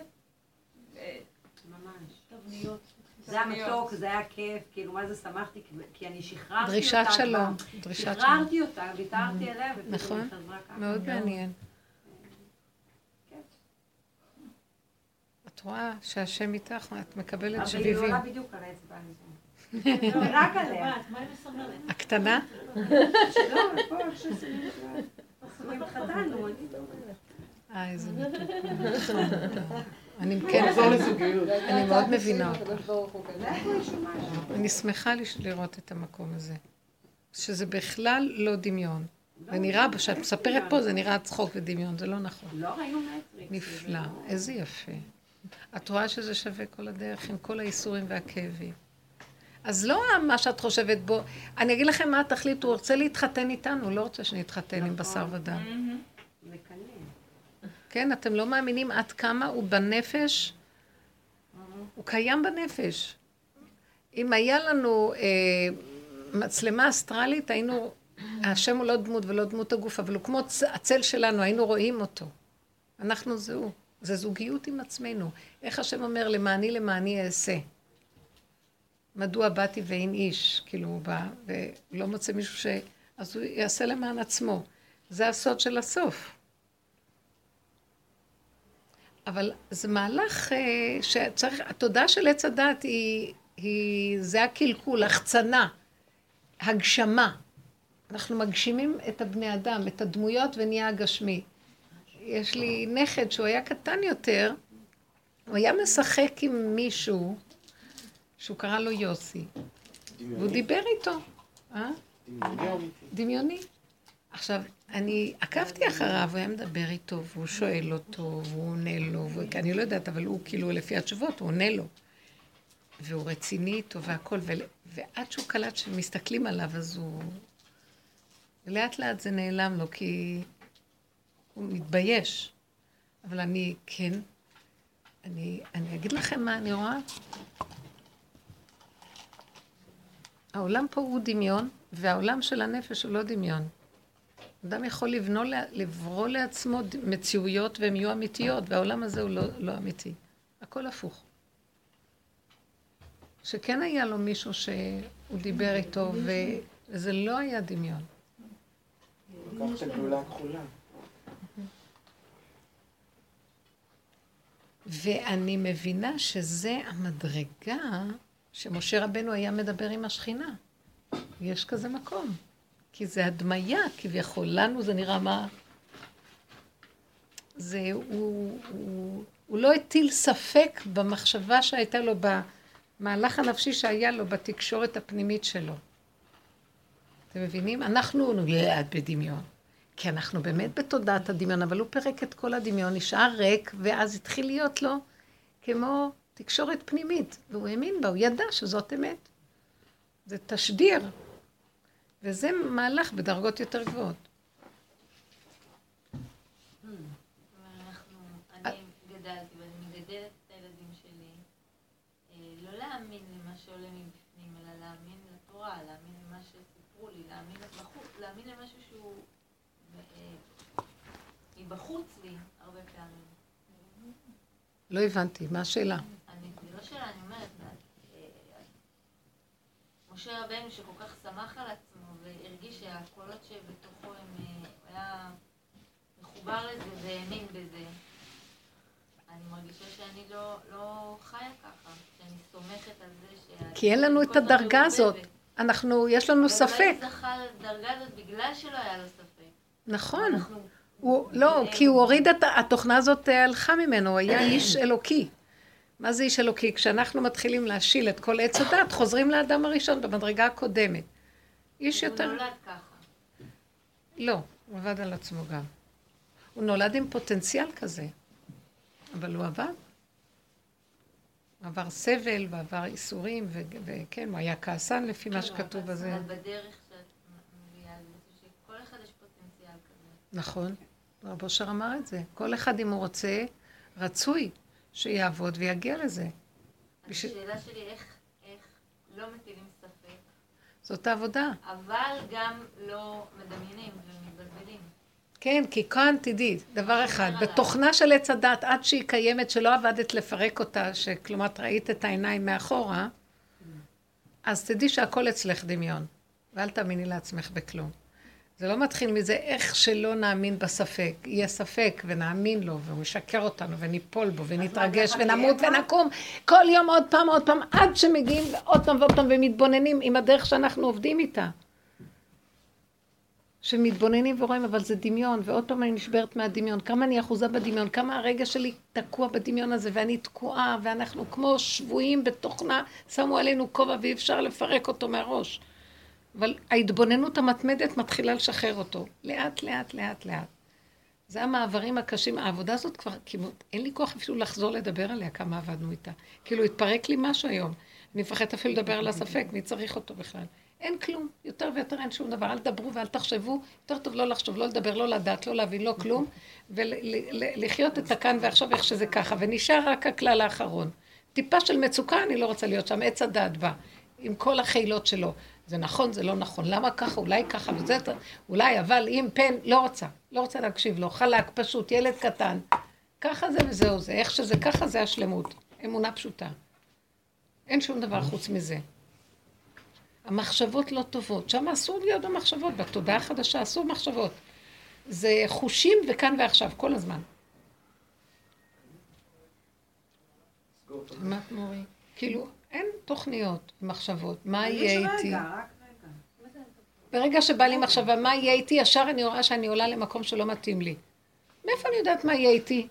Speaker 2: ממש. תבניות. זה היה מתוק, זה היה כיף, כאילו מה זה שמחתי, כי אני שחררתי אותה.
Speaker 1: דרישת שלום.
Speaker 2: שחררתי אותה, ויתרתי עליה,
Speaker 1: נכון, מאוד מעניין. את רואה שהשם איתך, את מקבלת שביבים.
Speaker 2: אבל היא עולה בדיוק על האצבע הזאת. רק עליה.
Speaker 1: הקטנה?
Speaker 2: לא, פה, עכשיו התחתנו.
Speaker 1: איזה מתוק. אני מאוד מבינה אותך. אני שמחה לראות את המקום הזה. שזה בכלל לא דמיון. ונראה, כשאת מספרת פה, זה נראה צחוק ודמיון, זה לא נכון.
Speaker 2: לא ראינו מטריקס.
Speaker 1: נפלא, איזה יפה. את רואה שזה שווה כל הדרך עם כל האיסורים והכאבים. אז לא מה שאת חושבת בו, אני אגיד לכם מה התכלית, הוא רוצה להתחתן איתנו, לא רוצה שנתחתן עם בשר ודם. כן, אתם לא מאמינים עד כמה הוא בנפש, הוא קיים בנפש. אם היה לנו מצלמה אסטרלית, היינו, השם הוא לא דמות ולא דמות הגוף, אבל הוא כמו הצל שלנו, היינו רואים אותו. אנחנו זהו, זה זוגיות עם עצמנו. איך השם אומר, למעני אעשה. מדוע באתי ואין איש, כאילו הוא בא ולא מוצא מישהו אז הוא יעשה למען עצמו. זה הסוד של הסוף. אבל זה מהלך שצריך, התודעה של עץ הדת זה הקלקול, החצנה, הגשמה. אנחנו מגשימים את הבני אדם, את הדמויות ונהיה הגשמי. יש לי נכד שהוא היה קטן יותר, הוא היה משחק עם מישהו, שהוא קרא לו יוסי, והוא דיבר איתו. דמיוני. עכשיו, אני עקבתי אחריו, הוא היה מדבר איתו, והוא שואל אותו, והוא עונה לו, אני לא יודעת, אבל הוא כאילו לפי התשובות, הוא עונה לו. והוא רציני איתו והכל, ועד שהוא קלט שמסתכלים עליו, אז הוא... ולאט לאט זה נעלם לו, כי הוא מתבייש. אבל אני, כן, אני אגיד לכם מה אני רואה. העולם פה הוא דמיון, והעולם של הנפש הוא לא דמיון. אדם יכול לברוא לעצמו מציאויות והן יהיו אמיתיות, והעולם הזה הוא לא אמיתי. הכל הפוך. שכן היה לו מישהו שהוא דיבר איתו, וזה לא היה דמיון.
Speaker 7: לקח את הגלולה הכחולה.
Speaker 1: ואני מבינה שזה המדרגה שמשה רבנו היה מדבר עם השכינה. יש כזה מקום. כי זה הדמיה, כביכול. לנו זה נראה מה... זה, הוא לא הטיל ספק במחשבה שהייתה לו, במהלך הנפשי שהיה לו, בתקשורת הפנימית שלו. אתם מבינים? אנחנו ליד בדמיון. כי אנחנו באמת בתודעת הדמיון, אבל הוא פרק את כל הדמיון, נשאר ריק, ואז התחיל להיות לו כמו תקשורת פנימית. והוא האמין בה, הוא ידע שזאת אמת. זה תשדיר. וזה מהלך בדרגות יותר גבוהות.
Speaker 8: אנחנו שעולה מבפנים, אלא להאמין לתורה, להאמין למה שסיפרו לי, להאמין למשהו שהוא מבחוץ לי הרבה פעמים.
Speaker 1: לא הבנתי, מה השאלה?
Speaker 8: זה לא שאלה, אני אומרת, משה רבנו שכל כך שמח על עצמו והרגיש שהקולות שבתוכו הוא היה מחובר לזה והאמין בזה. אני מרגישה שאני לא חיה ככה, שאני סומכת על זה
Speaker 1: כי אין לנו את הדרגה הזאת. יש לנו ספק.
Speaker 8: אבל אולי זכה לדרגה הזאת בגלל שלא היה לו ספק.
Speaker 1: נכון. לא, כי הוא הוריד את התוכנה הזאת, הלכה ממנו, הוא היה איש אלוקי. מה זה איש אלוקי? כשאנחנו מתחילים להשיל את כל עץ הדת, חוזרים לאדם הראשון במדרגה הקודמת. איש יותר...
Speaker 8: הוא נולד ככה.
Speaker 1: לא, הוא עבד על עצמו גם. הוא נולד עם פוטנציאל כזה, אבל הוא עבד. הוא עבר סבל ועבר איסורים, וכן, הוא היה כעסן לפי מה שכתוב בזה.
Speaker 8: אבל בדרך שאת מביאה, שכל אחד יש פוטנציאל כזה.
Speaker 1: נכון, רב אושר אמר את זה. כל אחד אם הוא רוצה, רצוי שיעבוד ויגיע לזה.
Speaker 8: השאלה שלי איך לא מטילים ספק.
Speaker 1: זאת העבודה.
Speaker 8: אבל גם לא מדמיינים ומתבלבלים.
Speaker 1: כן, כי כאן תדעי, דבר אחד, בתוכנה של עץ הדת, עד שהיא קיימת, שלא עבדת לפרק אותה, שכלומר ראית את העיניים מאחורה, אז תדעי שהכל אצלך דמיון, ואל תאמיני לעצמך בכלום. זה לא מתחיל מזה איך שלא נאמין בספק, יהיה ספק ונאמין לו, והוא משקר אותנו וניפול בו ונתרגש ונמות ונקום, כל יום עוד פעם, עד שמגיעים עוד פעם ועוד פעם ומתבוננים עם הדרך שאנחנו עובדים איתה. שמתבוננים ורואים, אבל זה דמיון, ועוד פעם אני נשברת מהדמיון, כמה אני אחוזה בדמיון, כמה הרגע שלי תקוע בדמיון הזה, ואני תקועה, ואנחנו כמו שבויים בתוכנה, שמו עלינו כובע ואי אפשר לפרק אותו מהראש. אבל ההתבוננות המתמדת מתחילה לשחרר אותו, לאט, לאט, לאט, לאט. זה המעברים הקשים, העבודה הזאת כבר, כמעט, אין לי כוח אפילו לחזור לדבר עליה, כמה עבדנו איתה. כאילו, התפרק לי משהו היום. אני מפחד אפילו לדבר על הספק, מי צריך אותו בכלל. אין כלום, יותר ויותר אין שום דבר, אל תדברו ואל תחשבו, יותר טוב לא לחשוב, לא לדבר, לא לדעת, לא להבין, לא כלום, ולחיות את הכאן ועכשיו איך שזה ככה, ונשאר רק הכלל האחרון. טיפה של מצוקה, אני לא רוצה להיות שם, עץ הדעת בה, עם כל החילות שלו. זה נכון, זה לא נכון, למה ככה, אולי ככה, וזה, אולי, אבל אם פן, לא רוצה להקשיב לו, חלק, פשוט, ילד קטן, ככה זה וזהו זה, איך שזה ככה זה השלמות, אמונה פשוטה. אין שום דבר חוץ מזה. המחשבות לא טובות, שם אסור להיות במחשבות, בתודעה החדשה אסור מחשבות. זה חושים וכאן ועכשיו, כל הזמן. שמעת מורי? כאילו, אין תוכניות מחשבות, מה יהיה איתי? ברגע שבא לי מחשבה, מה יהיה איתי, ישר אני רואה שאני עולה למקום שלא מתאים לי. מאיפה אני יודעת מה יהיה איתי?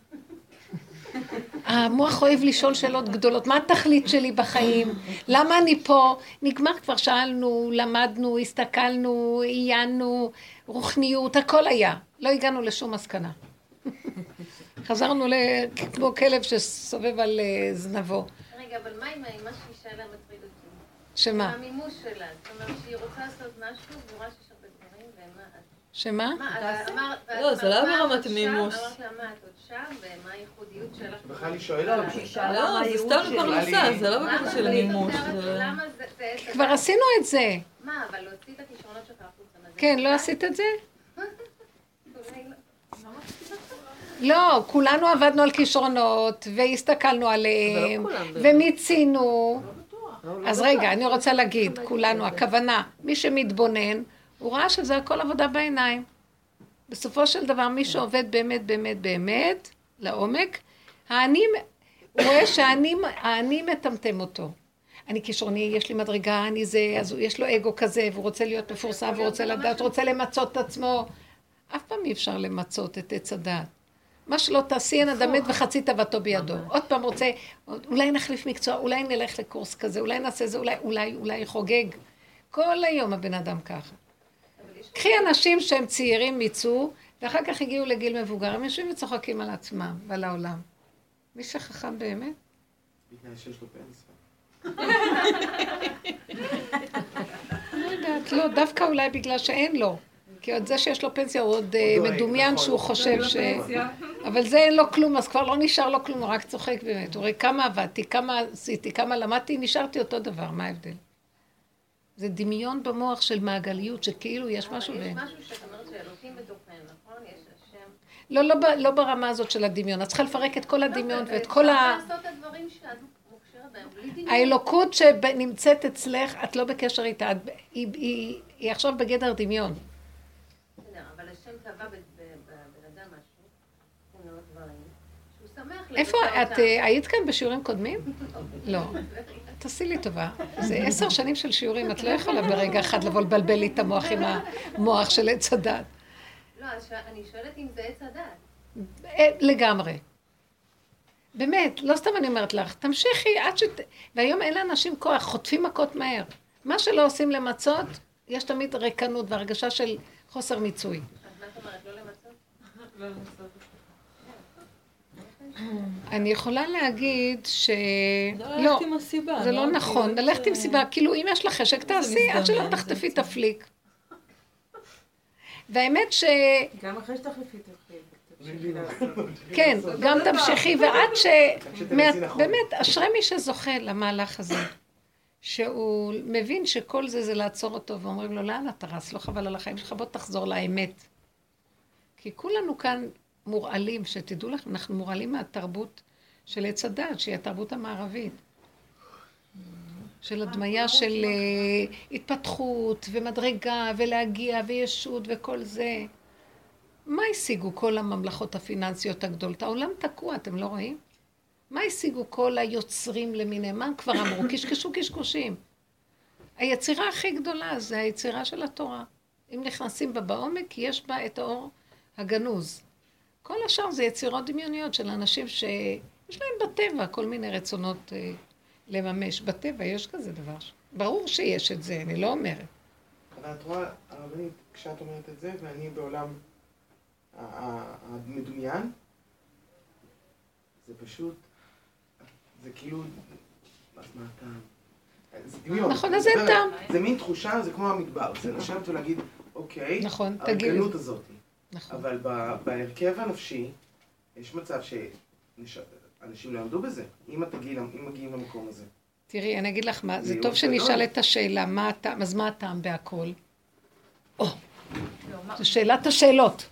Speaker 1: המוח אוהב לשאול שאלות גדולות, מה התכלית שלי בחיים? למה אני פה? נגמר כבר, שאלנו, למדנו, הסתכלנו, עיינו, רוחניות, הכל היה. לא הגענו לשום מסקנה. חזרנו כמו כלב שסובב על זנבו.
Speaker 10: רגע, אבל מה עם מה שהיא שאלה מטריד אותי?
Speaker 1: שמה?
Speaker 10: המימוש שלה. זאת אומרת שהיא רוצה לעשות משהו, והיא רואה שיש הרבה דברים, ומה...
Speaker 1: שמה?
Speaker 3: לא, זה לא ברמת מימוש.
Speaker 10: אמרת לה, מה את עוד שם, ומה הייחודיות שלך?
Speaker 7: בכלל היא שואלת.
Speaker 3: לא, זה סתם פרנסה, זה לא בקטע של מימוש.
Speaker 1: כבר עשינו את זה.
Speaker 10: מה, אבל להוציא את הכישרונות שלך החוצה?
Speaker 1: כן, לא עשית את זה? לא, כולנו עבדנו על כישרונות, והסתכלנו עליהם, ומיצינו. אז רגע, אני רוצה להגיד, כולנו, הכוונה, מי שמתבונן, הוא ראה שזה הכל עבודה בעיניים. בסופו של דבר, מי שעובד באמת, באמת, באמת, לעומק, הוא רואה שהאני מטמטם אותו. אני כישרוני, יש לי מדרגה, אני זה, אז יש לו אגו כזה, והוא רוצה להיות מפורסם, והוא רוצה לדעת, רוצה למצות את עצמו. אף פעם אי אפשר למצות את עץ הדעת. מה שלא תעשי, אין אדמת וחצי תוותו בידו. עוד פעם רוצה, אולי נחליף מקצוע, אולי נלך לקורס כזה, אולי נעשה זה, אולי חוגג. כל היום הבן אדם ככה. קחי אנשים שהם צעירים מיצו, ואחר כך הגיעו לגיל מבוגר, הם יושבים וצוחקים על עצמם ועל העולם. מי שחכם באמת?
Speaker 7: בגלל שיש לו פנסיה.
Speaker 1: לא יודעת, לא, דווקא אולי בגלל שאין לו. כי עוד זה שיש לו פנסיה הוא עוד מדומיין שהוא חושב ש... אבל זה אין לו כלום, אז כבר לא נשאר לו כלום, הוא רק צוחק באמת. הוא רואה כמה עבדתי, כמה עשיתי, כמה למדתי, נשארתי אותו דבר, מה ההבדל? זה דמיון במוח של מעגליות, שכאילו יש משהו...
Speaker 10: אבל יש משהו שאת אומרת שאלוקים בתוכן, נכון? יש השם...
Speaker 1: לא ברמה הזאת של הדמיון, את צריכה לפרק את כל הדמיון ואת כל ה...
Speaker 10: לעשות את הדברים שאת מוקשרת בהם, בלי דמיון.
Speaker 1: האלוקות שנמצאת אצלך, את לא בקשר איתה, היא עכשיו בגדר דמיון.
Speaker 10: אבל השם קבע בבן אדם משהו, הוא מאוד דברים, שהוא שמח...
Speaker 1: איפה, את היית כאן בשיעורים קודמים? לא. תעשי לי טובה. זה 10 שנים של שיעורים, את לא יכולה ברגע אחד לבוא לבלבל לי את המוח עם המוח של עץ הדת.
Speaker 10: לא, אני שואלת אם זה עץ הדת.
Speaker 1: לגמרי. באמת, לא סתם אני אומרת לך, תמשיכי עד והיום אין לאנשים כוח, חוטפים מכות מהר. מה שלא עושים למצות, יש תמיד ריקנות והרגשה של חוסר מיצוי.
Speaker 10: אז מה את אומרת, לא למצות?
Speaker 3: לא למצות.
Speaker 1: אני יכולה להגיד ש...
Speaker 3: לא ללכת עם הסיבה.
Speaker 1: זה לא נכון, ללכת עם סיבה, כאילו אם יש לך חשק תעשי, עד שלא תחטפי תפליק. והאמת ש...
Speaker 9: גם אחרי שתחליפי תפליק.
Speaker 1: כן, גם תמשיכי, ועד ש... באמת, אשרי מי שזוכה למהלך הזה, שהוא מבין שכל זה לעצור אותו, ואומרים לו, לאן אתה רץ? לא חבל על החיים שלך, בוא תחזור לאמת. כי כולנו כאן מורעלים, שתדעו לכם, אנחנו מורעלים מהתרבות של עץ הדת, שהיא התרבות המערבית. של הדמיה של התפתחות ומדרגה ולהגיע וישות וכל זה. מה השיגו כל הממלכות הפיננסיות הגדולות? העולם תקוע, אתם לא רואים? מה השיגו כל היוצרים למיניהם? מה כבר אמרו? קשקשו קשקושים. היצירה הכי גדולה זה היצירה של התורה. אם נכנסים בה בעומק, יש בה את האור הגנוז. כל השאר זה יצירות דמיוניות של אנשים שיש להם בטבע כל מיני רצונות לממש. בטבע יש כזה דבר. ברור שיש את זה, אני לא אומרת.
Speaker 7: אבל את רואה, הרבנית, כשאת אומרת את זה, ואני בעולם המדומיין, זה פשוט, זה כאילו, אז מה הטעם? זה דמיון.
Speaker 1: נכון, אז אין טעם.
Speaker 7: זה מין תחושה, זה כמו המדבר. זה לשבת ולהגיד, אוקיי,
Speaker 1: נכון,
Speaker 7: הרגלות הזאת.
Speaker 1: נכון.
Speaker 7: אבל בהרכב הנפשי, יש מצב שאנשים לא יעמדו בזה, אם מגיעים למקום הזה.
Speaker 1: תראי, אני אגיד לך מה, זה טוב שנשאל את השאלה, מה הטעם, אז מה הטעם בהכל? זו שאלת השאלות.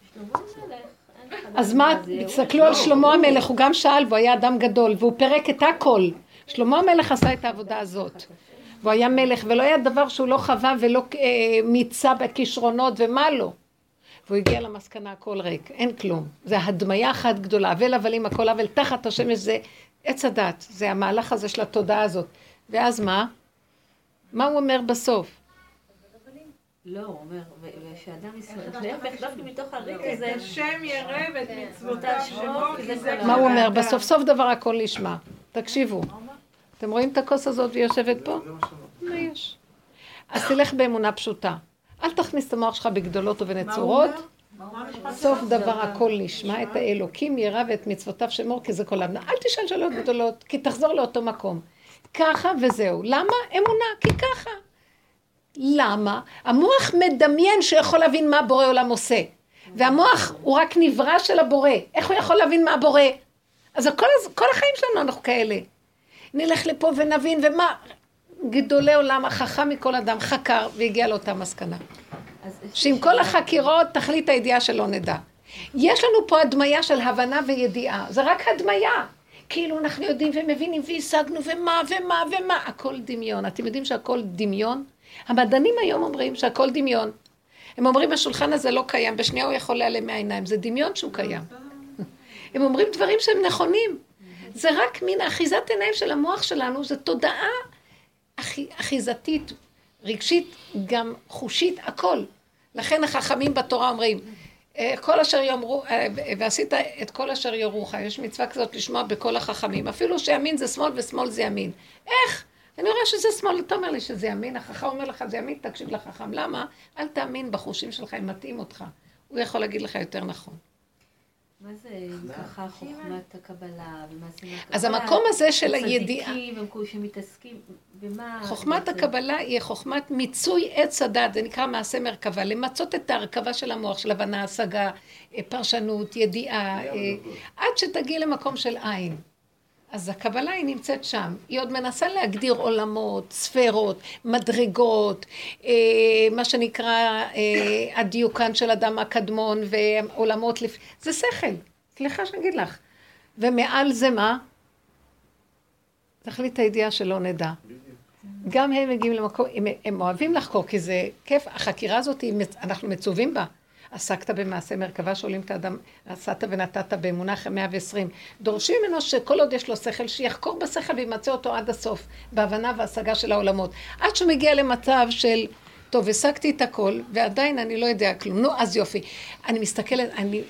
Speaker 1: אז מה, תסתכלו על שלמה המלך, הוא גם שאל, והוא היה אדם גדול, והוא פרק את הכל. שלמה המלך עשה את העבודה הזאת. והוא היה מלך, ולא היה דבר שהוא לא חווה ולא מיצה בכישרונות, ומה לא. והוא הגיע למסקנה הכל ריק, אין כלום. זה הדמיה אחת גדולה, אבל הבלים הכל אבל תחת השמש זה עץ הדת, זה המהלך הזה של התודעה הזאת. ואז מה? מה הוא אומר בסוף?
Speaker 6: לא, הוא אומר, ושאדם ישראל, להפך, דווקא מתוך הריק הזה,
Speaker 9: השם ירא ואת מצוותיו שלו.
Speaker 1: מה הוא אומר? בסוף סוף דבר הכל נשמע. תקשיבו. אתם רואים את הכוס הזאת והיא יושבת פה? מה יש? אז תלך באמונה פשוטה. אל תכניס את המוח שלך בגדולות ובנצורות. סוף דבר הכל נשמע, את האלוקים ירא ואת מצוותיו שמור, כי זה כל העבודה. אל תשאל שאלות גדולות, כי תחזור לאותו מקום. ככה וזהו. למה? אמונה, כי ככה. למה? המוח מדמיין שיכול להבין מה הבורא עולם עושה. והמוח הוא רק נברא של הבורא. איך הוא יכול להבין מה הבורא? אז כל החיים שלנו אנחנו כאלה. נלך לפה ונבין, ומה? גדולי עולם, החכם מכל אדם, חקר והגיע לאותה מסקנה. שעם כל החקירות תכלית הידיעה שלא נדע. יש לנו פה הדמיה של הבנה וידיעה. זה רק הדמיה. כאילו אנחנו יודעים ומבינים והשגנו ומה. הכל דמיון. אתם יודעים שהכל דמיון? המדענים היום אומרים שהכל דמיון. הם אומרים השולחן הזה לא קיים, בשנייה הוא יכול להיעלם מהעיניים. זה דמיון שהוא קיים. הם אומרים דברים שהם נכונים. זה רק מין אחיזת עיניים של המוח שלנו, זה תודעה אחיזתית, רגשית, גם חושית, הכל. לכן החכמים בתורה אומרים, כל אשר יאמרו, ועשית את כל אשר יורוך, יש מצווה כזאת לשמוע בכל החכמים, אפילו שימין זה שמאל ושמאל זה ימין. איך? אני רואה שזה שמאל, אתה אומר לי שזה ימין, החכם אומר לך זה ימין, תקשיב לחכם. למה? אל תאמין בחושים שלך, הם מתאים אותך. הוא יכול להגיד לך יותר נכון.
Speaker 6: מה זה ככה חוכמת הקבלה, ומה זה הקבלה?
Speaker 1: אז המקום הזה של הידיעה...
Speaker 6: צדיקים, הם שמתעסקים, ומה...
Speaker 1: חוכמת הקבלה היא חוכמת מיצוי עץ הדת, זה נקרא מעשה מרכבה, למצות את ההרכבה של המוח, של הבנה, השגה, פרשנות, ידיעה, עד שתגיע למקום של עין. אז הקבלה היא נמצאת שם, היא עוד מנסה להגדיר עולמות, ספרות, מדרגות, מה שנקרא הדיוקן של אדם הקדמון ועולמות, זה שכל, סליחה שנגיד לך. ומעל זה מה? תחליט הידיעה שלא נדע. גם הם מגיעים למקום, הם אוהבים לחקור, כי זה כיף, החקירה הזאת, אנחנו מצווים בה. עסקת במעשה מרכבה שעולים את האדם, עשת ונתת באמונה אחרי 120. דורשים ממנו שכל עוד יש לו שכל, שיחקור בשכל וימצא אותו עד הסוף, בהבנה והשגה של העולמות. עד שהוא מגיע למצב של, טוב, השגתי את הכל, ועדיין אני לא יודע כלום. נו, אז יופי. אני מסתכלת,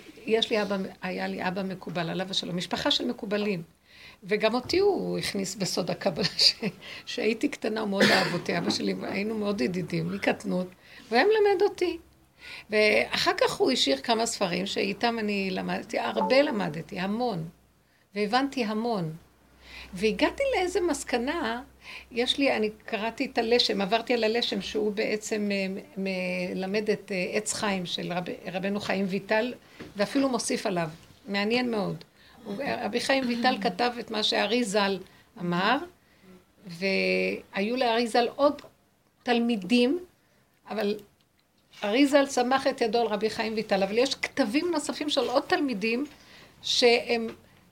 Speaker 1: היה לי אבא מקובל, עליו השלום, משפחה של מקובלים. וגם אותי הוא הכניס בסוד הקבלה, שהייתי קטנה, הוא מאוד אהב אותי, אבא שלי, היינו מאוד ידידים, מקטנות, והוא היה מלמד אותי. ואחר כך הוא השאיר כמה ספרים שאיתם אני למדתי, הרבה למדתי, המון, והבנתי המון. והגעתי לאיזה מסקנה, אני קראתי את הלשם, עברתי על הלשם שהוא בעצם מלמד את עץ חיים של רבנו חיים ויטל, ואפילו מוסיף עליו, מעניין מאוד. רבי חיים ויטל כתב את מה שהארי ז"ל אמר, והיו לארי ז"ל עוד תלמידים, אבל הארי ז"ל סמך את ידו על רבי חיים ויטל, אבל יש כתבים נוספים של עוד תלמידים שהם,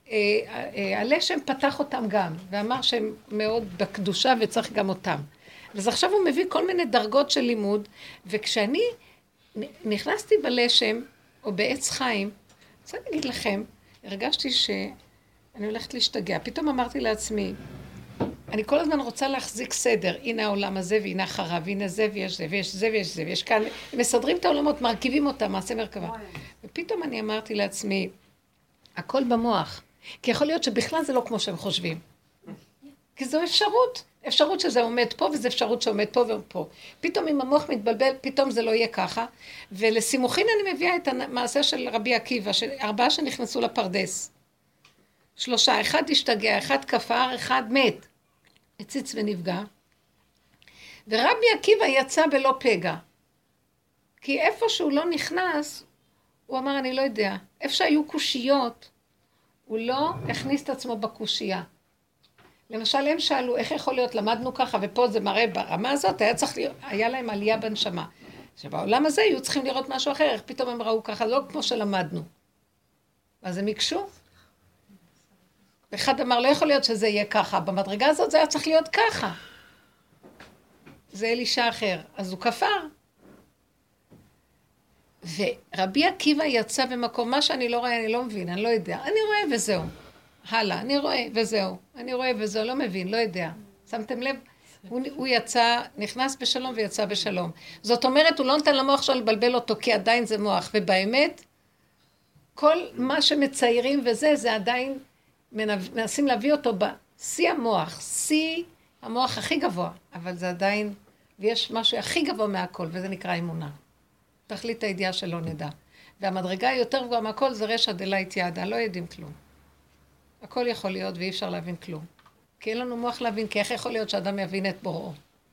Speaker 1: הלשם פתח אותם גם, ואמר שהם מאוד בקדושה וצריך גם אותם. אז עכשיו הוא מביא כל מיני דרגות של לימוד, וכשאני נכנסתי בלשם, או בעץ חיים, רוצה להגיד לכם, הרגשתי שאני הולכת להשתגע. פתאום אמרתי לעצמי, אני כל הזמן רוצה להחזיק סדר. הנה העולם הזה, והנה אחריו, והנה זה, ויש זה, ויש זה, ויש זה, ויש כאן. מסדרים את העולמות, מרכיבים אותם, מעשה מרכבה. ופתאום אני אמרתי לעצמי, הכל במוח. כי יכול להיות שבכלל זה לא כמו שהם חושבים. כי זו אפשרות. אפשרות שזה עומד פה, וזו אפשרות שעומד פה ופה. פתאום אם המוח מתבלבל, פתאום זה לא יהיה ככה. ולסימוכין אני מביאה את המעשה של רבי עקיבא, 4 שנכנסו לפרדס. 3, 1 השתגע, 1 כפר, 1 מת. הציץ ונפגע. ורבי עקיבא יצא בלא פגע. כי איפה שהוא לא נכנס, הוא אמר, אני לא יודע. איפה שהיו קושיות, הוא לא הכניס את עצמו בקושייה. למשל, הם שאלו, איך יכול להיות, למדנו ככה, ופה זה מראה ברמה הזאת, היה להם עלייה בנשמה. שבעולם הזה היו צריכים לראות משהו אחר, איך פתאום הם ראו ככה, לא כמו שלמדנו. אז הם יקשו. אחד אמר, לא יכול להיות שזה יהיה ככה, במדרגה הזאת זה היה צריך להיות ככה. זה אלישע אחר, אז הוא כפר. ורבי עקיבא יצא במקום, מה שאני לא רואה, אני לא מבין, אני לא יודע. אני רואה וזהו. הלאה, אני רואה וזהו. אני רואה וזהו, לא מבין, לא יודע. שמתם לב? הוא יצא, נכנס בשלום ויצא בשלום. זאת אומרת, הוא לא נתן למוח שלו לבלבל אותו, כי עדיין זה מוח. ובאמת, כל מה שמציירים וזה, זה עדיין מנסים להביא אותו בשיא המוח. שיא המוח הכי גבוה. אבל זה עדיין, ויש משהו הכי גבוה מהכל, וזה נקרא אמונה. תכלית הידיעה שלא נדע. והמדרגה היותר גבוהה מהכל זה רשע דלית יעדה, לא יודעים כלום. הכל יכול להיות ואי אפשר להבין כלום. כי אין לנו מוח להבין, כי איך יכול להיות שאדם יבין את בוראו?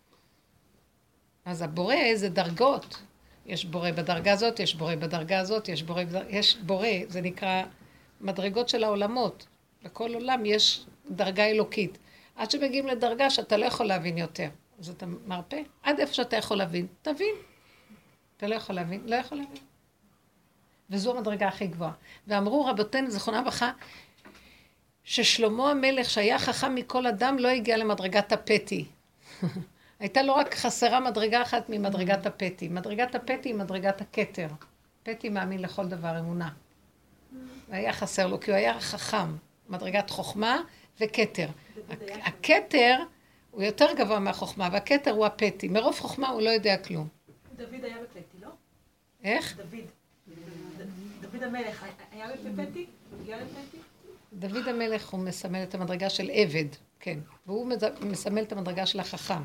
Speaker 1: אז הבורא זה דרגות. יש בורא בדרגה הזאת, יש בורא בדרגה הזאת, יש בורא, זה נקרא מדרגות של העולמות. בכל עולם יש דרגה אלוקית. עד שמגיעים לדרגה שאתה לא יכול להבין יותר. אז אתה מרפא. עד איפה שאתה יכול להבין, תבין. אתה לא יכול להבין, לא יכול להבין. וזו המדרגה הכי גבוהה. ואמרו רבותינו, זכרונם לברכה, ששלמה המלך שהיה חכם מכל אדם לא הגיע למדרגת הפתי. הייתה לו רק חסרה מדרגה אחת ממדרגת הפתי. מדרגת הפתי היא מדרגת הכתר. פתי מאמין לכל דבר אמונה. והיה חסר לו, כי הוא היה חכם. מדרגת חוכמה וכתר. הכתר הוא יותר גבוה מהחוכמה, והכתר הוא הפתי. מרוב חוכמה הוא לא יודע כלום.
Speaker 5: דוד היה בפתי, לא?
Speaker 1: איך?
Speaker 5: דוד המלך היה בפתי? הגיע לפתי?
Speaker 1: דוד המלך הוא מסמל את המדרגה של עבד, כן. והוא מסמל את המדרגה של החכם.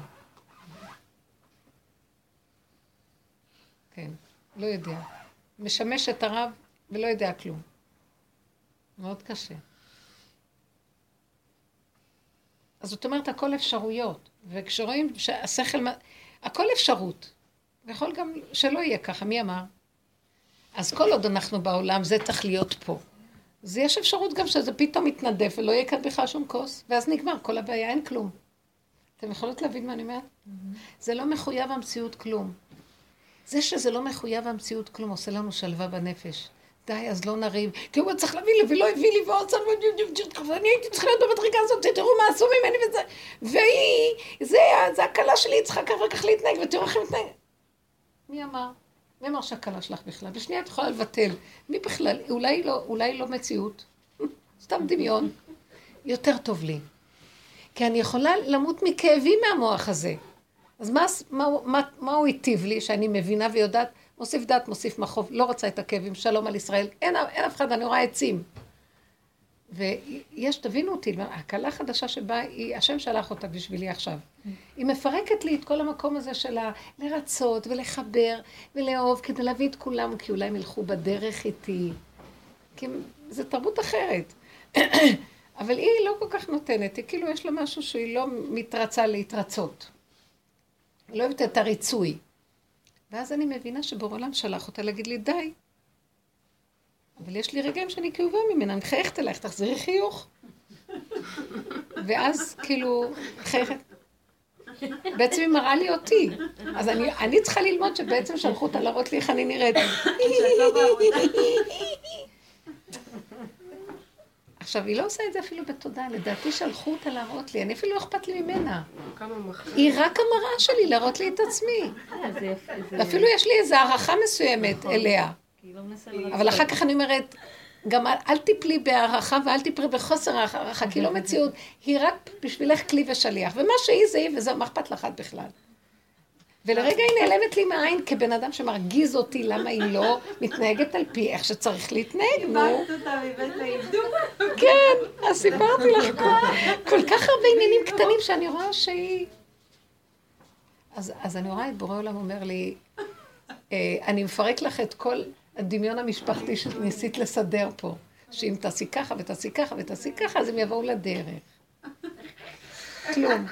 Speaker 1: כן, לא יודע. משמש את הרב ולא יודע כלום. מאוד קשה. אז זאת אומרת, הכל אפשרויות. וכשרואים שהשכל, הכל אפשרות. ויכול גם שלא יהיה ככה, מי אמר? אז כל עוד אנחנו בעולם, זה צריך להיות פה. אז יש אפשרות גם שזה פתאום מתנדף, ולא יהיה כאן בכלל שום כוס, ואז נגמר, כל הבעיה, אין כלום. אתם יכולות להבין מה אני אומרת? זה לא מחויב המציאות כלום. זה שזה לא מחויב המציאות כלום, עושה לנו שלווה בנפש. די, אז לא נריב, כי הוא צריך להביא לי, ולא הביא לי, ועוד צריך, ואני הייתי צריכה להיות במדרגה הזאת, תראו מה עשו ממני וזה, והיא, זה הקלה שלי, צריכה כך להתנהג, ותראו איך היא מתנהג. מי אמר? מי אמר שהקלה שלך בכלל? בשנייה את יכולה לבטל. מי בכלל? אולי לא מציאות. סתם דמיון. יותר טוב לי. כי אני יכולה למות מכאבים מהמוח הזה. אז מה הוא היטיב לי, שאני מבינה ויודעת, מוסיף דת, מוסיף מחוב, לא רוצה את הכאבים, שלום על ישראל, אין אף אחד, אני רואה עצים. ויש, תבינו אותי, הקלה חדשה שבה, השם שלח אותה בשבילי עכשיו. היא מפרקת לי את כל המקום הזה שלה, לרצות ולחבר ולאהוב, כדי להביא את כולם, כי אולי הם ילכו בדרך איתי. כי זו תרבות אחרת. אבל היא לא כל כך נותנת, היא כאילו יש לה משהו שהיא לא מתרצה להתרצות. היא לא אוהבת את הריצוי. ואז אני מבינה שבורא עולם שלח אותה להגיד לי, די. אבל יש לי רגעים שאני כאובה ממנה, אני חייכת אלייך, תחזירי חיוך. ואז כאילו, חייכת. בעצם היא מראה לי אותי. אז אני צריכה ללמוד שבעצם שלחו אותה להראות לי איך אני נראית. עכשיו, היא לא עושה את זה אפילו בתודה, לדעתי שלחו אותה להראות לי, אני אפילו לא אכפת לי ממנה. היא רק המראה שלי להראות לי את עצמי. ואפילו יש לי איזו הערכה מסוימת אליה. אבל אחר כך אני אומרת, גם אל תיפלי בהערכה ואל תיפלי בחוסר הערכה, כי לא מציאות, היא רק בשבילך כלי ושליח, ומה שהיא זה היא, וזה מה אכפת לך בכלל. ולרגע היא נעלמת לי מהעין כבן אדם שמרגיז אותי, למה היא לא מתנהגת על פי איך שצריך להתנהג, נו.
Speaker 2: קיבלת אותה מבית לעידור.
Speaker 1: כן, אז סיפרתי לך כל כך הרבה עניינים קטנים שאני רואה שהיא... אז אני רואה את בורא עולם אומר לי, אני מפרק לך את כל הדמיון המשפחתי שניסית לסדר פה, שאם תעשי ככה ותעשי ככה ותעשי ככה, אז הם יבואו לדרך. כלום.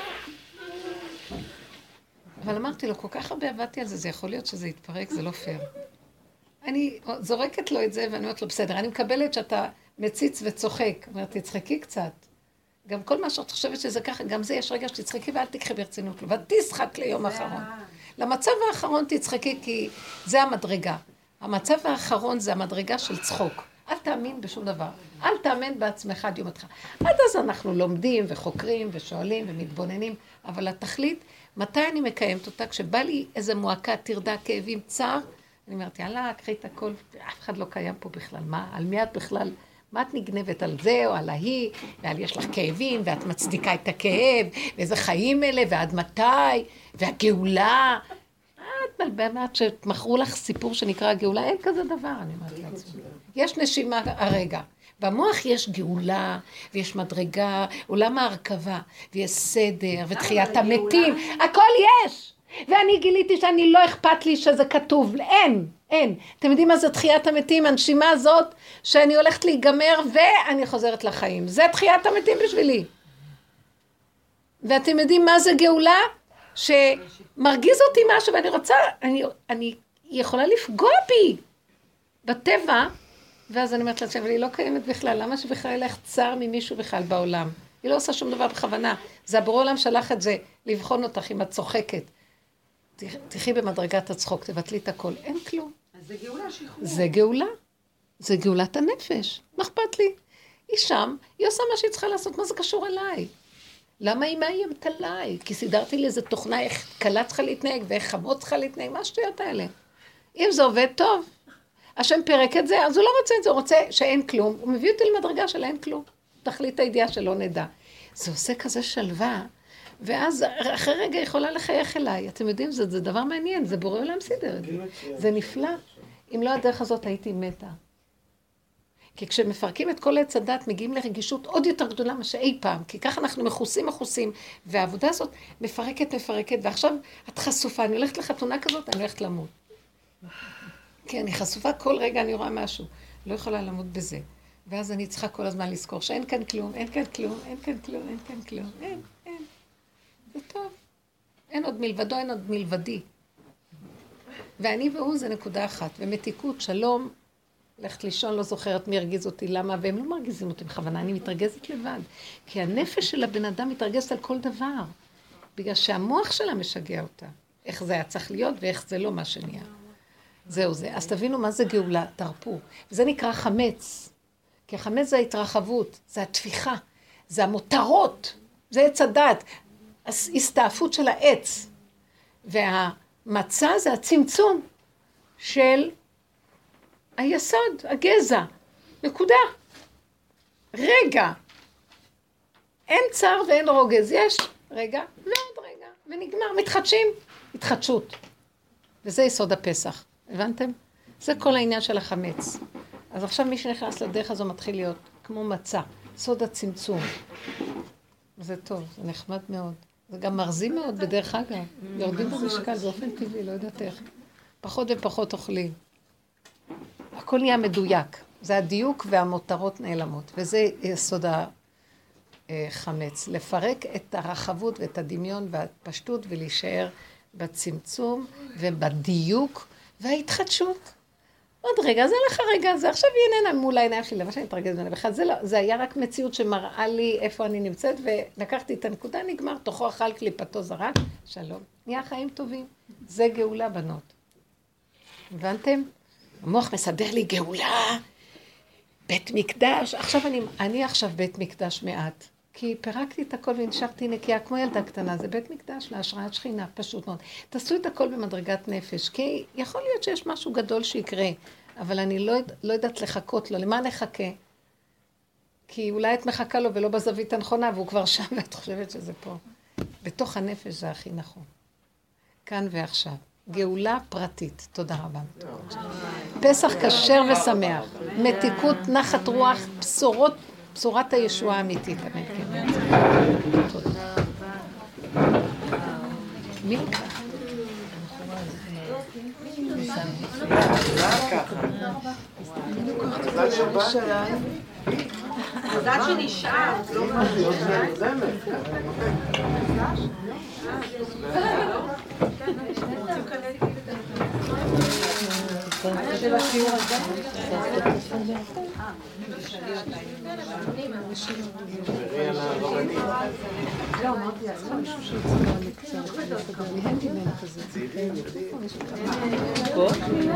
Speaker 1: אבל אמרתי לו, כל כך הרבה עבדתי על זה, זה יכול להיות שזה יתפרק, זה לא פייר. אני זורקת לו את זה, ואני אומרת לו, בסדר, אני מקבלת שאתה מציץ וצוחק. אומרת, תצחקי קצת. גם כל מה שאת חושבת שזה ככה, גם זה יש רגע שתצחקי ואל תקחי ברצינות לו, ותשחק ליום האחרון. למצב האחרון תצחקי, כי זה המדרגה. המצב האחרון זה המדרגה של צחוק. אל תאמין בשום דבר. אל תאמן בעצמך עד יום אותך. עד אז אנחנו לומדים וחוקרים ושואלים ומתבוננים, אבל התכלית, מתי אני מקיימת אותה? כשבא לי איזה מועקה, תרדה, כאבים, צער, אני אומרת, יאללה, קחי את הכל, אף אחד לא קיים פה בכלל. מה? על מי את בכלל? מה את נגנבת על זה או על ההיא? ועל יש לך כאבים, ואת מצדיקה את הכאב, ואיזה חיים אלה, ועד מתי? והגאולה. את מלבמת שמכרו לך סיפור שנקרא הגאולה, אין כזה דבר, אני אומרת לעצמי. יש נשימה הרגע. במוח יש גאולה, ויש מדרגה, עולם ההרכבה, ויש סדר, ותחיית המתים, הכל יש! ואני גיליתי שאני לא אכפת לי שזה כתוב, אין. אתם יודעים מה זה תחיית המתים? הנשימה הזאת שאני הולכת להיגמר ואני חוזרת לחיים. זה תחיית המתים בשבילי. ואתם יודעים מה זה גאולה? שמרגיז אותי משהו ואני רוצה, אני יכולה לפגוע בי בטבע, ואז אני אומרת לעצמי, אבל היא לא קיימת בכלל, למה שבכלל ילך צער ממישהו בכלל בעולם? היא לא עושה שום דבר בכוונה. זה הבורא עולם שלח את זה, לבחון אותך אם את צוחקת. תחי במדרגת הצחוק, תבטלי את הכל, אין כלום.
Speaker 2: אז זה גאולה שחרור.
Speaker 1: זה גאולה. זה גאולת הנפש. מה אכפת לי? היא שם, היא עושה מה שהיא צריכה לעשות, מה זה קשור אליי? למה היא מאיימת עליי? כי סידרתי לי איזה תוכנה, איך קלה צריכה להתנהג, ואיך חמות צריכה להתנהג, מה השטויות האלה? אם זה עובד טוב, השם פרק את זה, אז הוא לא רוצה את זה, הוא רוצה שאין כלום, הוא מביא אותי למדרגה של אין כלום. תחליט הידיעה שלא נדע. זה עושה כזה שלווה, ואז אחרי רגע יכולה לחייך אליי. אתם יודעים, זה דבר מעניין, זה בורא עולם סידר את זה. זה נפלא. אם לא הדרך הזאת הייתי מתה. כי כשמפרקים את כל עץ הדת, מגיעים לרגישות עוד יותר גדולה מה שאי פעם, כי ככה אנחנו מכוסים, והעבודה הזאת מפרקת, ועכשיו את חשופה, אני הולכת לחתונה כזאת, אני הולכת למות. כי אני חשופה כל רגע, אני רואה משהו, לא יכולה לעמוד בזה. ואז אני צריכה כל הזמן לזכור שאין כאן כלום, אין כאן כלום, אין כאן כלום, אין כאן כלום, אין. זה טוב. אין עוד מלבדו, אין עוד מלבדי. ואני והוא זה נקודה אחת. ומתיקות, שלום, ללכת לישון, לא זוכרת מי הרגיז אותי, למה, והם לא מרגיזים אותי בכוונה, אני מתרגזת לבד. כי הנפש של הבן אדם מתרגזת על כל דבר. בגלל שהמוח שלה משגע אותה. איך זה היה צריך להיות ואיך זה לא מה שנהיה. זהו זה. אז תבינו מה זה גאולה, תרפו. וזה נקרא חמץ. כי החמץ זה ההתרחבות, זה התפיחה, זה המותרות, זה עץ הדת, ההסתעפות של העץ. והמצע זה הצמצום של היסוד, הגזע. נקודה. רגע. אין צער ואין רוגז. יש רגע ועוד רגע. ונגמר. מתחדשים. התחדשות. וזה יסוד הפסח. הבנתם? זה כל העניין של החמץ. אז עכשיו מי שנכנס לדרך הזו מתחיל להיות כמו מצע. סוד הצמצום. זה טוב. זה נחמד מאוד. זה גם מרזים מאוד בדרך אגב. יורדים במשקל באופן טבעי, לא יודעת איך. פחות ופחות אוכלים. הכל נהיה מדויק. זה הדיוק והמותרות נעלמות. וזה יסוד החמץ. לפרק את הרחבות ואת הדמיון והפשטות ולהישאר בצמצום ובדיוק וההתחדשות. עוד רגע, זה לך רגע, זה עכשיו ייננה מול העיניים שלי, למה שאני אתרגז ממנה. בכלל, זה היה רק מציאות שמראה לי איפה אני נמצאת, ולקחתי את הנקודה, נגמר, תוכו אכל קליפתו זרק, שלום. נהיה חיים טובים. זה גאולה בנות. הבנתם? המוח מסדר לי גאולה, בית מקדש. עכשיו אני עכשיו בית מקדש מעט, כי פירקתי את הכל ונשארתי נקייה כמו ילדה קטנה. זה בית מקדש להשראת שכינה, פשוט מאוד. תעשו את הכל במדרגת נפש, כי יכול להיות שיש משהו גדול שיקרה, אבל אני לא יודעת לחכות לו. למה נחכה? כי אולי את מחכה לו ולא בזווית הנכונה, והוא כבר שם ואת חושבת שזה פה. בתוך הנפש זה הכי נכון. כאן ועכשיו. גאולה פרטית. תודה רבה. פסח כשר ושמח. מתיקות, נחת רוח, בשורת הישועה האמיתית. תודה. מי לקח?
Speaker 2: מזל שנשאר.
Speaker 1: של השיעור הזה? לא, אמרתי, אז לא מישהו שיצטרע לי קצת, לסדר לי הנדימן כזה. פה?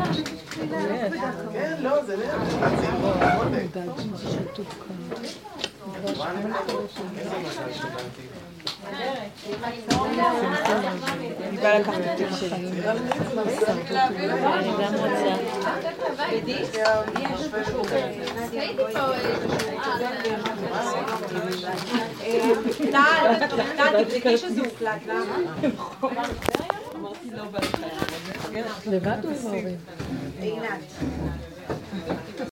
Speaker 7: כן, לא, זה ליד.
Speaker 9: אני באה לקחת את זה שלי.
Speaker 8: אני גם רוצה.
Speaker 2: טל, תבדקי שזה הוקלט, למה?
Speaker 3: אמרתי לא בהתחלה.
Speaker 1: לבד או עם ההורים?
Speaker 2: עינת.